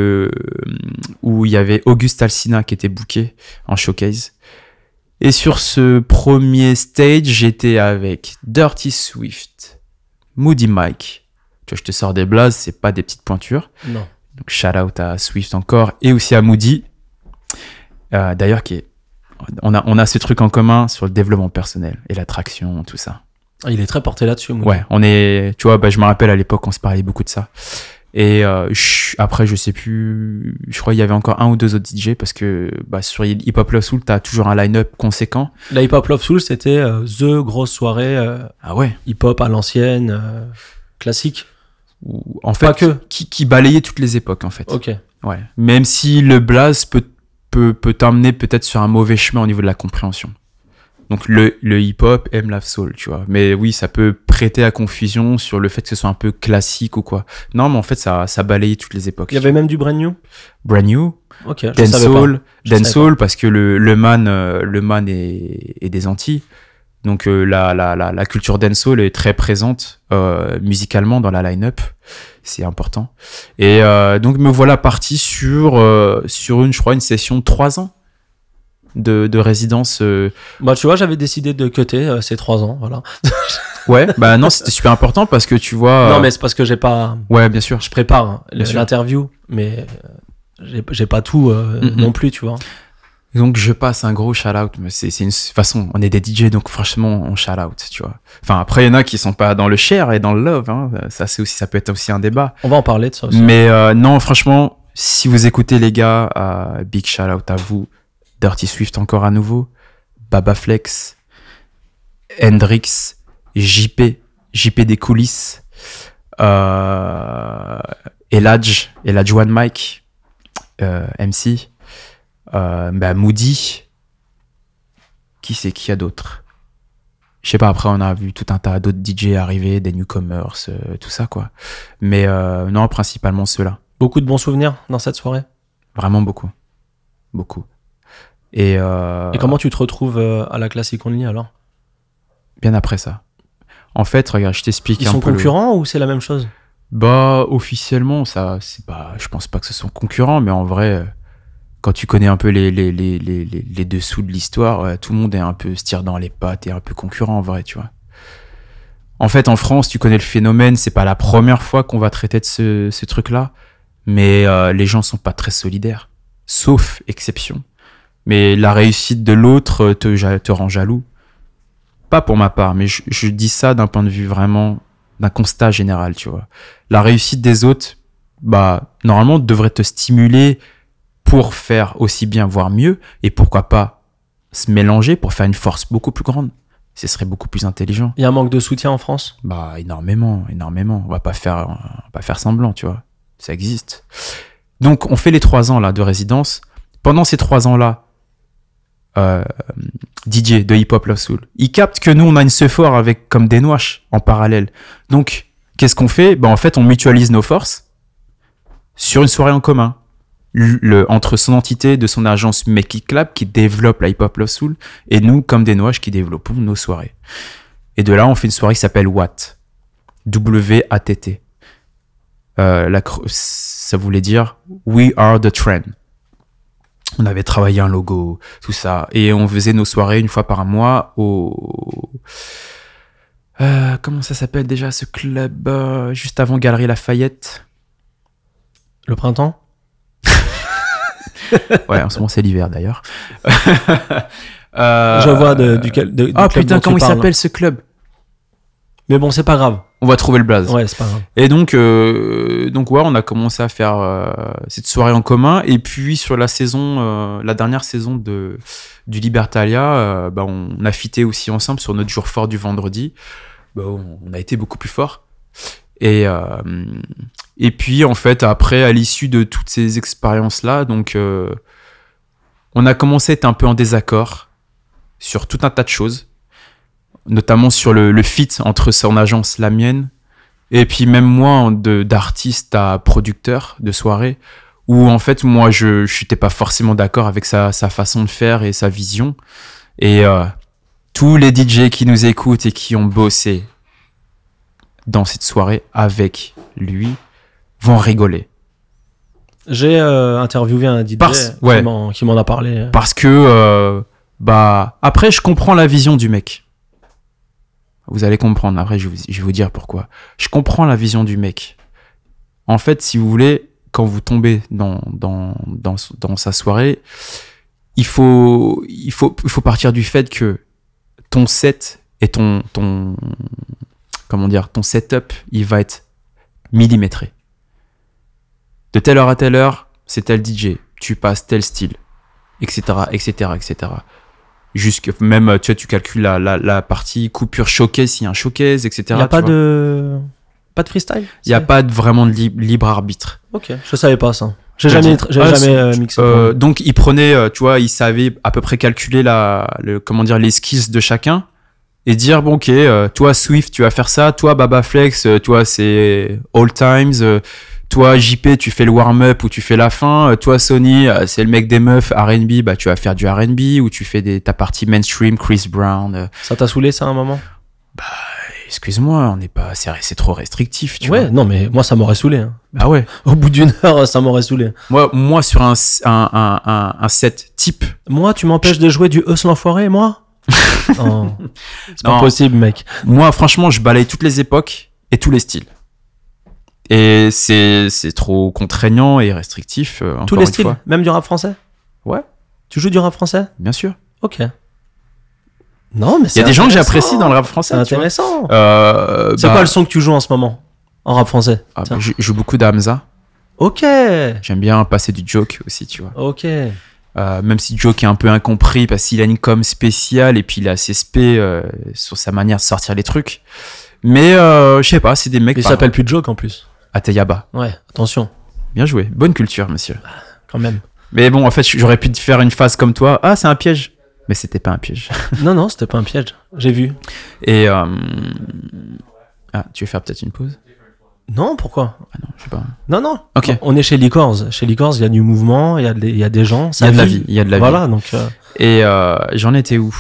où il y avait Auguste Alsina qui était booké en showcase. Et sur ce premier stage, j'étais avec Dirty Swift, Moody Mike. Tu vois, je te sors des blazes, c'est pas des petites pointures. Non. Donc, shout out à Swift encore et aussi à Moody. D'ailleurs, on a ce truc en commun sur le développement personnel et l'attraction, tout ça. Ah, il est très porté là-dessus, Moody. Ouais, tu vois, je me rappelle à l'époque, on se parlait beaucoup de ça. Et après, je sais plus, je crois qu'il y avait encore un ou deux autres DJ parce que sur Hip Hop Love Soul, t'as toujours un line-up conséquent. La Hip Hop Love Soul, c'était the grosse soirée hip hop à l'ancienne, classique. En fait, qui balayait toutes les époques, en fait. Ok. Ouais. Même si le blaze peut t'emmener peut-être sur un mauvais chemin au niveau de la compréhension. Donc le hip-hop aime la soul, tu vois. Mais oui, ça peut prêter à confusion sur le fait que ce soit un peu classique ou quoi. Non, mais en fait, ça balaye toutes les époques. Il y avait même du brand new. Brand new. Ok, je savais pas. Dancehall, parce que le man est des Antilles. Donc la culture dancehall est très présente musicalement dans la line-up. C'est important. Et donc me voilà parti sur je crois une session de 3 ans de résidence. Bah tu vois, j'avais décidé de cutter ces 3 ans, voilà. Ouais, bah non, c'était super important parce que tu vois. Non, mais c'est parce que j'ai pas. Ouais, bien sûr. Je prépare Bien sûr. l'interview, mais j'ai pas tout non plus, tu vois. Donc je passe un gros shout-out, mais c'est une façon, on est des DJ, donc franchement on shout-out, tu vois. Enfin après il y en a qui sont pas dans le share et dans le love, hein. Ça peut être aussi un débat. On va en parler de ça aussi. Mais non, franchement, si vous écoutez les gars, big shout-out à vous, Dirty Swift encore à nouveau, Baba Flex, Hendrix, JP des coulisses, Eladj One Mike, MC. Moody, qui a d'autres, je sais pas. Après on a vu tout un tas d'autres DJ arriver, des newcomers, tout ça quoi, mais non, principalement ceux-là. Beaucoup de bons souvenirs dans cette soirée. Vraiment beaucoup et comment tu te retrouves à la Classic Only alors? Bien après ça, en fait, regarde, je t'explique. Ils sont concurrents ou c'est la même chose? Bah officiellement ça c'est pas, je pense pas que ce sont concurrents, mais en vrai, quand tu connais un peu les dessous de l'histoire, tout le monde est un peu se tire dans les pattes et un peu concurrent en vrai, tu vois. En fait, en France, tu connais le phénomène, c'est pas la première fois qu'on va traiter de ce truc-là, mais les gens sont pas très solidaires, sauf exception. Mais la réussite de l'autre te rend jaloux. Pas pour ma part, mais je dis ça d'un point de vue vraiment, d'un constat général, tu vois. La réussite des autres, bah, normalement, devrait te stimuler pour faire aussi bien, voire mieux, et pourquoi pas se mélanger pour faire une force beaucoup plus grande. Ce serait beaucoup plus intelligent. Il y a un manque de soutien en France? Bah, énormément. On va pas faire semblant, tu vois. Ça existe. Donc, on fait les 3 ans là de résidence. Pendant ces 3 ans-là, DJ de Hip Hop Love Soul, il capte que nous, on a une sephore avec comme des Nouaches en parallèle. Donc, qu'est-ce qu'on fait? Bah, en fait, on mutualise nos forces sur une soirée en commun. Entre son entité de son agence Make It Clap qui développe la Hip Hop Love Soul et nous comme des Nouaches qui développons nos soirées. Et de là on fait une soirée qui s'appelle WATT. W-A-T-T. Ça voulait dire We Are The Trend. On avait travaillé un logo, tout ça, et on faisait nos soirées une fois par mois au comment ça s'appelle déjà ce club juste avant Galerie Lafayette? Le printemps? Ouais, en ce moment c'est l'hiver d'ailleurs. Je vois du club. Ah putain, comment il s'appelle ce club? Mais bon, c'est pas grave. On va trouver le blaze. Ouais, c'est pas grave. Et donc ouais, on a commencé à faire cette soirée en commun. Et puis sur la saison, la dernière saison du Libertalia, bah, on a fité aussi ensemble sur notre jour fort du vendredi. Bah, on a été beaucoup plus fort. Et puis en fait après, à l'issue de toutes ces expériences là, donc on a commencé à être un peu en désaccord sur tout un tas de choses, notamment sur le fit entre son agence, la mienne, et puis même moi d'artiste à producteur de soirée, où en fait moi je n'étais pas forcément d'accord avec sa façon de faire et sa vision. Et tous les DJ qui nous écoutent et qui ont bossé dans cette soirée avec lui vont rigoler. J'ai interviewé un DJ qui m'en a parlé. Parce que bah après je comprends la vision du mec. Vous allez comprendre, après je vais vous dire pourquoi. Je comprends la vision du mec. En fait, si vous voulez, quand vous tombez dans sa soirée, il faut partir du fait que ton set et ton setup, il va être millimétré. De telle heure à telle heure, c'est tel DJ, tu passes tel style, etc., etc., etc. Jusque même, tu vois, tu calcules la partie coupure showcase, s'il y a un showcase, etc. Il n'y a pas de freestyle? Il n'y a pas vraiment de libre arbitre. Ok, je savais pas ça. J'ai jamais mixé. Donc il prenait, tu vois, il savait à peu près calculer l'esquisse de chacun. et dire bon ok, toi Swift tu vas faire ça, toi Baba Flex, toi c'est All Times, toi JP tu fais le warm-up ou tu fais la fin, toi Sony c'est le mec des meufs R&B, bah tu vas faire du R&B ou tu fais ta partie mainstream Chris Brown. Ça t'a saoulé ça à un moment? Bah excuse-moi, on n'est pas, c'est trop restrictif, tu ouais, vois. non mais moi ça m'aurait saoulé. Hein. Bah ouais. Au bout d'une heure ça m'aurait saoulé. Moi sur un set type. Moi tu m'empêches de jouer du Eus l'enfoiré, moi? Non, c'est pas Non. possible, mec. Moi franchement je balaye toutes les époques et tous les styles. Et c'est trop contraignant et restrictif. Tous encore les une styles, fois. même du rap français? Ouais, Tu joues du rap français? bien sûr. Ok. Non mais Il y a des gens que j'apprécie dans le rap français. C'est tu vois. intéressant. C'est C'est quoi le son que tu joues en ce moment en rap français? Tiens. Je joue beaucoup d'Hamza. Ok. J'aime bien passer du joke aussi, tu vois. Ok. Même si joke est un peu incompris parce qu'il a une com spéciale et puis il est assez spé sur sa manière de sortir les trucs. Mais je sais pas, c'est des mecs. Il s'appelle plus Joke en plus. Ateyaba. Ouais, attention, Bien joué. Bonne culture, monsieur. quand même. Mais bon, en fait, j'aurais pu te faire une phase comme toi. Ah, c'est un piège. Mais c'était pas un piège. Non, c'était pas un piège. J'ai vu. Et ah, tu veux faire peut-être une pause? Non, pourquoi? Ah non, je sais pas. Non. Ok. On est chez Licorz. Chez Licorz, il y a du mouvement, il y a des gens. Il y a de la vie. Il y a de la vie. Voilà, donc. Et j'en étais où?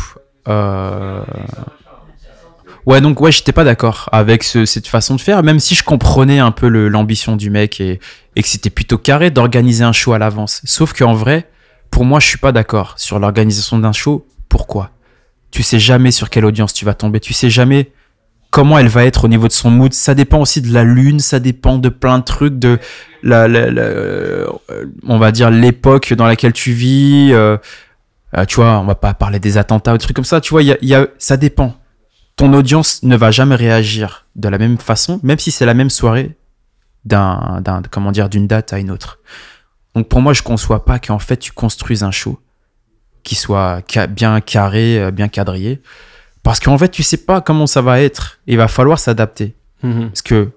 Ouais, donc ouais, j'étais pas d'accord avec cette façon de faire, même si je comprenais un peu l'ambition du mec et que c'était plutôt carré d'organiser un show à l'avance. Sauf qu'en vrai, pour moi, je suis pas d'accord sur l'organisation d'un show. Pourquoi? Tu sais jamais sur quelle audience tu vas tomber, tu sais jamais comment elle va être au niveau de son mood. Ça dépend aussi de la lune, ça dépend de plein de trucs, de on va dire l'époque dans laquelle tu vis. Tu vois, on va pas parler des attentats ou des trucs comme ça. Tu vois, ça dépend. Ton audience ne va jamais réagir de la même façon, même si c'est la même soirée d'une date à une autre. Donc pour moi, je conçois pas qu'en fait tu construises un show qui soit bien carré, bien quadrillé, parce qu'en fait tu sais pas comment ça va être. Il va falloir s'adapter. Parce que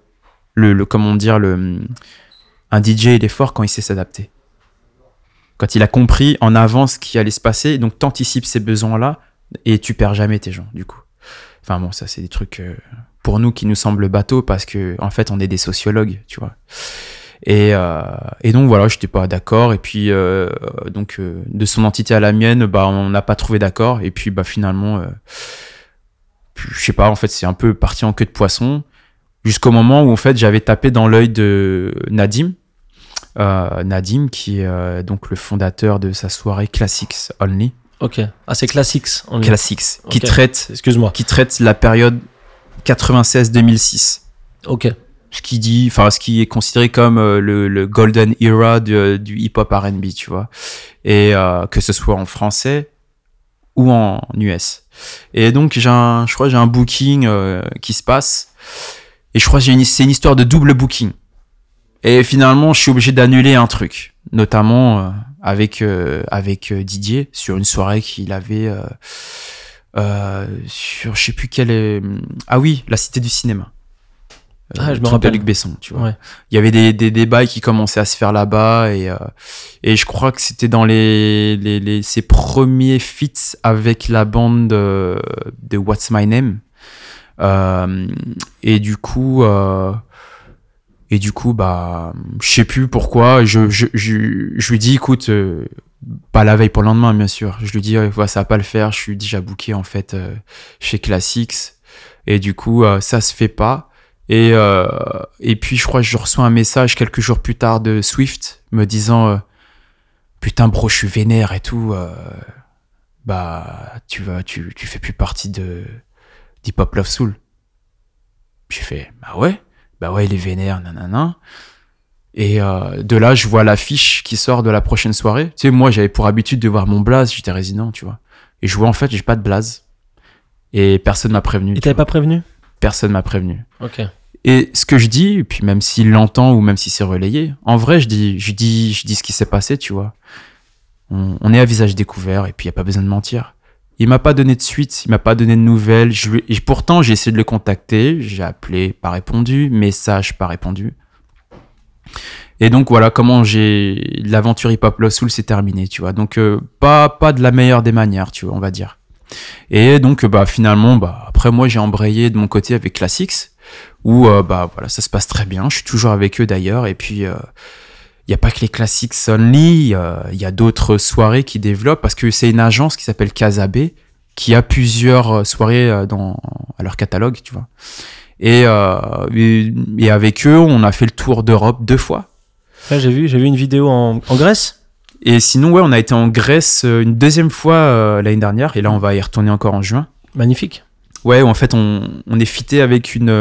un DJ il est fort quand il sait s'adapter. Quand il a compris en avance ce qui allait se passer, donc t'anticipes ces besoins-là et tu perds jamais tes gens du coup. Enfin bon, ça c'est des trucs pour nous qui nous semblent bateaux parce que en fait on est des sociologues, tu vois. Et donc voilà, j'étais pas d'accord. Et puis de son entité à la mienne, bah on n'a pas trouvé d'accord. Et puis bah finalement, je sais pas. En fait, c'est un peu parti en queue de poisson jusqu'au moment où en fait j'avais tapé dans l'œil de Nadim. Nadim qui est donc le fondateur de sa soirée Classics Only. Ok. Ah, c'est Classics. Classics, okay. qui traite la période 96-2006. Ok. Ce qui est considéré comme le golden era du hip-hop R&B, tu vois. Et que ce soit en français ou en US. Et donc, je crois que j'ai un booking qui se passe. Et je crois que c'est une histoire de double booking. Et finalement, je suis obligé d'annuler un truc. Notamment avec Didier sur une soirée qu'il avait sur je sais plus ah oui, la Cité du Cinéma. Je me rappelle. De Luc Besson, tu vois. Ouais. Il y avait des débats qui commençaient à se faire là-bas et je crois que c'était dans ses premiers feats avec la bande de What's My Name. Et du coup, bah, je sais plus pourquoi. Je lui dis, écoute, pas la veille pour le lendemain, bien sûr. Je lui dis, ouais, ça va pas le faire. Je suis déjà booké en fait chez Classics. Et du coup, ça se fait pas. Et puis je crois que je reçois un message quelques jours plus tard de Swift me disant putain bro, je suis vénère et tout. Bah tu fais plus partie d'Hip Hop Love Soul. J'ai fait bah ouais, il est vénère, nanana. Et de là, je vois l'affiche qui sort de la prochaine soirée. Tu sais, moi, j'avais pour habitude de voir mon blaze, j'étais résident, tu vois. Et je vois, en fait, j'ai pas de blaze. Et personne m'a prévenu. Et t'avais pas prévenu? Personne m'a prévenu. Ok. Et ce que je dis, et puis même s'il l'entend ou même si c'est relayé, en vrai, je dis ce qui s'est passé, tu vois. On est à visage découvert et puis il n'y a pas besoin de mentir. Il m'a pas donné de suite, il m'a pas donné de nouvelles. Et pourtant, j'ai essayé de le contacter, j'ai appelé, pas répondu, message, pas répondu. Et donc voilà comment l'aventure Hip Hop Love Soul s'est terminée, tu vois. Donc pas de la meilleure des manières, tu vois, on va dire. Et donc finalement après moi j'ai embrayé de mon côté avec Classics où voilà, ça se passe très bien, je suis toujours avec eux d'ailleurs, et puis il y a pas que les Classics only, il y a d'autres soirées qui développent, parce que c'est une agence qui s'appelle Casabé qui a plusieurs soirées à leur catalogue, tu vois. Et avec eux, on a fait le tour d'Europe 2 fois. Ouais, j'ai vu une vidéo en Grèce. Et sinon, ouais, on a été en Grèce une 2e fois l'année dernière, et là, on va y retourner encore en juin. Magnifique. Ouais, où en fait, on est fité avec une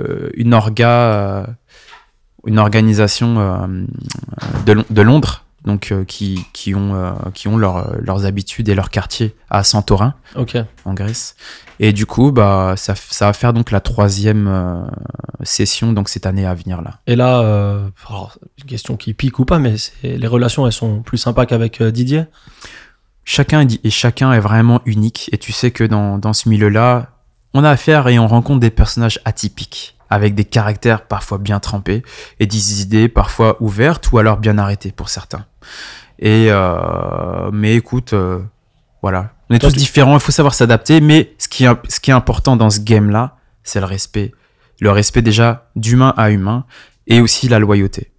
organisation de Londres, donc qui ont leurs habitudes et leur quartier à Santorin, en Grèce. Et du coup, ça va faire donc la 3e session, donc cette année à venir là. Et là, alors, une question qui pique ou pas, mais les relations, elles sont plus sympas qu'avec Didier. Chacun est vraiment unique, et tu sais que dans ce milieu-là, on a affaire et on rencontre des personnages atypiques, avec des caractères parfois bien trempés et des idées parfois ouvertes ou alors bien arrêtées pour certains. Mais écoute, voilà, on est tous différents, il faut savoir s'adapter, mais ce qui est important dans ce game-là, c'est le respect. Le respect déjà d'humain à humain, et aussi la loyauté.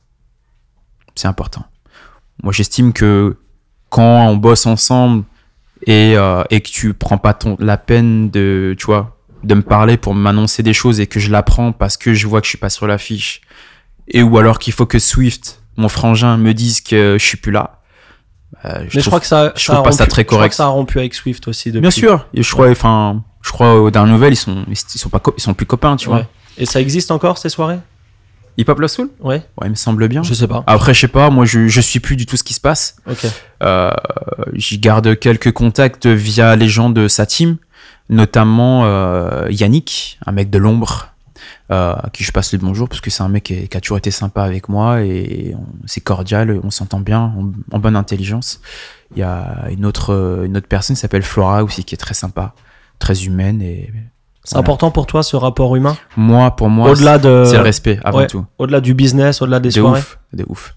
C'est important. Moi, j'estime que quand on bosse ensemble et que tu prends pas la peine de me parler pour m'annoncer des choses, et que je l'apprends parce que je vois que je suis pas sur l'affiche, ou alors qu'il faut que Swift, mon frangin, me dise que je suis plus là. Je trouve pas ça très correct. Je crois que ça a rompu avec Swift aussi depuis. Bien sûr. Et je crois aux dernières nouvelles, ils sont plus copains, tu vois. Et ça existe encore, ces soirées? Hip Hop La Soul? Ouais, il me semble bien. Je sais pas. Après, je sais pas, moi je suis plus du tout ce qui se passe. Ok. J'y garde quelques contacts via les gens de sa team, notamment Yannick, un mec de l'ombre, à qui je passe le bonjour, parce que c'est un mec qui a toujours été sympa avec moi, et c'est cordial, on s'entend bien, en bonne intelligence. Il y a une autre personne qui s'appelle Flora aussi, qui est très sympa, très humaine. Et c'est important pour toi, ce rapport humain? Pour moi, c'est le respect avant tout. Au-delà du business, au-delà des soirées. De ouf.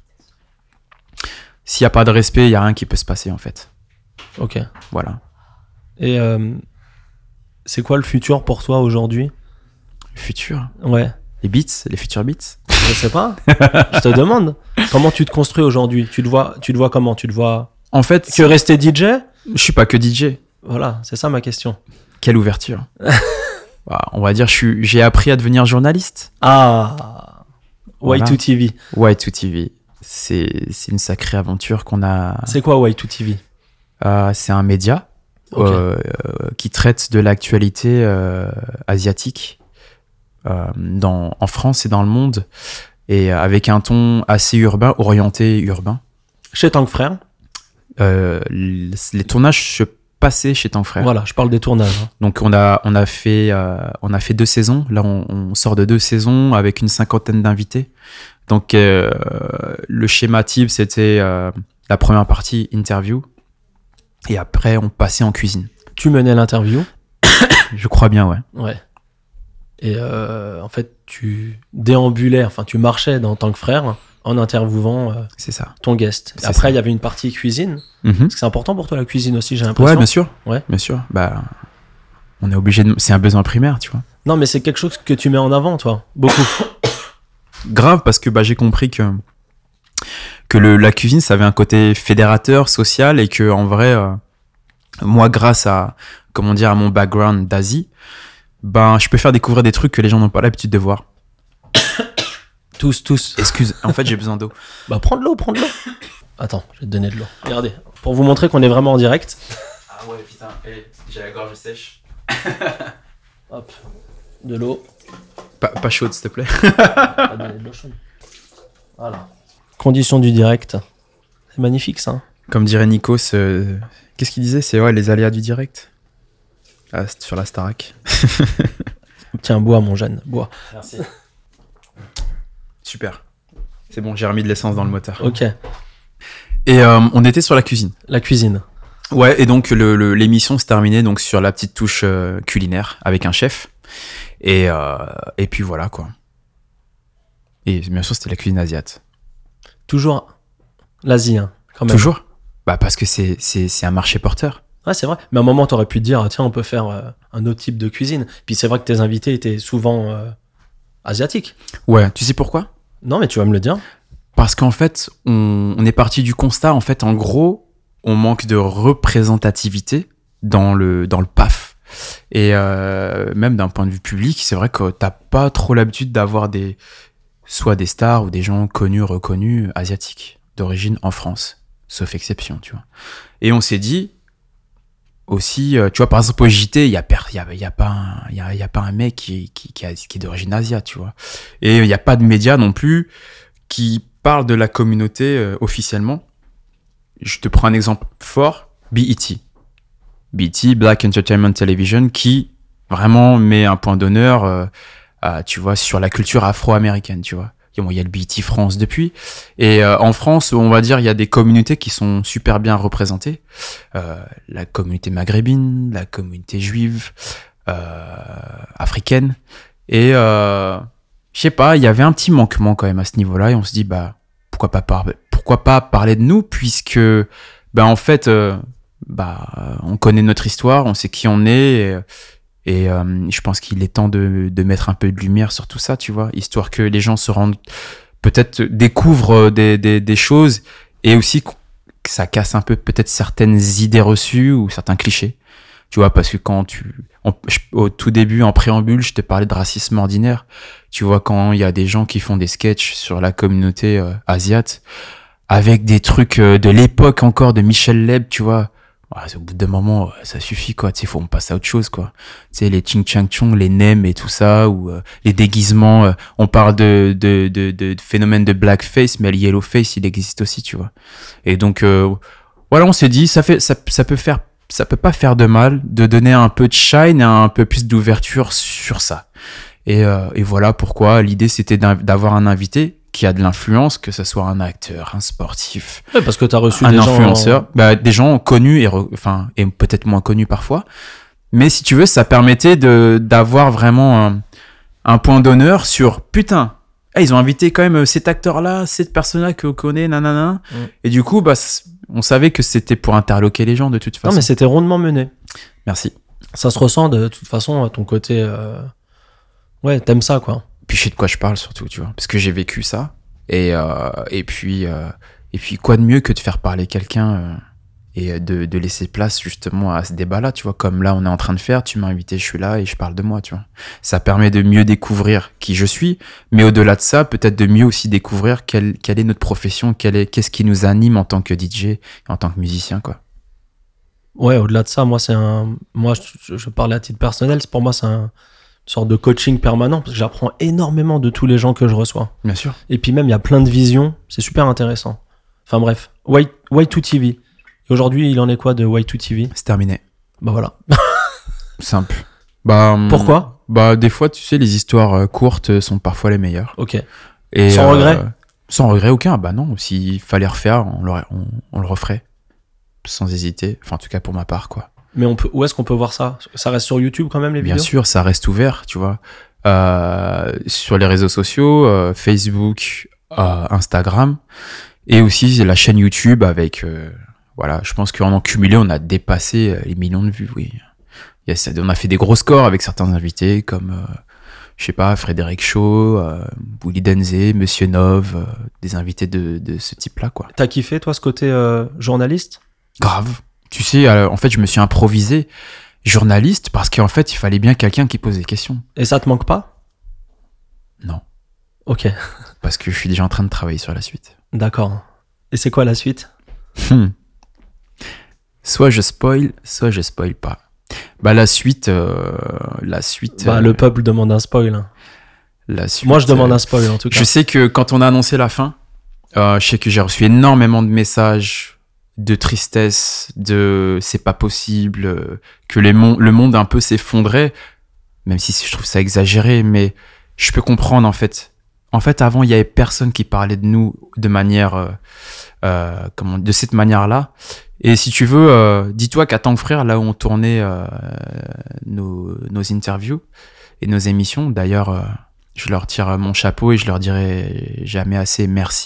S'il n'y a pas de respect, il n'y a rien qui peut se passer, en fait. Ok. Voilà. Et c'est quoi le futur pour toi aujourd'hui? Le futur? Ouais. Les futurs beats? Je sais pas. Je te demande. Comment tu te construis aujourd'hui? Tu te vois comment? Tu te vois en fait, que rester DJ? Je suis pas que DJ. Voilà, c'est ça ma question. Quelle ouverture. On va dire, j'ai appris à devenir journaliste. Ah, voilà. Y2TV. Y2TV. C'est une sacrée aventure qu'on a. C'est quoi Y2TV? C'est un média qui traite de l'actualité asiatique en France et dans le monde, et avec un ton assez urbain, orienté urbain. Chez Tank Frères. Les tournages se passaient chez Tank Frères. Voilà, je parle des tournages. Donc on a fait 2 saisons. Là, on sort de 2 saisons avec une 50aine d'invités. Donc le schéma type, c'était la première partie interview, et après on passait en cuisine. Tu menais l'interview? Je crois bien, ouais. Ouais. Et en fait, tu déambulais, enfin tu marchais dans Tank Frères en interviewant c'est ça. Ton guest. Et après, il y avait une partie cuisine. Parce que c'est important pour toi, la cuisine aussi, j'ai l'impression. Ouais, bien sûr. Ouais. Bien sûr. On est obligé c'est un besoin primaire, tu vois. Non, mais c'est quelque chose que tu mets en avant, toi. Beaucoup. Grave, parce que j'ai compris que la cuisine, ça avait un côté fédérateur, social, et que en vrai, moi, grâce à mon background d'Asie, je peux faire découvrir des trucs que les gens n'ont pas l'habitude de voir. Tous. Excuse, en fait, j'ai besoin d'eau. Prends de l'eau. Attends, je vais te donner de l'eau. Regardez, pour vous montrer qu'on est vraiment en direct. Ah ouais, putain, j'ai la gorge sèche. Hop, de l'eau. Pas chaude, s'il te plaît. Pas donner de l'eau chaude. Voilà. Conditions du direct. C'est magnifique, ça. Comme dirait Nikos, qu'est-ce qu'il disait? C'est les aléas du direct. Sur la Starac. Tiens, bois, mon jeune, bois. Merci. Super. C'est bon, j'ai remis de l'essence dans le moteur. Ok. Et on était sur la cuisine. La cuisine. Ouais, et donc l'émission se terminait donc sur la petite touche culinaire avec un chef. Et puis voilà, quoi. Et bien sûr, c'était la cuisine asiate. Toujours l'Asie, hein, quand même. Toujours. Parce que c'est un marché porteur. Ouais, c'est vrai. Mais à un moment, t'aurais pu te dire, tiens, on peut faire un autre type de cuisine. Puis c'est vrai que tes invités étaient souvent asiatiques. Ouais, tu sais pourquoi? Non, mais tu vas me le dire. Parce qu'en fait, on est parti du constat, en fait, en gros, on manque de représentativité dans le PAF. Et même d'un point de vue public, c'est vrai que t'as pas trop l'habitude d'avoir soit des stars ou des gens connus, reconnus, asiatiques, d'origine en France. Sauf exception, tu vois. Et on s'est dit, aussi, tu vois, par exemple, au JT, il y a pas un mec qui est d'origine asiate, tu vois. Et il y a pas de médias non plus qui parlent de la communauté officiellement. Je te prends un exemple fort, BET, Black Entertainment Television, qui vraiment met un point d'honneur, tu vois, sur la culture afro-américaine, tu vois. Bon, il y a le BET France depuis. Et en France, on va dire, il y a des communautés qui sont super bien représentées. La communauté maghrébine, la communauté juive, africaine. Et je sais pas, il y avait un petit manquement quand même à ce niveau-là. Et on se dit, bah, pourquoi pas parler de nous, puisque, bah, en fait, on connaît notre histoire, on sait qui on est. Et je pense qu'il est temps de mettre un peu de lumière sur tout ça, tu vois, histoire que les gens se rendent, peut-être découvrent des choses, et aussi que ça casse un peu peut-être certaines idées reçues ou certains clichés. Tu vois, parce que au tout début, en préambule, je te parlais de racisme ordinaire. Tu vois, quand il y a des gens qui font des sketchs sur la communauté asiate, avec des trucs de l'époque encore de Michel Leb, tu vois. Au bout d'un moment, ça suffit, quoi. Tu sais, faut on passe à autre chose, quoi. Tu sais, les ching chang chong, les nems et tout ça, ou les déguisements. On parle de phénomène de blackface, mais le yellowface, il existe aussi, tu vois. Et donc, voilà, on s'est dit, ça peut pas faire de mal de donner un peu de shine et un peu plus d'ouverture sur ça. Et voilà pourquoi l'idée, c'était d'avoir un invité qui a de l'influence, que ce soit un acteur, un sportif, Ouais, parce que t'as reçu un des influenceur, des gens connus et peut-être moins connus parfois. Mais si tu veux, ça permettait d'avoir vraiment un point d'honneur sur putain. Ils ont invité quand même cet acteur-là, cette personne-là que vous connaissez, nanana. Et du coup, on savait que c'était pour interloquer les gens de toute façon. Non, mais c'était rondement mené. Merci. Ça se ressent de toute façon à ton côté. Ouais, t'aimes ça, quoi. Puis je sais de quoi je parle surtout, tu vois, parce que j'ai vécu ça. Et puis quoi de mieux que de faire parler quelqu'un et de laisser place justement à ce débat-là, tu vois, comme là on est en train de faire. Tu m'as invité, je suis là et je parle de moi, tu vois. Ça permet de mieux découvrir qui je suis, mais au-delà de ça, peut-être de mieux aussi découvrir quelle est notre profession, qu'est-ce qui nous anime en tant que DJ et en tant que musicien, quoi. Ouais, au-delà de ça, moi je parle à titre personnel. Pour moi, c'est une sorte de coaching permanent, parce que j'apprends énormément de tous les gens que je reçois. Bien sûr. Et puis même, il y a plein de visions, c'est super intéressant. Enfin bref, Y2TV. Et aujourd'hui, il en est quoi de Y2TV ? C'est terminé. Bah voilà. Simple. Pourquoi ? Des fois, tu sais, les histoires courtes sont parfois les meilleures. Ok. Et, sans regret ? Sans regret aucun. Bah non, s'il fallait refaire, on le referait. Sans hésiter. Enfin, en tout cas, pour ma part, quoi. Mais où est-ce qu'on peut voir ça ? Ça reste sur YouTube quand même, les vidéos ? Bien sûr, ça reste ouvert, tu vois. Sur les réseaux sociaux, Facebook, Instagram, et aussi la chaîne YouTube avec... voilà, je pense qu'en cumulé, on a dépassé les millions de vues, oui. On a fait des gros scores avec certains invités, comme, je sais pas, Frédéric Shaw, Willy Denzé, Monsieur Nov, des invités de ce type-là, quoi. T'as kiffé, toi, ce côté journaliste ? Grave. Tu sais, en fait, je me suis improvisé journaliste parce qu'en fait, il fallait bien quelqu'un qui pose des questions. Et ça te manque pas ? Non. Ok. Parce que je suis déjà en train de travailler sur la suite. D'accord. Et c'est quoi la suite ? Soit je spoil pas. La suite... le peuple demande un spoil. La suite, moi, je demande un spoil, en tout cas. Je sais que quand on a annoncé la fin, je sais que j'ai reçu énormément de messages de tristesse, de c'est pas possible, que le monde un peu s'effondrait, même si je trouve ça exagéré, mais je peux comprendre en fait. En fait, avant, il y avait personne qui parlait de nous de manière, de cette manière-là. Et si tu veux, dis-toi qu'à Tant que Frère, là où on tournait nos interviews et nos émissions, d'ailleurs, je leur tire mon chapeau et je leur dirai jamais assez merci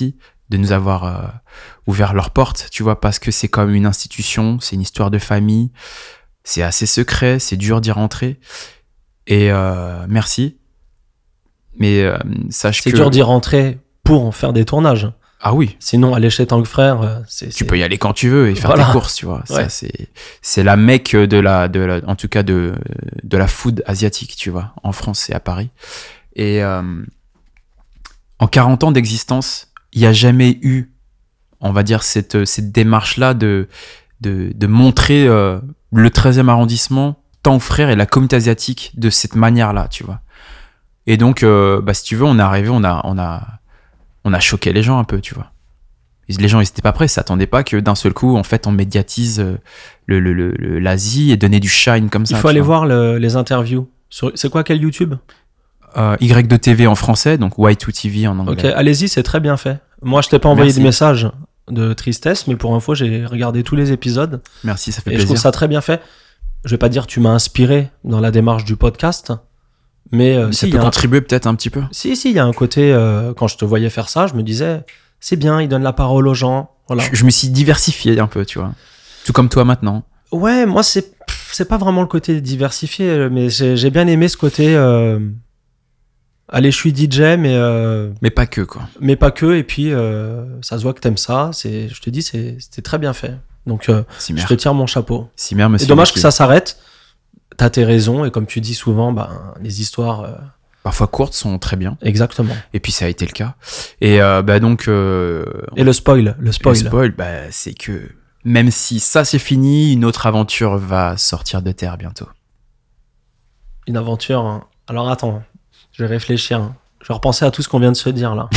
de nous avoir ouvert leurs portes, tu vois, parce que c'est comme une institution, c'est une histoire de famille, c'est assez secret, c'est dur d'y rentrer. Et merci. Mais sache que... C'est dur d'y rentrer pour en faire des tournages. Ah oui. Sinon, aller chez Tank Frère, tu peux y aller quand tu veux et faire tes courses, tu vois. Ouais. Ça, c'est la mecque en tout cas de la food asiatique, tu vois. En France, c'est à Paris. Et en 40 ans d'existence, il n'y a jamais eu, on va dire, cette démarche-là de montrer le 13e arrondissement, Tank Frère et la communauté asiatique de cette manière-là, tu vois. Et donc, si tu veux, on est arrivé, on a choqué les gens un peu, tu vois. Les gens, ils n'étaient pas prêts, ils s'attendaient pas que d'un seul coup, en fait, on médiatise l'Asie et donner du shine comme ça. Il faut aller voir les interviews. C'est quoi, quel YouTube ? Y2TV en français, donc Y2TV en anglais. Ok, allez-y, c'est très bien fait. Moi, je t'ai pas envoyé de message de tristesse, mais pour info, j'ai regardé tous les épisodes. Merci, ça fait et plaisir. Je trouve ça très bien fait. Je vais pas dire que tu m'as inspiré dans la démarche du podcast, mais ça peut contribuer peut-être un petit peu. Si, il y a un côté, quand je te voyais faire ça, je me disais, c'est bien, il donne la parole aux gens. Voilà. Je me suis diversifié un peu, tu vois. Tout comme toi maintenant. Ouais, moi, c'est pas vraiment le côté diversifié, mais j'ai bien aimé ce côté... Allez, je suis DJ, mais pas que, quoi. Mais pas que, et puis ça se voit que t'aimes ça. Je te dis, c'était très bien fait. Donc, je te tire mon chapeau. C'est monsieur. Et dommage que ça s'arrête. T'as tes raisons, et comme tu dis souvent, les histoires... parfois courtes sont très bien. Exactement. Et puis ça a été le cas. Et donc... Et le spoil. Le spoil, c'est que même si ça c'est fini, une autre aventure va sortir de terre bientôt. Une aventure... Hein. Alors attends... Je vais réfléchir. Hein. Je vais repenser à tout ce qu'on vient de se dire là.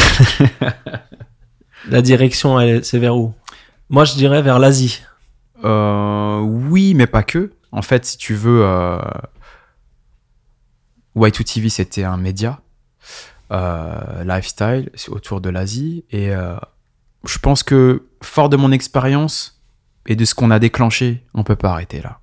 La direction, c'est vers où ? Moi, je dirais vers l'Asie. Oui, mais pas que. En fait, si tu veux, Y2TV, c'était un média lifestyle autour de l'Asie. Et je pense que, fort de mon expérience et de ce qu'on a déclenché, on peut pas arrêter là.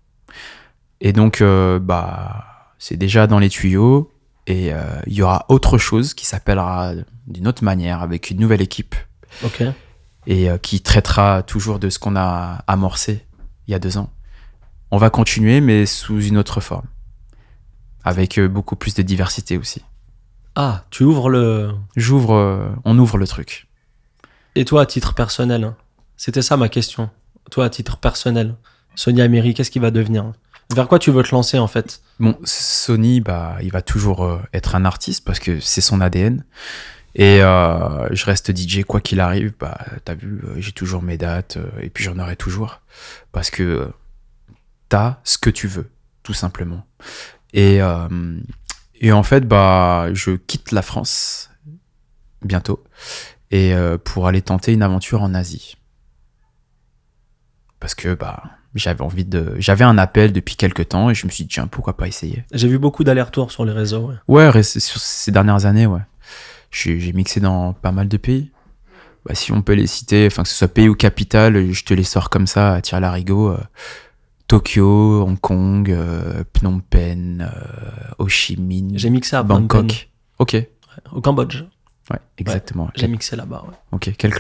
Et donc, c'est déjà dans les tuyaux. Et il y aura autre chose qui s'appellera d'une autre manière, avec une nouvelle équipe. Ok. Et qui traitera toujours de ce qu'on a amorcé il y a 2 ans. On va continuer, mais sous une autre forme. Avec beaucoup plus de diversité aussi. Ah, tu ouvres le... On ouvre le truc. Et toi, à titre personnel, hein, c'était ça ma question. Toi, à titre personnel, Sonny Amery, qu'est-ce qu'il va devenir ? Vers quoi tu veux te lancer, en fait ? Bon, Sonny, il va toujours être un artiste parce que c'est son ADN. Et je reste DJ quoi qu'il arrive. T'as vu, j'ai toujours mes dates et puis j'en aurai toujours. Parce que t'as ce que tu veux, tout simplement. Et en fait, je quitte la France bientôt et pour aller tenter une aventure en Asie. Parce que, j'avais un appel depuis quelques temps et je me suis dit, tiens, pourquoi pas essayer. J'ai vu beaucoup d'allers-retours sur les réseaux. Ouais, sur ces dernières années, ouais. J'ai mixé dans pas mal de pays. Si on peut les citer, que ce soit pays ou capitale, je te les sors comme ça, à tire-larigot. Tokyo, Hong Kong, Phnom Penh, Ho Chi Minh. J'ai mixé à Bangkok. Phnom Penh. Ok. Ouais, au Cambodge. Ouais, exactement. Ouais, j'ai mixé là-bas, ouais. Ok, quel club ?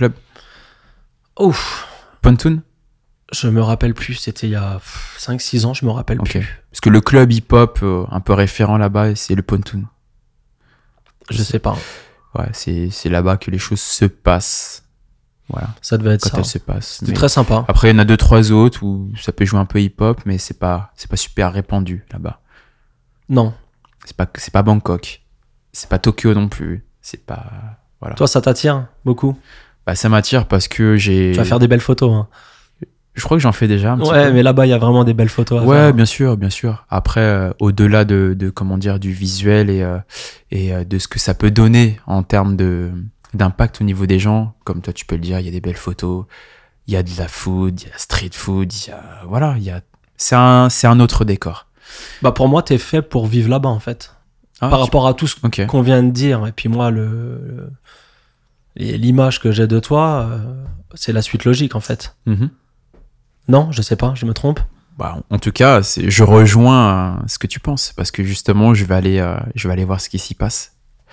Ouf. Pontoon ? Je me rappelle plus, c'était il y a 5-6 ans, je me rappelle plus. Parce que le club hip-hop un peu référent là-bas, c'est le Pontoon. Je sais pas. Ouais, c'est là-bas que les choses se passent. Voilà. Ça devait être quand ça. elles se passent. C'était très sympa. Après, il y en a 2-3 autres où ça peut jouer un peu hip-hop, mais c'est pas super répandu là-bas. Non. C'est pas Bangkok. C'est pas Tokyo non plus. C'est pas... Voilà. Toi, ça t'attire beaucoup ? Ça m'attire parce que j'ai... Tu vas faire des belles photos, hein. Je crois que j'en fais déjà un petit peu. Ouais, mais là-bas, il y a vraiment des belles photos à faire. Ouais, bien sûr. Après, au-delà de comment dire, du visuel et de ce que ça peut donner en termes d'impact au niveau des gens, comme toi, tu peux le dire, il y a des belles photos, il y a de la food, il y a street food, c'est un autre décor. Pour moi, t'es fait pour vivre là-bas, en fait. Par rapport à tout ce qu'on vient de dire. Et puis moi, l'image que j'ai de toi, c'est la suite logique, en fait. Mm-hmm. Non, je sais pas, je me trompe. En tout cas, je rejoins ce que tu penses parce que justement, je vais aller voir ce qui s'y passe.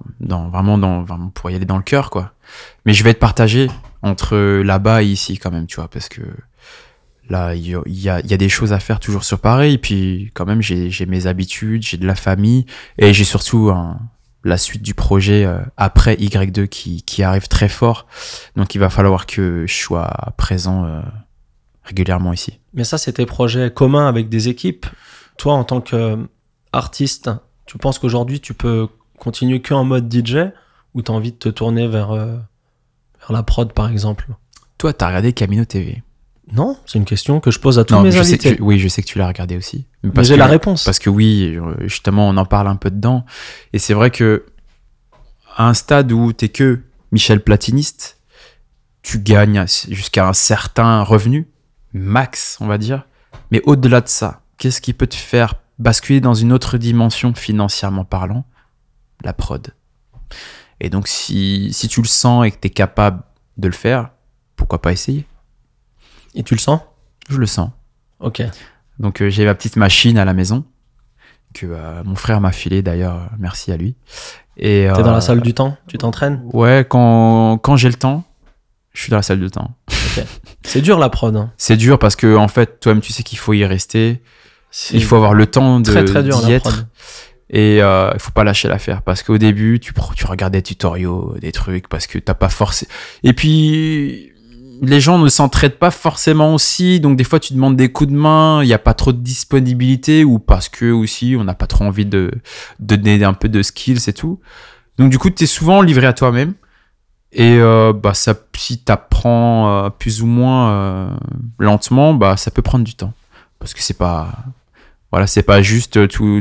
vraiment pour y aller dans le cœur, quoi. Mais je vais être partagé entre là-bas et ici quand même, tu vois, parce que là, il y a des choses à faire toujours sur Paris. Et puis, quand même, j'ai mes habitudes, j'ai de la famille et j'ai surtout la suite du projet après Y2 qui arrive très fort. Donc, il va falloir que je sois présent régulièrement ici. Mais ça, c'est tes projets communs avec des équipes. Toi, en tant qu'artiste, tu penses qu'aujourd'hui, tu peux continuer qu'en mode DJ ou tu as envie de te tourner vers la prod, par exemple? Toi, t'as regardé Camino TV? Non, c'est une question que je pose à tous mes invités. Oui, je sais que tu l'as regardé aussi. Mais j'ai la réponse. Parce que oui, justement, on en parle un peu dedans. Et c'est vrai que à un stade où t'es que Michel Platiniste, tu gagnes jusqu'à un certain revenu, max, on va dire. Mais au-delà de ça, qu'est-ce qui peut te faire basculer dans une autre dimension financièrement parlant? La prod. Et donc, si tu le sens et que t'es capable de le faire, pourquoi pas essayer? Et tu le sens? Je le sens. Ok. Donc j'ai ma petite machine à la maison que mon frère m'a filée d'ailleurs, merci à lui. Et t'es dans la salle du temps? Tu t'entraînes? Ouais, quand j'ai le temps, je suis dans la salle du temps. Okay. C'est dur la prod. Hein. C'est dur parce que en fait, toi-même tu sais qu'il faut y rester. Il faut avoir le temps très dur, d'y être. Et il faut pas lâcher l'affaire parce qu'au début tu regardes des tutoriaux, des trucs parce que t'as pas forcé. Et puis les gens ne s'entraident pas forcément aussi, donc des fois tu demandes des coups de main, il n'y a pas trop de disponibilité ou parce que aussi on n'a pas trop envie de donner un peu de skills et tout. Donc du coup tu es souvent livré à toi-même et ça, si tu apprends plus ou moins lentement, ça peut prendre du temps parce que c'est pas juste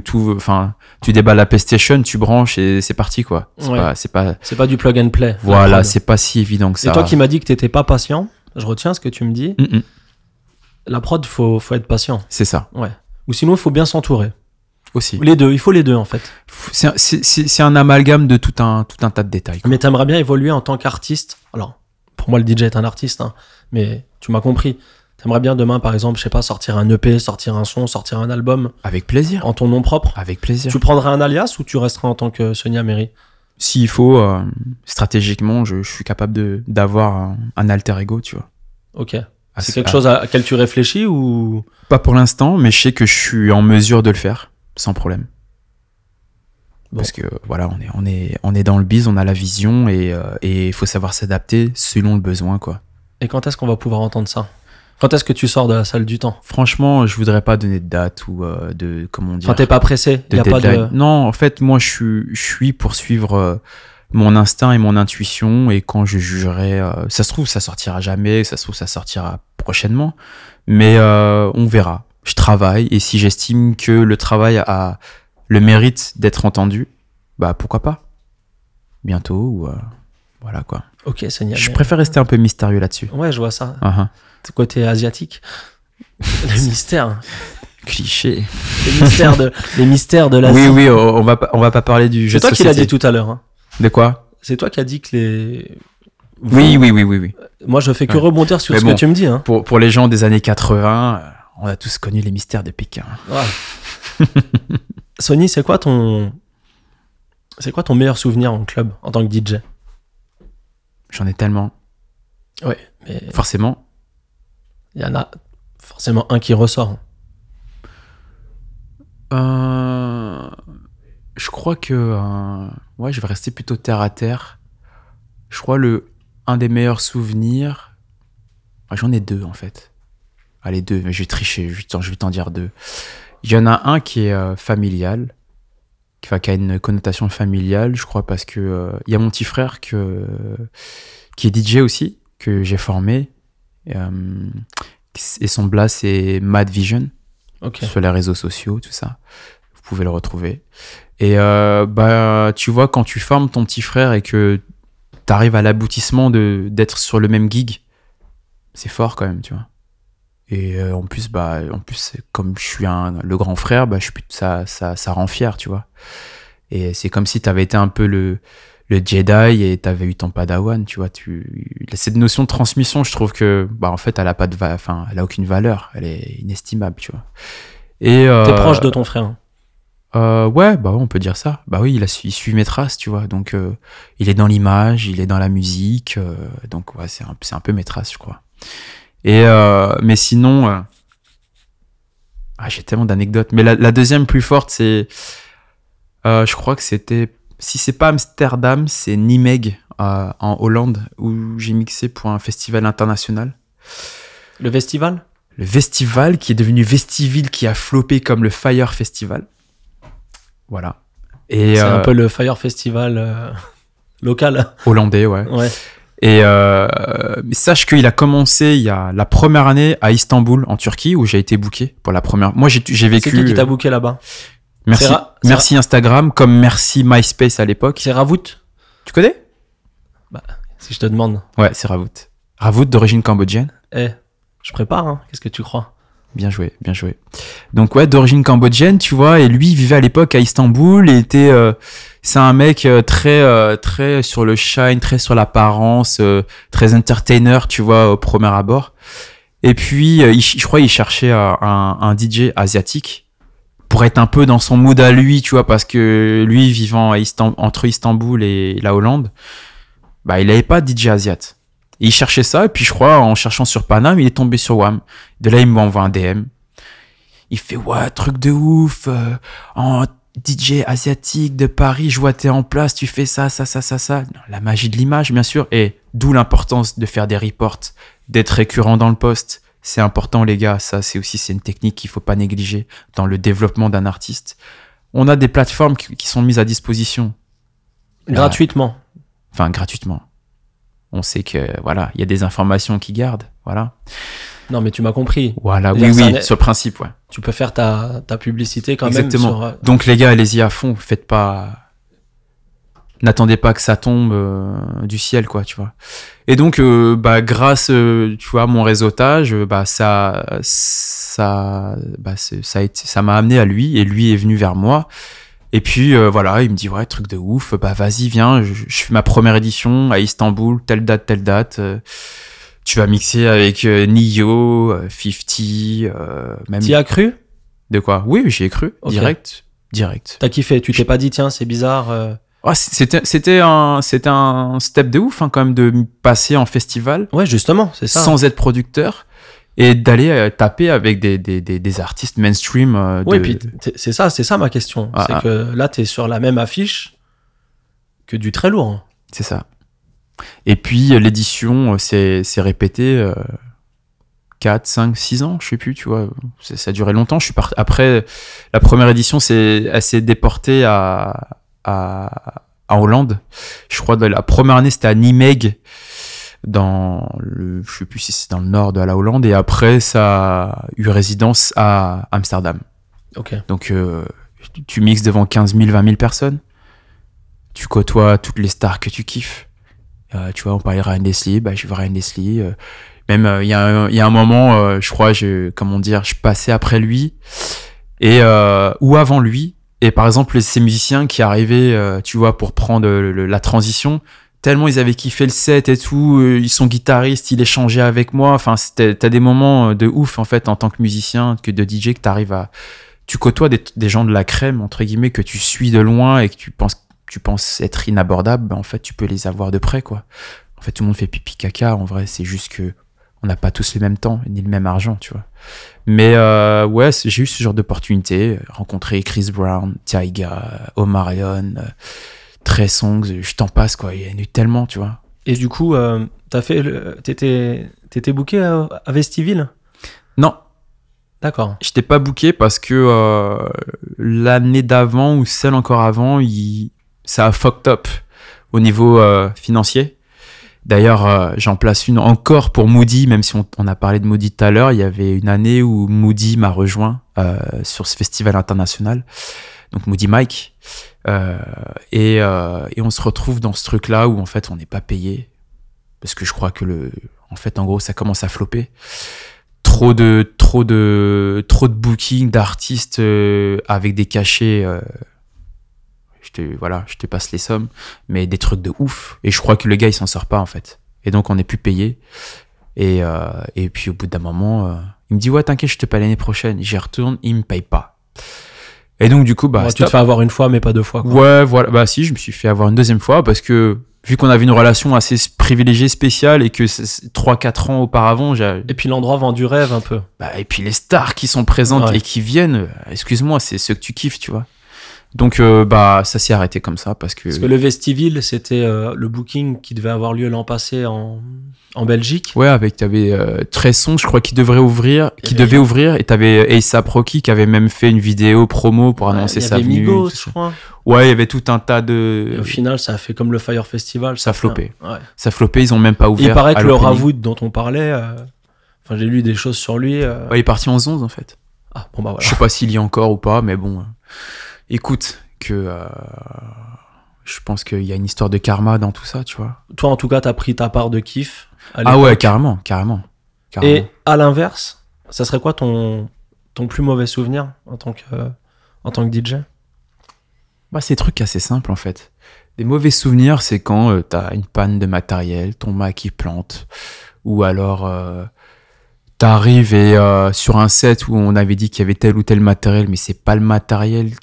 tu déballes la PlayStation, tu branches et c'est parti quoi. C'est pas du plug and play. Voilà, c'est pas si évident que ça. Et toi qui m'as dit que t'étais pas patient, je retiens ce que tu me dis. La prod, faut être patient. C'est ça. Ouais. Ou sinon, il faut bien s'entourer. Aussi. Les deux, il faut les deux en fait. C'est un amalgame de tout un tas de détails. Quoi. Mais t'aimerais bien évoluer en tant qu'artiste. Alors, pour moi, le DJ est un artiste, hein, mais tu m'as compris. T'aimerais bien demain, par exemple, je sais pas, sortir un EP, sortir un son, sortir un album. Avec plaisir. En ton nom propre. Avec plaisir. Tu prendrais un alias ou tu resterais en tant que Sonia Mary? S'il faut, stratégiquement, je suis capable d'avoir un alter ego, tu vois. Ok. C'est quelque chose à laquelle tu réfléchis ou? Pas pour l'instant, mais je sais que je suis en mesure de le faire, sans problème. Bon. Parce que voilà, on est dans le biz, on a la vision et il faut savoir s'adapter selon le besoin, quoi. Et quand est-ce qu'on va pouvoir entendre ça? Quand est-ce que tu sors de la salle du temps? Franchement, je voudrais pas donner de date ou de comment dire. Enfin, t'es pas pressé. Y a pas de... Non, en fait, moi, je suis pour suivre mon instinct et mon intuition. Et quand je jugerai, ça se trouve, ça sortira jamais. Ça se trouve, ça sortira prochainement. Mais on verra. Je travaille et si j'estime que le travail a le mérite d'être entendu, pourquoi pas. Bientôt ou voilà quoi. Ok, Sonia. Je préfère rester un peu mystérieux là-dessus. Ouais, je vois ça. Uh-huh. Côté asiatique. Le mystère. Cliché. Les mystères de l'Asie. Oui, on va pas parler du jeu de société. C'est toi qui l'as dit tout à l'heure. Hein. De quoi? C'est toi qui as dit que les... Oui. Moi, je fais que rebondir sur ce que tu me dis. Hein. Pour les gens des années 80, on a tous connu les mystères de Pékin. Ouais. Sony, c'est quoi ton meilleur souvenir en club, en tant que DJ? J'en ai tellement. Ouais, mais... Forcément. Il y en a forcément un qui ressort. Je crois que... je vais rester plutôt terre à terre. Je crois un des meilleurs souvenirs... J'en ai deux, en fait. Allez, deux, mais je vais tricher. Je vais t'en dire deux. Il y en a un qui est familial, qui a une connotation familiale, je crois, parce que il y a mon petit frère qui est DJ aussi, que j'ai formé. Et son blast c'est Mad Vision. Okay. Sur les réseaux sociaux, tout ça. Vous pouvez le retrouver. Et tu vois, quand tu formes ton petit frère et que tu arrives à l'aboutissement d'être sur le même gig, c'est fort quand même, tu vois. Et en plus, comme je suis le grand frère, ça rend fier, tu vois. Et c'est comme si tu avais été un peu le Jedi et tu avais eu ton Padawan, tu vois. Cette notion de transmission, je trouve que, en fait, elle a aucune valeur. Elle est inestimable, tu vois. Et t'es proche de ton frère? Ouais, bah ouais, on peut dire ça. Bah oui, il suit mes traces, tu vois. Donc, il est dans l'image, il est dans la musique. Donc, ouais, c'est un peu mes traces, je crois. Et, mais sinon, j'ai tellement d'anecdotes. Mais la deuxième plus forte, c'est, je crois que c'était, si c'est pas Amsterdam, c'est Nijmegen, en Hollande, où j'ai mixé pour un festival international. Le festival ? Le Festival, qui est devenu Vestiville, qui a floppé comme le Fire Festival. Voilà. Et, c'est un peu le Fire Festival local. Hollandais, ouais. Ouais. Et sache qu'il a commencé il y a la première année à Istanbul, en Turquie, où j'ai été booké pour la première. Moi, j'ai vécu. C'est qui t'a booké là-bas ? Merci Instagram, comme merci MySpace à l'époque. C'est Ravout ? Tu connais ? Bah, si je te demande. Ouais, c'est Ravout. Ravout d'origine cambodgienne. Je prépare, hein. Qu'est-ce que tu crois ? Bien joué, bien joué. Donc ouais, d'origine cambodgienne, tu vois, et lui il vivait à l'époque à Istanbul et était, c'est un mec très sur le shine, très sur l'apparence, très entertainer, tu vois, au premier abord. Et puis, je crois qu'il cherchait un DJ asiatique pour être un peu dans son mood à lui, tu vois, parce que lui, vivant entre Istanbul et la Hollande, bah il avait pas de DJ asiate. Et il cherchait ça, et puis je crois, en cherchant sur Paname, il est tombé sur WAM. De là, il m'envoie un DM. Il fait, ouais, truc de ouf, en DJ asiatique de Paris, je vois t'es en place, tu fais ça. La magie de l'image, bien sûr, et d'où l'importance de faire des reports, d'être récurrent dans le poste. C'est important, les gars, ça, c'est une technique qu'il faut pas négliger dans le développement d'un artiste. On a des plateformes qui sont mises à disposition. Gratuitement. Enfin, gratuitement. On sait que, voilà, il y a des informations qui gardent, voilà. Non, mais tu m'as compris. Voilà, oui, sur le principe, ouais. Tu peux faire ta publicité quand Exactement. même. Donc, les gars, allez-y à fond, faites pas... N'attendez pas que ça tombe du ciel, quoi, tu vois. Et donc, grâce, tu vois, à mon réseautage, ça m'a amené à lui, et lui est venu vers moi. Et puis, voilà, il me dit, ouais, truc de ouf, vas-y, viens, je fais ma première édition à Istanbul, telle date, tu vas mixer avec Nio, 50, même... T'y as cru ? De quoi ? Oui, j'y ai cru, okay. Direct. T'as kiffé, tu t'es pas dit, tiens, c'est bizarre c'était un step de ouf, hein, quand même, de passer en festival. Ouais, justement, c'est ça. Sans être producteur. Et d'aller taper avec des artistes mainstream. Oui, puis c'est ça ma question. C'est que là, t'es sur la même affiche que du très lourd. C'est ça. Et puis, l'édition s'est répétée 4, 5, 6 ans, je sais plus, tu vois. Ça a duré longtemps. Après, la première édition, elle s'est déportée à Hollande. Je crois que la première année, c'était à Nijmegen. Je sais plus si c'est dans le nord de la Hollande, et après ça a eu résidence à Amsterdam. Ok. Donc tu mixes devant 15 000, 20 000 personnes, tu côtoies toutes les stars que tu kiffes. Tu vois, on parlait de Ryan Leslie, je vais Ryan Leslie. Même il y a un moment, je crois, je passais après lui ou avant lui. Et par exemple, ces musiciens qui arrivaient, tu vois, pour prendre la transition, tellement ils avaient kiffé le set et tout, ils sont guitaristes, ils échangeaient avec moi. Enfin, t'as des moments de ouf, en fait, en tant que musicien, de DJ, que tu côtoies des gens de la crème, entre guillemets, que tu suis de loin et que tu penses être inabordables. En fait, tu peux les avoir de près, quoi. En fait, tout le monde fait pipi caca. En vrai, c'est juste que on n'a pas tous le même temps, ni le même argent, tu vois. Mais ouais, j'ai eu ce genre d'opportunité. Rencontrer Chris Brown, Tyga, Omarion, Trey Songz, je t'en passe, quoi. Il y en a eu tellement, tu vois. Et du coup, t'étais booké à Vestiville ? Non. D'accord. Je t'ai pas booké parce que l'année d'avant ou celle encore avant, ça a fucked up au niveau financier. D'ailleurs, j'en place une encore pour Moody, même si on a parlé de Moody tout à l'heure. Il y avait une année où Moody m'a rejoint sur ce festival international. Donc Moody Mike. Et on se retrouve dans ce truc-là où en fait on n'est pas payé. Parce que je crois que en gros, ça commence à flopper. Trop de booking d'artistes avec des cachets. Je te passe les sommes, mais des trucs de ouf. Et je crois que le gars, il s'en sort pas, en fait. Et donc, on n'est plus payé. Et puis, au bout d'un moment, il me dit, ouais, t'inquiète, je te paye l'année prochaine. J'y retourne, il me paye pas. Et donc, du coup, bah, tu te fais avoir une fois, mais pas deux fois, quoi. Ouais, voilà. Bah, si, je me suis fait avoir une deuxième fois parce que, vu qu'on avait une relation assez privilégiée, spéciale, et que 3-4 ans auparavant, Et puis l'endroit vend du rêve un peu. Bah, et puis les stars qui sont présentes et qui viennent, excuse-moi, c'est ceux que tu kiffes, tu vois. Donc, bah, ça s'est arrêté comme ça parce que le Vestiville, c'était le booking qui devait avoir lieu l'an passé en Belgique. Ouais, t'avais Tresson, je crois, qui devait ouvrir, et t'avais A$AP Rocky qui avait même fait une vidéo promo pour annoncer sa venue. Il y avait Migos, je crois. Ouais, il y avait tout un tas de... Et au final, ça a fait comme le Fire Festival. Ça a floppé. Ouais. Ça a floppé, ils ont même pas ouvert. Et il paraît que le Ravoud dont on parlait, enfin, j'ai lu des choses sur lui. Ouais, il est parti en 11 en fait. Ah, bon, bah voilà. Je sais pas s'il y est encore ou pas, mais bon. Écoute, je pense qu'il y a une histoire de karma dans tout ça, tu vois. Toi, en tout cas, t'as pris ta part de kiff. Ah ouais, carrément. Et à l'inverse, ça serait quoi ton plus mauvais souvenir en tant que DJ? Bah, c'est des trucs assez simples en fait. Des mauvais souvenirs, c'est quand t'as une panne de matériel, ton Mac il plante, ou alors t'arrives et sur un set où on avait dit qu'il y avait tel ou tel matériel, mais c'est pas le matériel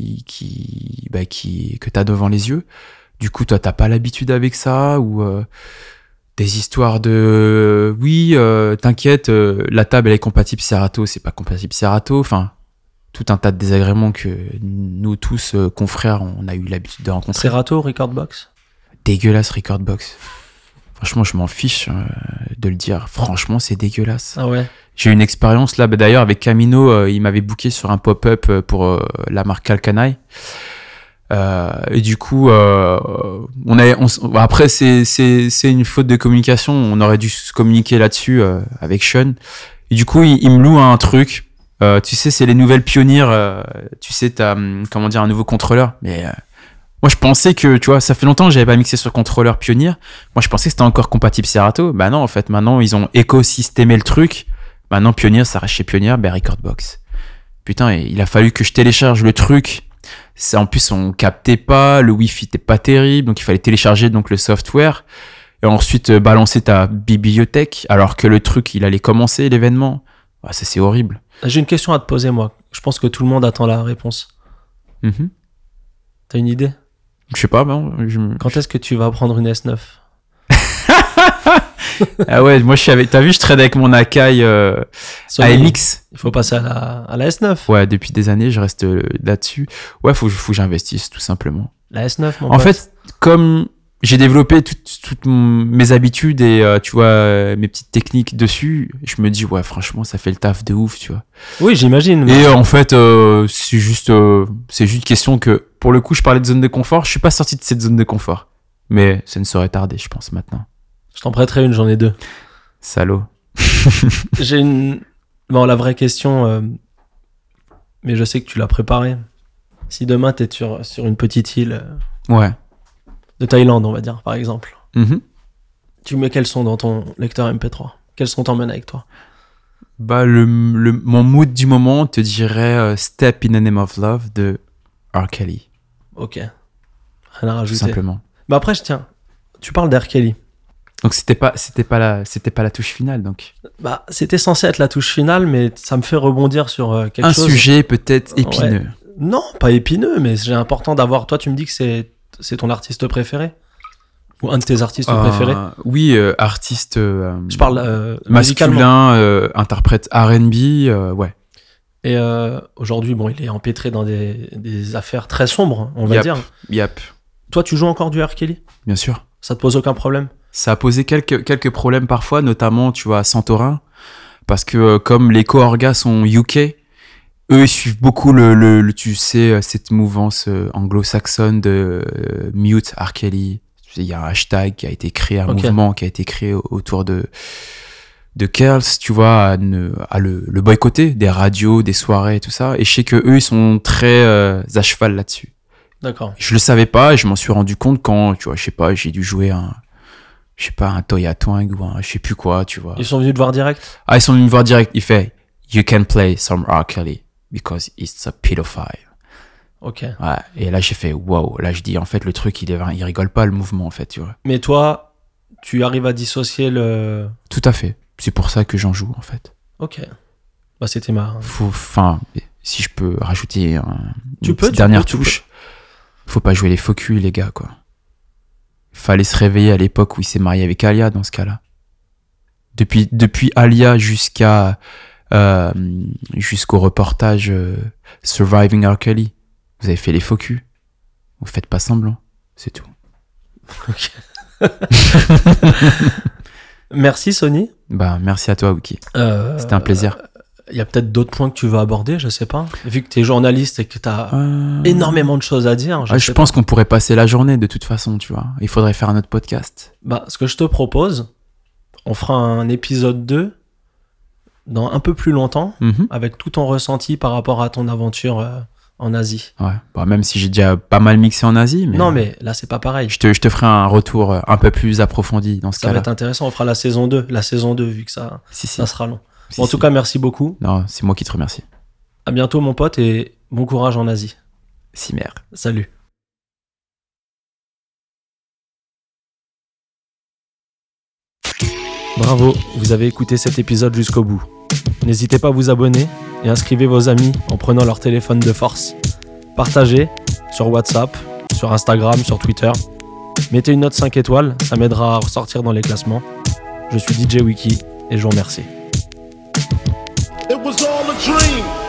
que t'as devant les yeux. Du coup, toi, t'as pas l'habitude avec ça, ou des histoires de t'inquiète, la table elle est compatible Serato, c'est pas compatible Serato, enfin tout un tas de désagréments que nous tous confrères on a eu l'habitude de rencontrer. Serato, Recordbox. Dégueulasse Recordbox. Franchement, je m'en fiche de le dire. Franchement, c'est dégueulasse. Ah ouais. J'ai eu une expérience là, d'ailleurs avec Camino, il m'avait booké sur un pop-up pour la marque Calcanai. Et du coup, après c'est une faute de communication. On aurait dû se communiquer là-dessus avec Sean. Et du coup, il me loue un truc. Tu sais, c'est les nouvelles Pioneer. Tu sais, t'as un nouveau contrôleur. Mais moi, je pensais que, tu vois, ça fait longtemps que j'avais pas mixé sur contrôleur Pioneer. Moi, je pensais que c'était encore compatible Serato. Bah non, en fait, maintenant, ils ont écosystémé le truc. Maintenant, Pioneer, ça reste chez Pioneer, Recordbox. Putain, il a fallu que je télécharge le truc. En plus, on captait pas, le Wi-Fi était pas terrible, donc il fallait télécharger donc le software et ensuite balancer ta bibliothèque, alors que le truc, il allait commencer l'événement. Ah, ça, c'est horrible. J'ai une question à te poser, moi. Je pense que tout le monde attend la réponse. Mm-hmm. T'as une idée? Je sais pas, non. Quand est-ce que tu vas prendre une S9? Ah ouais, moi t'as vu, je trade avec mon Akai AMX. Il faut passer à la S9. Ouais, depuis des années, je reste là-dessus. Ouais, faut que j'investisse, tout simplement. La S9, mon pote. En fait, comme j'ai développé toutes mes habitudes et tu vois mes petites techniques dessus, je me dis ouais, franchement, ça fait le taf de ouf, tu vois. Oui, j'imagine. Et en fait, c'est juste question que pour le coup, je parlais de zone de confort, je suis pas sorti de cette zone de confort, mais ça ne saurait tarder, je pense maintenant. Je t'en prêterai une, j'en ai 2. Salaud. J'ai bon, la vraie question, mais je sais que tu l'as préparée. Si demain t'es sur une petite île ouais. de Thaïlande, on va dire, par exemple, mm-hmm. Tu mets quels sons dans ton lecteur MP3? Quels sons t'emmènes avec toi? Bah, mon mood du moment te dirait Step in the Name of Love de R. Kelly. Ok. Rien à rajouter. Tout simplement. Bah après, tu parles d'R. Kelly. Donc c'était pas la touche finale, donc. Bah, c'était censé être la touche finale, mais ça me fait rebondir sur quelque chose. Un sujet peut-être épineux. Ouais. Non, pas épineux, mais c'est important d'avoir. Toi, tu me dis que c'est ton artiste préféré? Ou un de tes artistes préférés? Oui, artiste. Je parle masculin, interprète R&B, ouais. Et aujourd'hui, bon, il est empêtré dans des affaires très sombres, on va dire. Yep. Toi, tu joues encore du R. Kelly? Bien sûr. Ça te pose aucun problème? Ça a posé quelques problèmes parfois, notamment, tu vois, à Santorin, parce que comme les co-orgas sont UK, eux, ils suivent beaucoup tu sais, cette mouvance anglo-saxonne de Mute R. Kelly. Il y a un hashtag qui a été créé, un mouvement qui a été créé autour de Curls, tu vois, à le boycotter, des radios, des soirées, tout ça. Et je sais que eux, ils sont très à cheval là-dessus. D'accord. Je le savais pas et je m'en suis rendu compte quand, tu vois, je sais pas, j'ai dû jouer un Toya Twang ou un je sais plus quoi, tu vois. Ils sont venus te voir direct? Ah, ils sont venus me voir direct. Il fait, you can play some R. Kelly because it's a pedophile. Ok. Ouais. Et là, j'ai fait, wow. Là, je dis, en fait, le truc, il rigole pas, le mouvement, en fait, tu vois. Mais toi, tu arrives à dissocier le... Tout à fait. C'est pour ça que j'en joue, en fait. Ok. Bah, c'était ma... si je peux rajouter une dernière touche, faut pas jouer les faux culs, les gars, quoi. Fallait se réveiller à l'époque où il s'est marié avec Alia, dans ce cas-là. Depuis Alia jusqu'au reportage Surviving R. Kelly, vous avez fait les faux culs. Vous faites pas semblant, c'est tout. Ok. Merci Sony. Bah, merci à toi, Wiki. C'était un plaisir. Il y a peut-être d'autres points que tu veux aborder, je sais pas. Vu que tu es journaliste et que tu as énormément de choses à dire. Je pense qu'on pourrait passer la journée de toute façon, tu vois. Il faudrait faire un autre podcast. Bah, ce que je te propose, on fera un épisode 2 dans un peu plus longtemps, avec tout ton ressenti par rapport à ton aventure en Asie. Ouais, bah, même si j'ai déjà pas mal mixé en Asie. Mais non, mais là, c'est pas pareil. Je te ferai un retour un peu plus approfondi dans ce cas-là. Ça va être intéressant, on fera la saison 2. La saison 2, vu que ça sera long. En tout cas, merci beaucoup. Non, c'est moi qui te remercie. À bientôt, mon pote, et bon courage en Asie. Cimer. Salut. Bravo, vous avez écouté cet épisode jusqu'au bout. N'hésitez pas à vous abonner et inscrivez vos amis en prenant leur téléphone de force. Partagez sur WhatsApp, sur Instagram, sur Twitter. Mettez une note 5 étoiles, ça m'aidera à ressortir dans les classements. Je suis DJ Wiki et je vous remercie. It was all a dream.